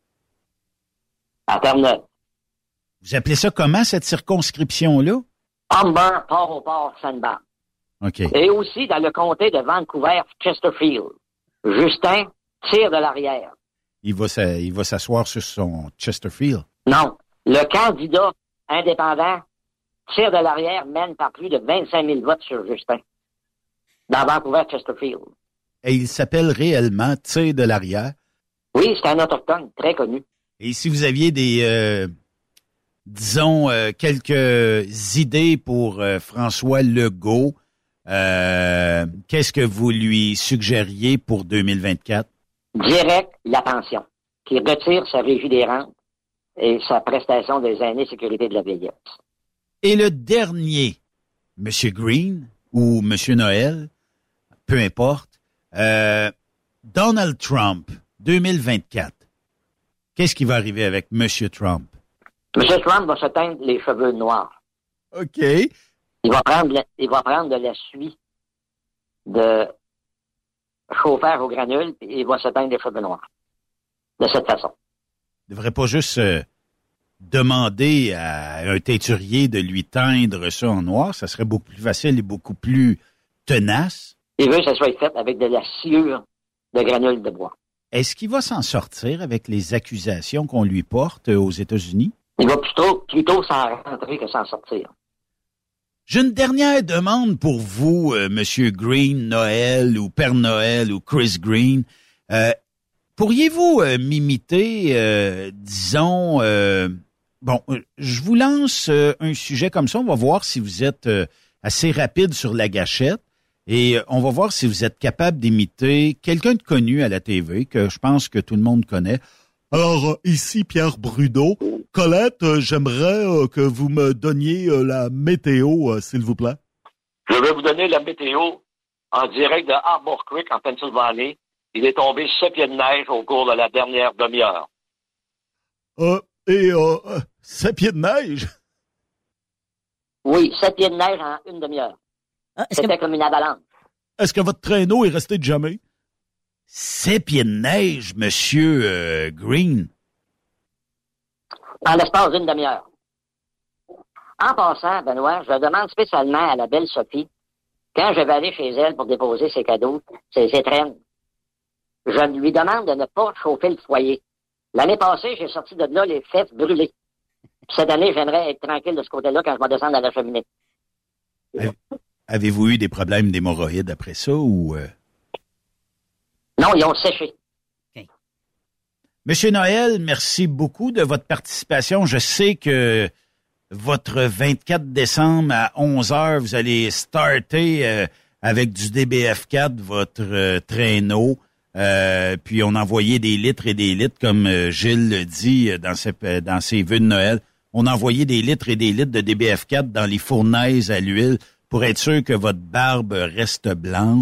À Terre-Neuve. Vous appelez ça comment, cette circonscription-là? Humber, Port-au-Port, Sainte-Barbe. OK. Et aussi dans le comté de Vancouver-Chesterfield. Justin tire de l'arrière. Il va s'asseoir sur son Chesterfield. Non. Le candidat indépendant tire de l'arrière, mène par plus de 25 000 votes sur Justin. Dans Vancouver-Chesterfield. Et il s'appelle réellement Tire de l'arrière. Oui, c'est un autochtone très connu. Et si vous aviez des, disons, quelques idées pour François Legault, qu'est-ce que vous lui suggériez pour 2024? Direct, la pension, qui retire sa régie des rentes et sa prestation des aînés sécurité de la vieillesse. Et le dernier, M. Green ou M. Noël, peu importe, Donald Trump, 2024. Qu'est-ce qui va arriver avec M. Trump? M. Trump va se teindre les cheveux noirs. OK. Il va prendre de la suie de chauffeur au granule et il va se teindre les cheveux noirs. De cette façon. Il ne devrait pas juste demander à un teinturier de lui teindre ça en noir. Ça serait beaucoup plus facile et beaucoup plus tenace. Il veut que ça soit fait avec de la sciure de granules de bois. Est-ce qu'il va s'en sortir avec les accusations qu'on lui porte aux États-Unis? Il va plutôt s'en rentrer que s'en sortir. J'ai une dernière demande pour vous, Monsieur Green, Noël ou Père Noël ou Chris Green. Pourriez-vous m'imiter, disons... je vous lance un sujet comme ça. On va voir si vous êtes assez rapide sur la gâchette. Et on va voir si vous êtes capable d'imiter quelqu'un de connu à la TV, que je pense que tout le monde connaît. Alors, ici Pierre Brudeau. Colette, j'aimerais que vous me donniez la météo, s'il vous plaît. Je vais vous donner la météo en direct de Arbor Creek, en Pennsylvanie. Il est tombé 7 pieds de neige au cours de la dernière demi-heure. 7 pieds de neige? Oui, 7 pieds de neige en une demi-heure. C'était comme une avalanche. Est-ce que votre traîneau est resté de jamais? 7 pieds de neige, Monsieur Green. En l'espace d'une demi-heure. En passant, Benoît, je demande spécialement à la belle Sophie, quand je vais aller chez elle pour déposer ses cadeaux, ses étrennes, je lui demande de ne pas chauffer le foyer. L'année passée, j'ai sorti de là les fèves brûlées. Cette année, j'aimerais être tranquille de ce côté-là quand je vais descendre à la cheminée. Avez-vous eu des problèmes d'hémorroïdes après ça ou... Non, ils ont séché. Okay. Monsieur Noël, merci beaucoup de votre participation. Je sais que votre 24 décembre à 11h, vous allez starter avec du DBF4, votre traîneau. Puis on envoyait des litres et des litres, comme Gilles le dit dans ses vœux de Noël. On envoyait des litres et des litres de DBF4 dans les fournaises à l'huile pour être sûr que votre barbe reste blanche.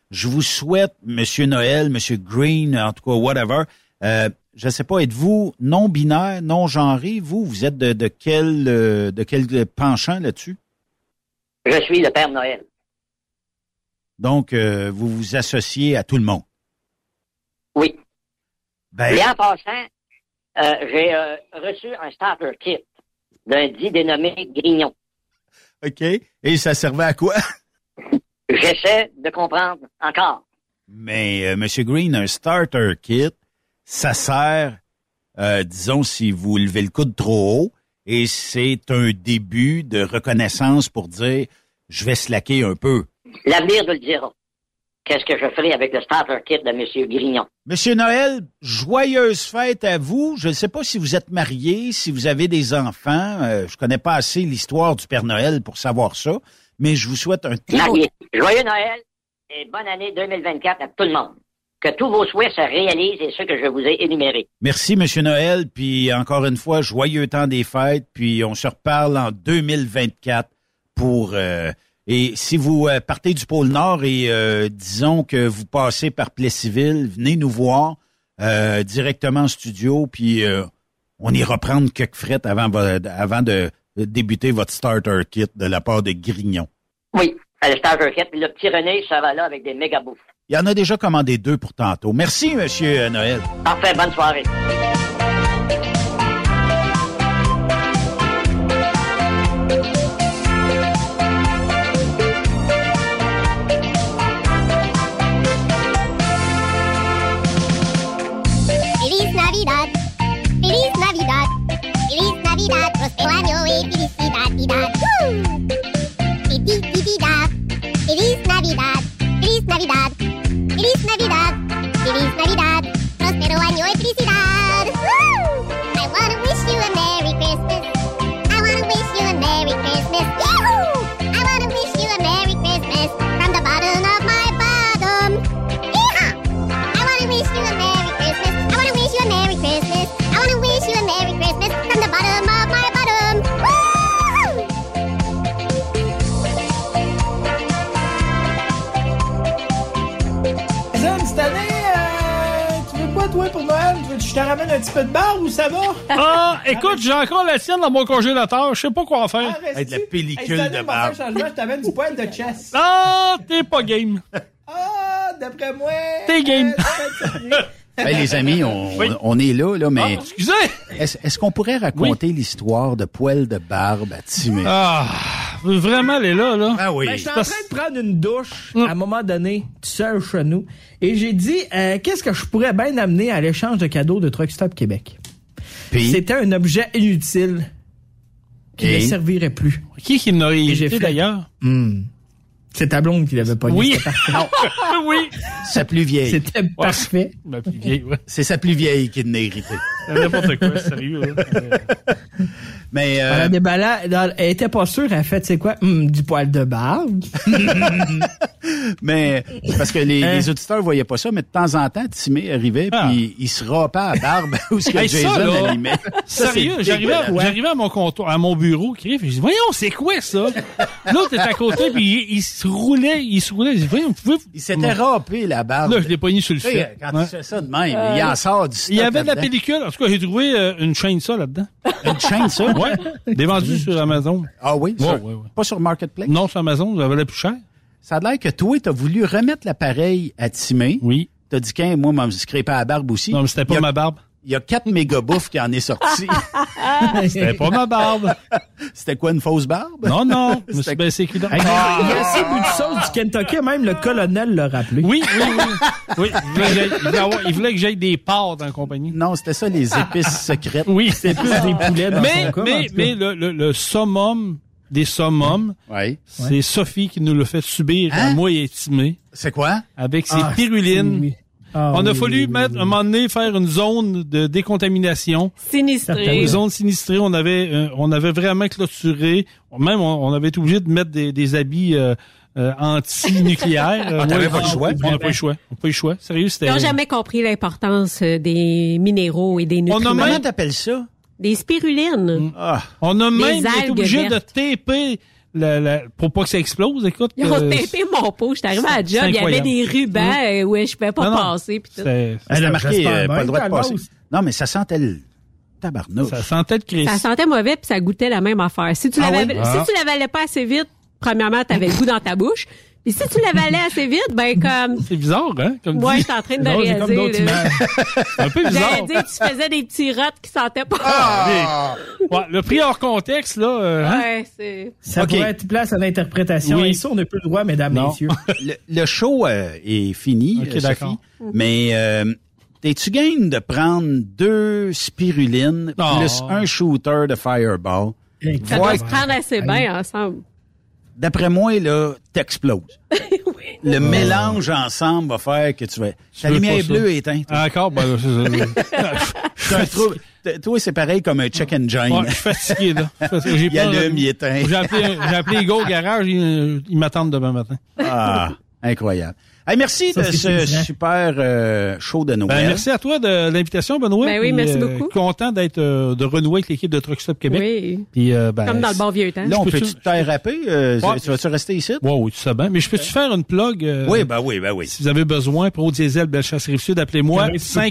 Je vous souhaite, Monsieur Noël, Monsieur Green, en tout cas, whatever. Je sais pas, êtes-vous non-binaire, non-genré? Vous êtes de quel penchant là-dessus? Je suis le Père Noël. Donc, vous vous associez à tout le monde? Oui. Ben... Et en passant, j'ai reçu un starter kit d'un dit dénommé Grignon. OK. Et ça servait à quoi? J'essaie de comprendre encore. Mais, Monsieur Green, un starter kit, ça sert, disons, si vous levez le coude trop haut, et c'est un début de reconnaissance pour dire, je vais slacker un peu. L'avenir nous le dira. Qu'est-ce que je ferai avec le starter kit de M. Grignon? Monsieur Noël, joyeuse fête à vous. Je ne sais pas si vous êtes marié, si vous avez des enfants. Je connais pas assez l'histoire du Père Noël pour savoir ça, mais je vous souhaite un très... Marié. Joyeux Noël et bonne année 2024 à tout le monde. Que tous vos souhaits se réalisent et ceux que je vous ai énumérés. Merci, Monsieur Noël, puis encore une fois, joyeux temps des fêtes, puis on se reparle en 2024 pour... Et si vous partez du pôle Nord et disons que vous passez par Plessisville, venez nous voir directement en studio, puis on ira prendre quelques frettes avant de débuter votre starter kit de la part de Grignon. Oui, le starter kit. Puis le petit René, ça va là avec des méga bouffes. Il y en a déjà commandé 2 pour tantôt. Merci, Monsieur Noël. Parfait, bonne soirée. Prospero año y felicidad. Feliz Navidad. Feliz Navidad. Feliz Navidad. Feliz Navidad. Prospero año y felicidad. I wanna wish you a Merry Christmas. I wanna wish you a Merry Christmas. Yahoo! I wanna wish you a Merry Christmas from the bottom of my bottom. Yeehaw! I wanna wish you a Merry Christmas. I wanna wish you a Merry Christmas. I wanna wish you a Merry Christmas from the bottom of my bottom. Cette année, tu veux quoi, toi, pour Noël? Tu veux que je te ramène un petit peu de barbe ou ça va? Ah, écoute, j'ai encore la sienne dans mon congélateur. Je sais pas quoi en faire. Avec de la pellicule cette année, de barbe. je t'amène du poil de chasse. Ah, t'es pas game. Ah, d'après moi... T'es game. Ben, les amis, on est là, mais... Ah, excusez! Est-ce qu'on pourrait raconter l'histoire de poil de barbe à Timé? Ah, vraiment, elle est là. Ah oui. Ben, j'étais en train de prendre une douche, à un moment donné, tout seul chez nous, et j'ai dit, qu'est-ce que je pourrais bien amener à l'échange de cadeaux de Truck Stop Québec? Puis? C'était un objet inutile qui ne servirait plus. Qui m'aurait irrité, d'ailleurs? C'est ta blonde qui l'avait pas dit. Oui. Oui. Sa plus vieille. C'était parfait. Ma plus vieille, ouais. C'est sa plus vieille qui l'a irrité. N'importe quoi, sérieux. Mais elle elle était pas sûre, elle a fait, tu sais quoi, du poil de barbe. Mais c'est parce que les auditeurs voyaient pas ça, mais de temps en temps, Timé arrivait puis il se rapait à barbe où ce que Jason animait. Sérieux, j'arrivais à mon comptoir, à mon bureau, qui je dis voyons, c'est quoi ça? L'autre est à côté puis il se roulait. Il dit voyons, il s'était râpé la barbe. Là, je l'ai pogné sur le fait. Quand il fait ça de même, il en sort du stock. Il y avait de la pellicule. En tout cas, j'ai trouvé une chaîne ça là-dedans. Une chaîne ça? Ouais. Des vendus sur Amazon. Ah oui? Ouais. Pas sur Marketplace? Non, sur Amazon, ça valait plus cher. Ça a l'air que toi, t'as voulu remettre l'appareil à Timé. Oui. T'as dit qu'un, moi, m'a scrapé à la barbe aussi. Non, mais c'était pas ma barbe. Il y a 4 méga-bouffes qui en est sorti. C'était pas ma barbe. C'était quoi, une fausse barbe? Non. Je me suis baissé les culottes. Il y a assez de de sauce du Kentucky, même le colonel l'a rappelé. Oui. Il voulait que j'aille des porcs dans la compagnie. Non, c'était ça, les épices secrètes. Oui. C'était plus des poulets dans son cas. Mais le summum des summums, c'est Sophie qui nous l'a fait subir à moi et Timé. C'est quoi? Avec ses pirulines. Oui. On a fallu mettre, un moment donné, faire une zone de décontamination. Sinistrée. Une zone sinistrée. On avait vraiment clôturé. Même, on avait été obligé de mettre des habits, anti-nucléaires. T'avais pas le choix? On n'a pas eu le choix. Sérieux, c'était... Ils n'ont jamais compris l'importance des minéraux et des nutriments. Comment t'appelles ça? Des spirulines. On a même été obligé de taper pour pas que ça explose, écoute. Ils ont tapé mon pot. J'étais arrivé à la job, il y avait des rubans où je pouvais pas passer. Pis tout. Elle a marqué, pas le droit de passer. Non, mais ça sentait le tabarnouche. Ça sentait le Christ. Ça sentait mauvais puis ça goûtait la même affaire. Si tu l'avalais pas assez vite, premièrement, t'avais le goût dans ta bouche. Et si tu l'avalais assez vite, ben comme... C'est bizarre, hein? Comme moi, j'étais en train de réaliser. C'est un peu bizarre. J'allais dire que tu faisais des petits rottes qui sentaient pas. Ouais, le prix hors contexte, là... Ouais, c'est... Ça pourrait être place à l'interprétation. Oui. Et ça, on n'a plus le droit, mesdames, messieurs. Le show est fini, OK, Sophie. d'accord. Mais es-tu game de prendre 2 spirulines plus un shooter de Fireball? Ça doit se prendre assez bien ensemble. D'après moi, là, t'exploses. Le mélange ensemble va faire que tu vas... Ta lumière bleue est éteinte. Ah, d'accord, ben, c'est un trou. Toi, c'est pareil comme un check engine. Ouais, je suis fatigué, là. Il allume, il éteint. J'ai appelé Hugo au garage, ils m'attendent demain matin. Ah, incroyable. Hey, merci de ce super show de Noël. Ben, merci à toi de l'invitation, Benoît. Ben oui, merci beaucoup. Content d'être de renouer avec l'équipe de Truck Stop Québec. Oui. Puis, comme dans le bon vieux temps. Là, on peut-tu te tairaper? Tu vas-tu rester ici? Oui, tu sais bien. Mais je peux-tu faire une plug? Oui. Si vous avez besoin, Pro Diesel, Bellechasse Rive-Sud, appelez-moi.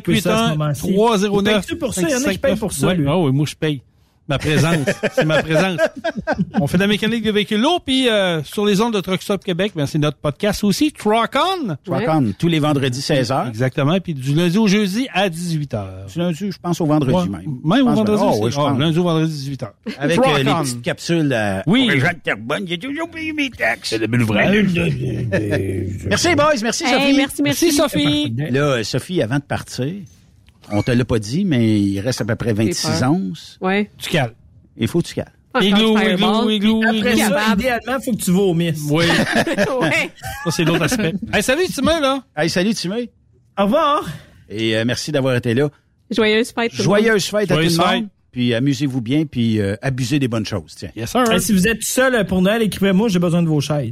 581-309. Payes-tu pour ça? Il y en a qui payent pour ça, lui. Oui, moi, je paye. Ma présence. C'est ma présence. On fait de la mécanique de véhicules lourds, puis sur les ondes de Truck Stop Québec, ben, c'est notre podcast aussi, Truck On. Truck On, tous les vendredis 16h. Exactement, puis du lundi au jeudi à 18h. Du lundi, je pense au vendredi même. Même au vendredi aussi? Oui, je pense. Lundi au vendredi 18h. Avec les petites capsules oui. Jean de Terrebonne, j'ai toujours payé mes taxes. C'est le bel ouvrage. Merci, boys. Merci, Sophie. Merci, Sophie. Là, Sophie, avant de partir, on te l'a pas dit, mais il reste à peu près 26 onces. Ouais. Tu cales. Il faut que tu cales. Igloo. Après ça, idéalement, il faut que tu vomisses. Oui. Ouais. Ça, c'est l'autre aspect. Hey, salut, Timé, là. Hey, salut, Timé. Au revoir. Et merci d'avoir été là. Joyeuse fête. Joyeuse fête à tout le monde. Puis amusez-vous bien, puis abusez des bonnes choses. Tiens. Yes, sir. Si vous êtes tout seul pour Noël, écrivez-moi, j'ai besoin de vos chaises.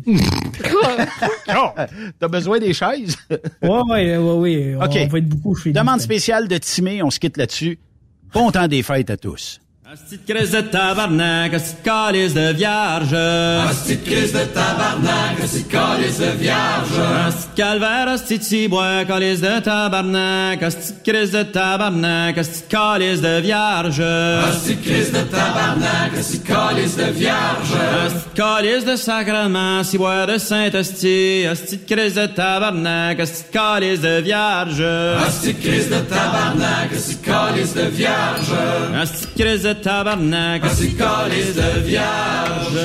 T'as besoin des chaises? Oui. OK. On va être beaucoup chez nous. Demande spéciale de Timé, on se quitte là-dessus. Bon temps des fêtes à tous. Asti de crise de tabarnak, asti de calice de vierge. Asti de crise de tabarnak, asti de calice de vierge. Asti de calvaire, asti de cibois, calice de tabarnak. Asti de crise de tabarnak, asti de calice de vierge. Asti de crise de tabarnak, asti de calice de vierge. Asti de calice de sacrement, cibois de Saint-Asti. Asti de crise de tabarnak, asti de calice de vierge. Asti de crise de tabarnak, asti de calice de vierge. Asti de crise de tabarnak, asti de calice de vierge.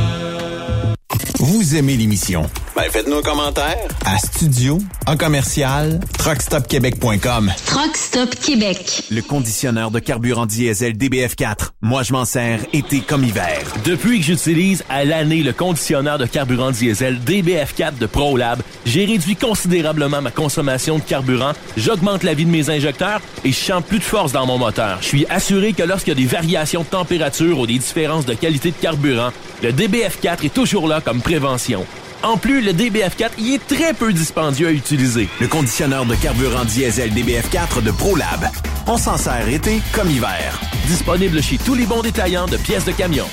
Vous aimez l'émission? Ben, faites-nous un commentaire à studio, en commercial, truckstopquebec.com. Truck Stop Québec. Le conditionneur de carburant diesel DBF4. Moi, je m'en sers été comme hiver. Depuis que j'utilise à l'année le conditionneur de carburant diesel DBF4 de ProLab, j'ai réduit considérablement ma consommation de carburant, j'augmente la vie de mes injecteurs et je sens plus de force dans mon moteur. Je suis assuré que lorsqu'il y a des variations de température ou des différences de qualité de carburant, le DBF4 est toujours là comme prévention. En plus, le DBF4 y est très peu dispendieux à utiliser. Le conditionneur de carburant diesel DBF4 de ProLab. On s'en sert été comme hiver. Disponible chez tous les bons détaillants de pièces de camion.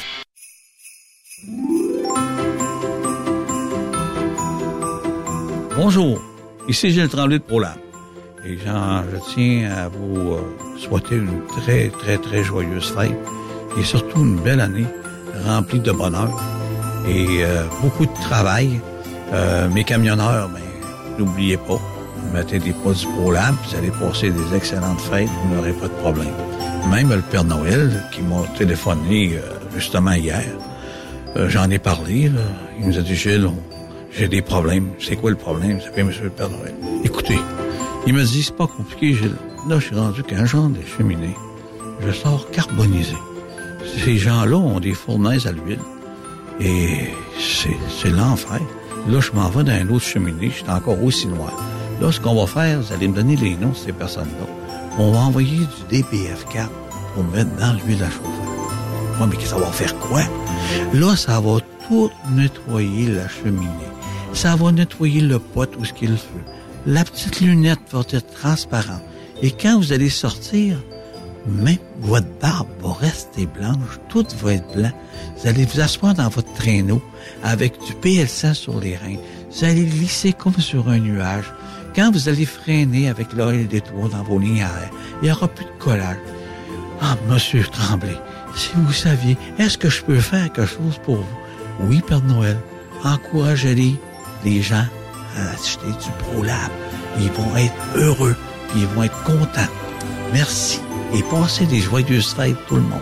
Bonjour, ici Gilles Tremblay de ProLab. Et je tiens à vous souhaiter une très, très, très joyeuse fête et surtout une belle année remplie de bonheur et beaucoup de travail. Mes camionneurs, n'oubliez pas, mettez des produits ProLab, vous allez passer des excellentes fêtes, vous n'aurez pas de problème. Même le Père Noël, qui m'a téléphoné justement hier, j'en ai parlé, là, il nous a dit, Gilles, j'ai des problèmes. C'est quoi le problème? C'est bien, monsieur le Père Noël. Écoutez, il me dit, c'est pas compliqué, Gilles. Là, je suis rendu qu'un genre de cheminée, je sors carbonisé. Ces gens-là ont des fournaises à l'huile. Et c'est l'enfer. Là, je m'en vais dans une autre cheminée, je suis encore aussi noir. Là, ce qu'on va faire, vous allez me donner les noms de ces personnes-là. On va envoyer du DBF4 pour mettre dans l'huile à chauffer. Ouais, mais ça va faire quoi? Là, ça va tout nettoyer la cheminée. Ça va nettoyer le pot où ce qu'il fait. La petite lunette va être transparente. Et quand vous allez sortir, Même votre barbe va rester blanche, tout va être blanc. Vous allez vous asseoir dans votre traîneau avec du PL100 sur les reins. Vous allez glisser comme sur un nuage. Quand vous allez freiner avec l'oreille des toits dans vos lignes arrière, il n'y aura plus de collage. Ah, Monsieur Tremblay, si vous saviez, est-ce que je peux faire quelque chose pour vous? Oui, Père Noël, encouragez les gens à acheter du ProLab. Ils vont être heureux, ils vont être contents. Merci et passez des joyeuses fêtes tout le monde.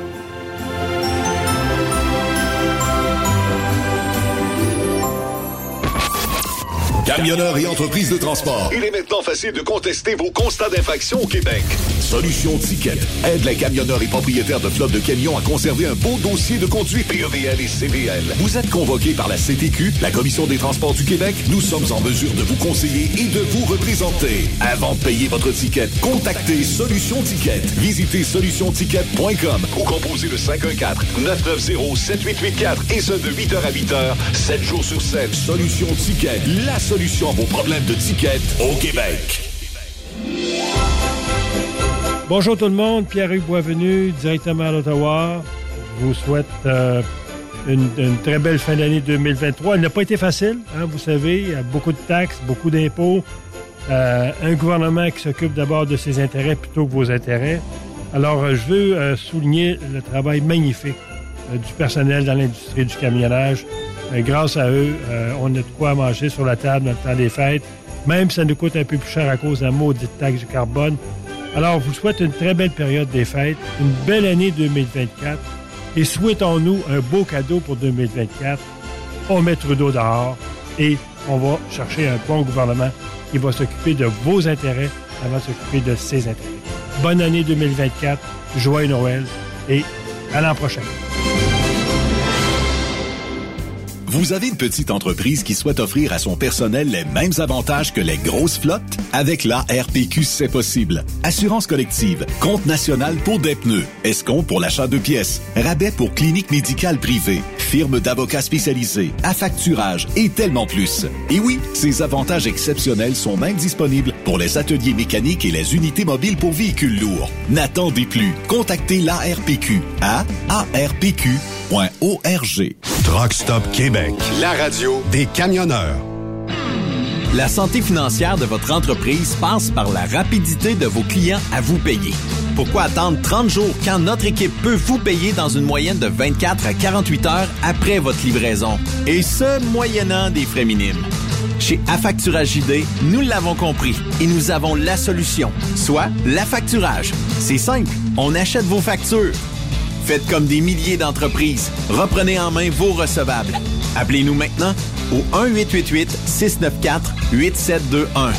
Camionneurs et entreprises de transport. Il est maintenant facile de contester vos constats d'infraction au Québec. Solution Ticket aide les camionneurs et propriétaires de flottes de camions à conserver un beau dossier de conduite PEVL et CVL. Vous êtes convoqué par la CTQ, la Commission des transports du Québec. Nous sommes en mesure de vous conseiller et de vous représenter. Avant de payer votre ticket, contactez Solution Ticket. Visitez solutionticket.com ou composez le 514-990-7884 et ce de 8h à 8h, 7 jours sur 7. Solution Ticket, la solution à vos problèmes de tickets au Québec. Bonjour tout le monde, Pierre-Hugues Boisvenu, directement à l'Ottawa. Je vous souhaite une très belle fin d'année 2023. Elle n'a pas été facile, hein, vous savez, il y a beaucoup de taxes, beaucoup d'impôts. Un gouvernement qui s'occupe d'abord de ses intérêts plutôt que vos intérêts. Alors, je veux souligner le travail magnifique du personnel dans l'industrie du camionnage. Grâce à eux, on a de quoi manger sur la table dans le temps des fêtes. Même si ça nous coûte un peu plus cher à cause de la maudite taxe du carbone. Alors, je vous souhaite une très belle période des fêtes, une belle année 2024 et souhaitons-nous un beau cadeau pour 2024. On met Trudeau dehors et on va chercher un bon gouvernement qui va s'occuper de vos intérêts avant de s'occuper de ses intérêts. Bonne année 2024, joyeux Noël et à l'an prochain. Vous avez une petite entreprise qui souhaite offrir à son personnel les mêmes avantages que les grosses flottes? Avec la RPQ, c'est possible. Assurance collective, compte national pour des pneus, escompte pour l'achat de pièces, rabais pour clinique médicale privée, firme d'avocats spécialisés, affacturage et tellement plus. Et oui, ces avantages exceptionnels sont même disponibles pour les ateliers mécaniques et les unités mobiles pour véhicules lourds. N'attendez plus. Contactez l'ARPQ à arpq.org. Truck Stop Québec, la radio des camionneurs. La santé financière de votre entreprise passe par la rapidité de vos clients à vous payer. Pourquoi attendre 30 jours quand notre équipe peut vous payer dans une moyenne de 24 à 48 heures après votre livraison? Et ce, moyennant des frais minimes. Chez Affacturage JD, nous l'avons compris et nous avons la solution, soit l'affacturage. C'est simple, on achète vos factures. Faites comme des milliers d'entreprises. Reprenez en main vos recevables. Appelez-nous maintenant au 1-888-694-8721.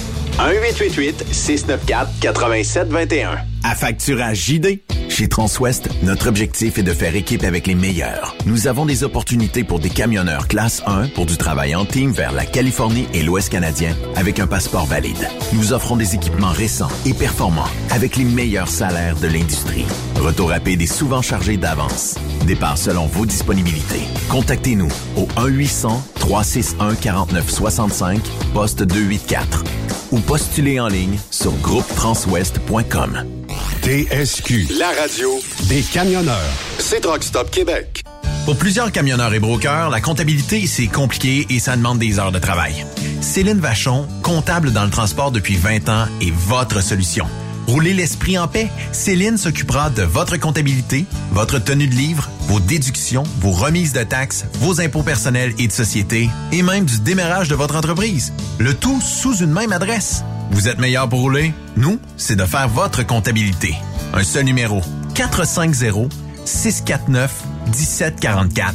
1-888-694-8721. Affacturage JD. Chez Transwest, notre objectif est de faire équipe avec les meilleurs. Nous avons des opportunités pour des camionneurs classe 1 pour du travail en team vers la Californie et l'Ouest canadien avec un passeport valide. Nous offrons des équipements récents et performants avec les meilleurs salaires de l'industrie. Retour rapide et souvent chargé d'avance. Départ selon vos disponibilités. Contactez-nous au 1-800-361-4965, poste 284 ou postulez en ligne sur groupetranswest.com. TSQ, la radio des camionneurs. C'est Truck Stop Québec. Pour plusieurs camionneurs et brokers, la comptabilité, c'est compliqué et ça demande des heures de travail. Céline Vachon, comptable dans le transport depuis 20 ans, est votre solution. Roulez l'esprit en paix. Céline s'occupera de votre comptabilité, votre tenue de livre, vos déductions, vos remises de taxes, vos impôts personnels et de société, et même du démarrage de votre entreprise. Le tout sous une même adresse. Vous êtes meilleur pour rouler? Nous, c'est de faire votre comptabilité. Un seul numéro. 450-649-1744.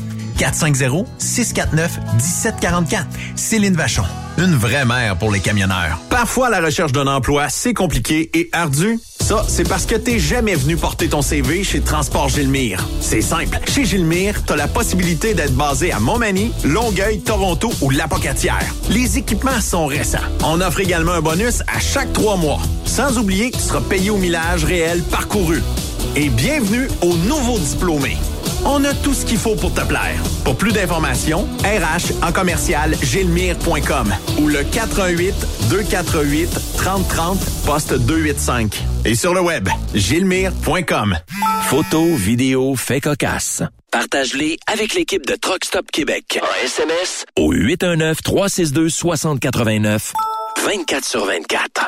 450-649-1744. Céline Vachon. Une vraie mère pour les camionneurs. Parfois, la recherche d'un emploi, c'est compliqué et ardu. Ça, c'est parce que t'es jamais venu porter ton CV chez Transport Gilmire. C'est simple. Chez Gilmire, t'as la possibilité d'être basé à Montmagny, Longueuil, Toronto ou Lapocatière. Les équipements sont récents. On offre également un bonus à chaque 3 mois. Sans oublier que tu seras payé au millage réel parcouru. Et bienvenue aux nouveaux diplômés. On a tout ce qu'il faut pour te plaire. Pour plus d'informations, RH@gilmire.com ou le 418-248-3030, poste 285. Et sur le web, gilmire.com. Photos, vidéos, faits cocasses. Partage-les avec l'équipe de Truck Stop Québec. En SMS au 819-362-6089, 24/24.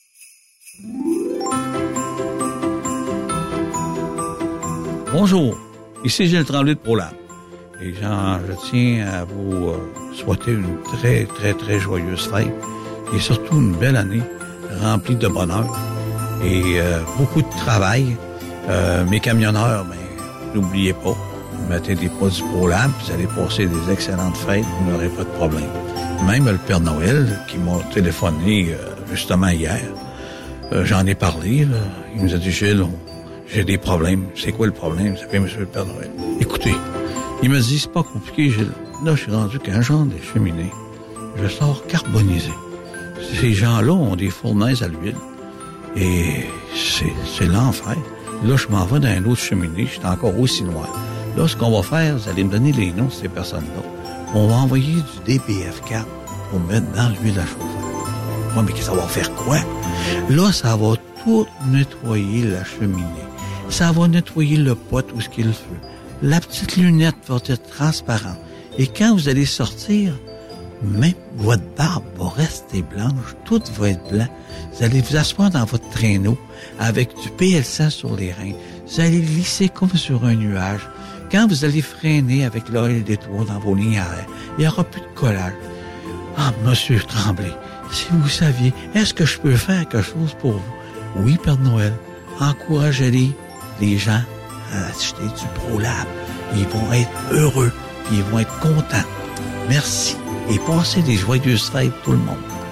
Bonjour, ici Gilles Tremblay de ProLab. Et je tiens à vous souhaiter une très, très, très joyeuse fête et surtout une belle année remplie de bonheur et beaucoup de travail. Mes camionneurs, n'oubliez pas, mettez des produits ProLab, vous allez passer des excellentes fêtes, vous n'aurez pas de problème. Même le Père Noël, qui m'a téléphoné justement hier, j'en ai parlé, là, il nous a dit, Gilles, j'ai des problèmes. C'est quoi le problème? C'est bien, monsieur le Père Noël. Écoutez, il me dit, c'est pas compliqué, Gilles. Là, je suis rendu qu'un genre de cheminée, je sors carbonisé. Ces gens-là ont des fournaises à l'huile. Et c'est l'enfer. Là, je m'en vais dans une autre cheminée, je suis encore aussi noir. Là, ce qu'on va faire, vous allez me donner les noms de ces personnes-là. On va envoyer du DBF4 pour mettre dans l'huile à chauffer. Ouais, mais ça va faire quoi? Là, ça va tout nettoyer la cheminée. Ça va nettoyer le pot où ce qu'il fait. La petite lunette va être transparente. Et quand vous allez sortir, même votre barbe va rester blanche. Tout va être blanc. Vous allez vous asseoir dans votre traîneau avec du PL100 sur les reins. Vous allez glisser comme sur un nuage. Quand vous allez freiner avec l'oeil des toits dans vos lignes arrière, il n'y aura plus de collage. Ah, monsieur Tremblay, si vous saviez, est-ce que je peux faire quelque chose pour vous? Oui, Père Noël. Encouragez les gens à acheter du ProLab. Ils vont être heureux. Ils vont être contents. Merci. Et passez des joyeuses fêtes, tout le monde.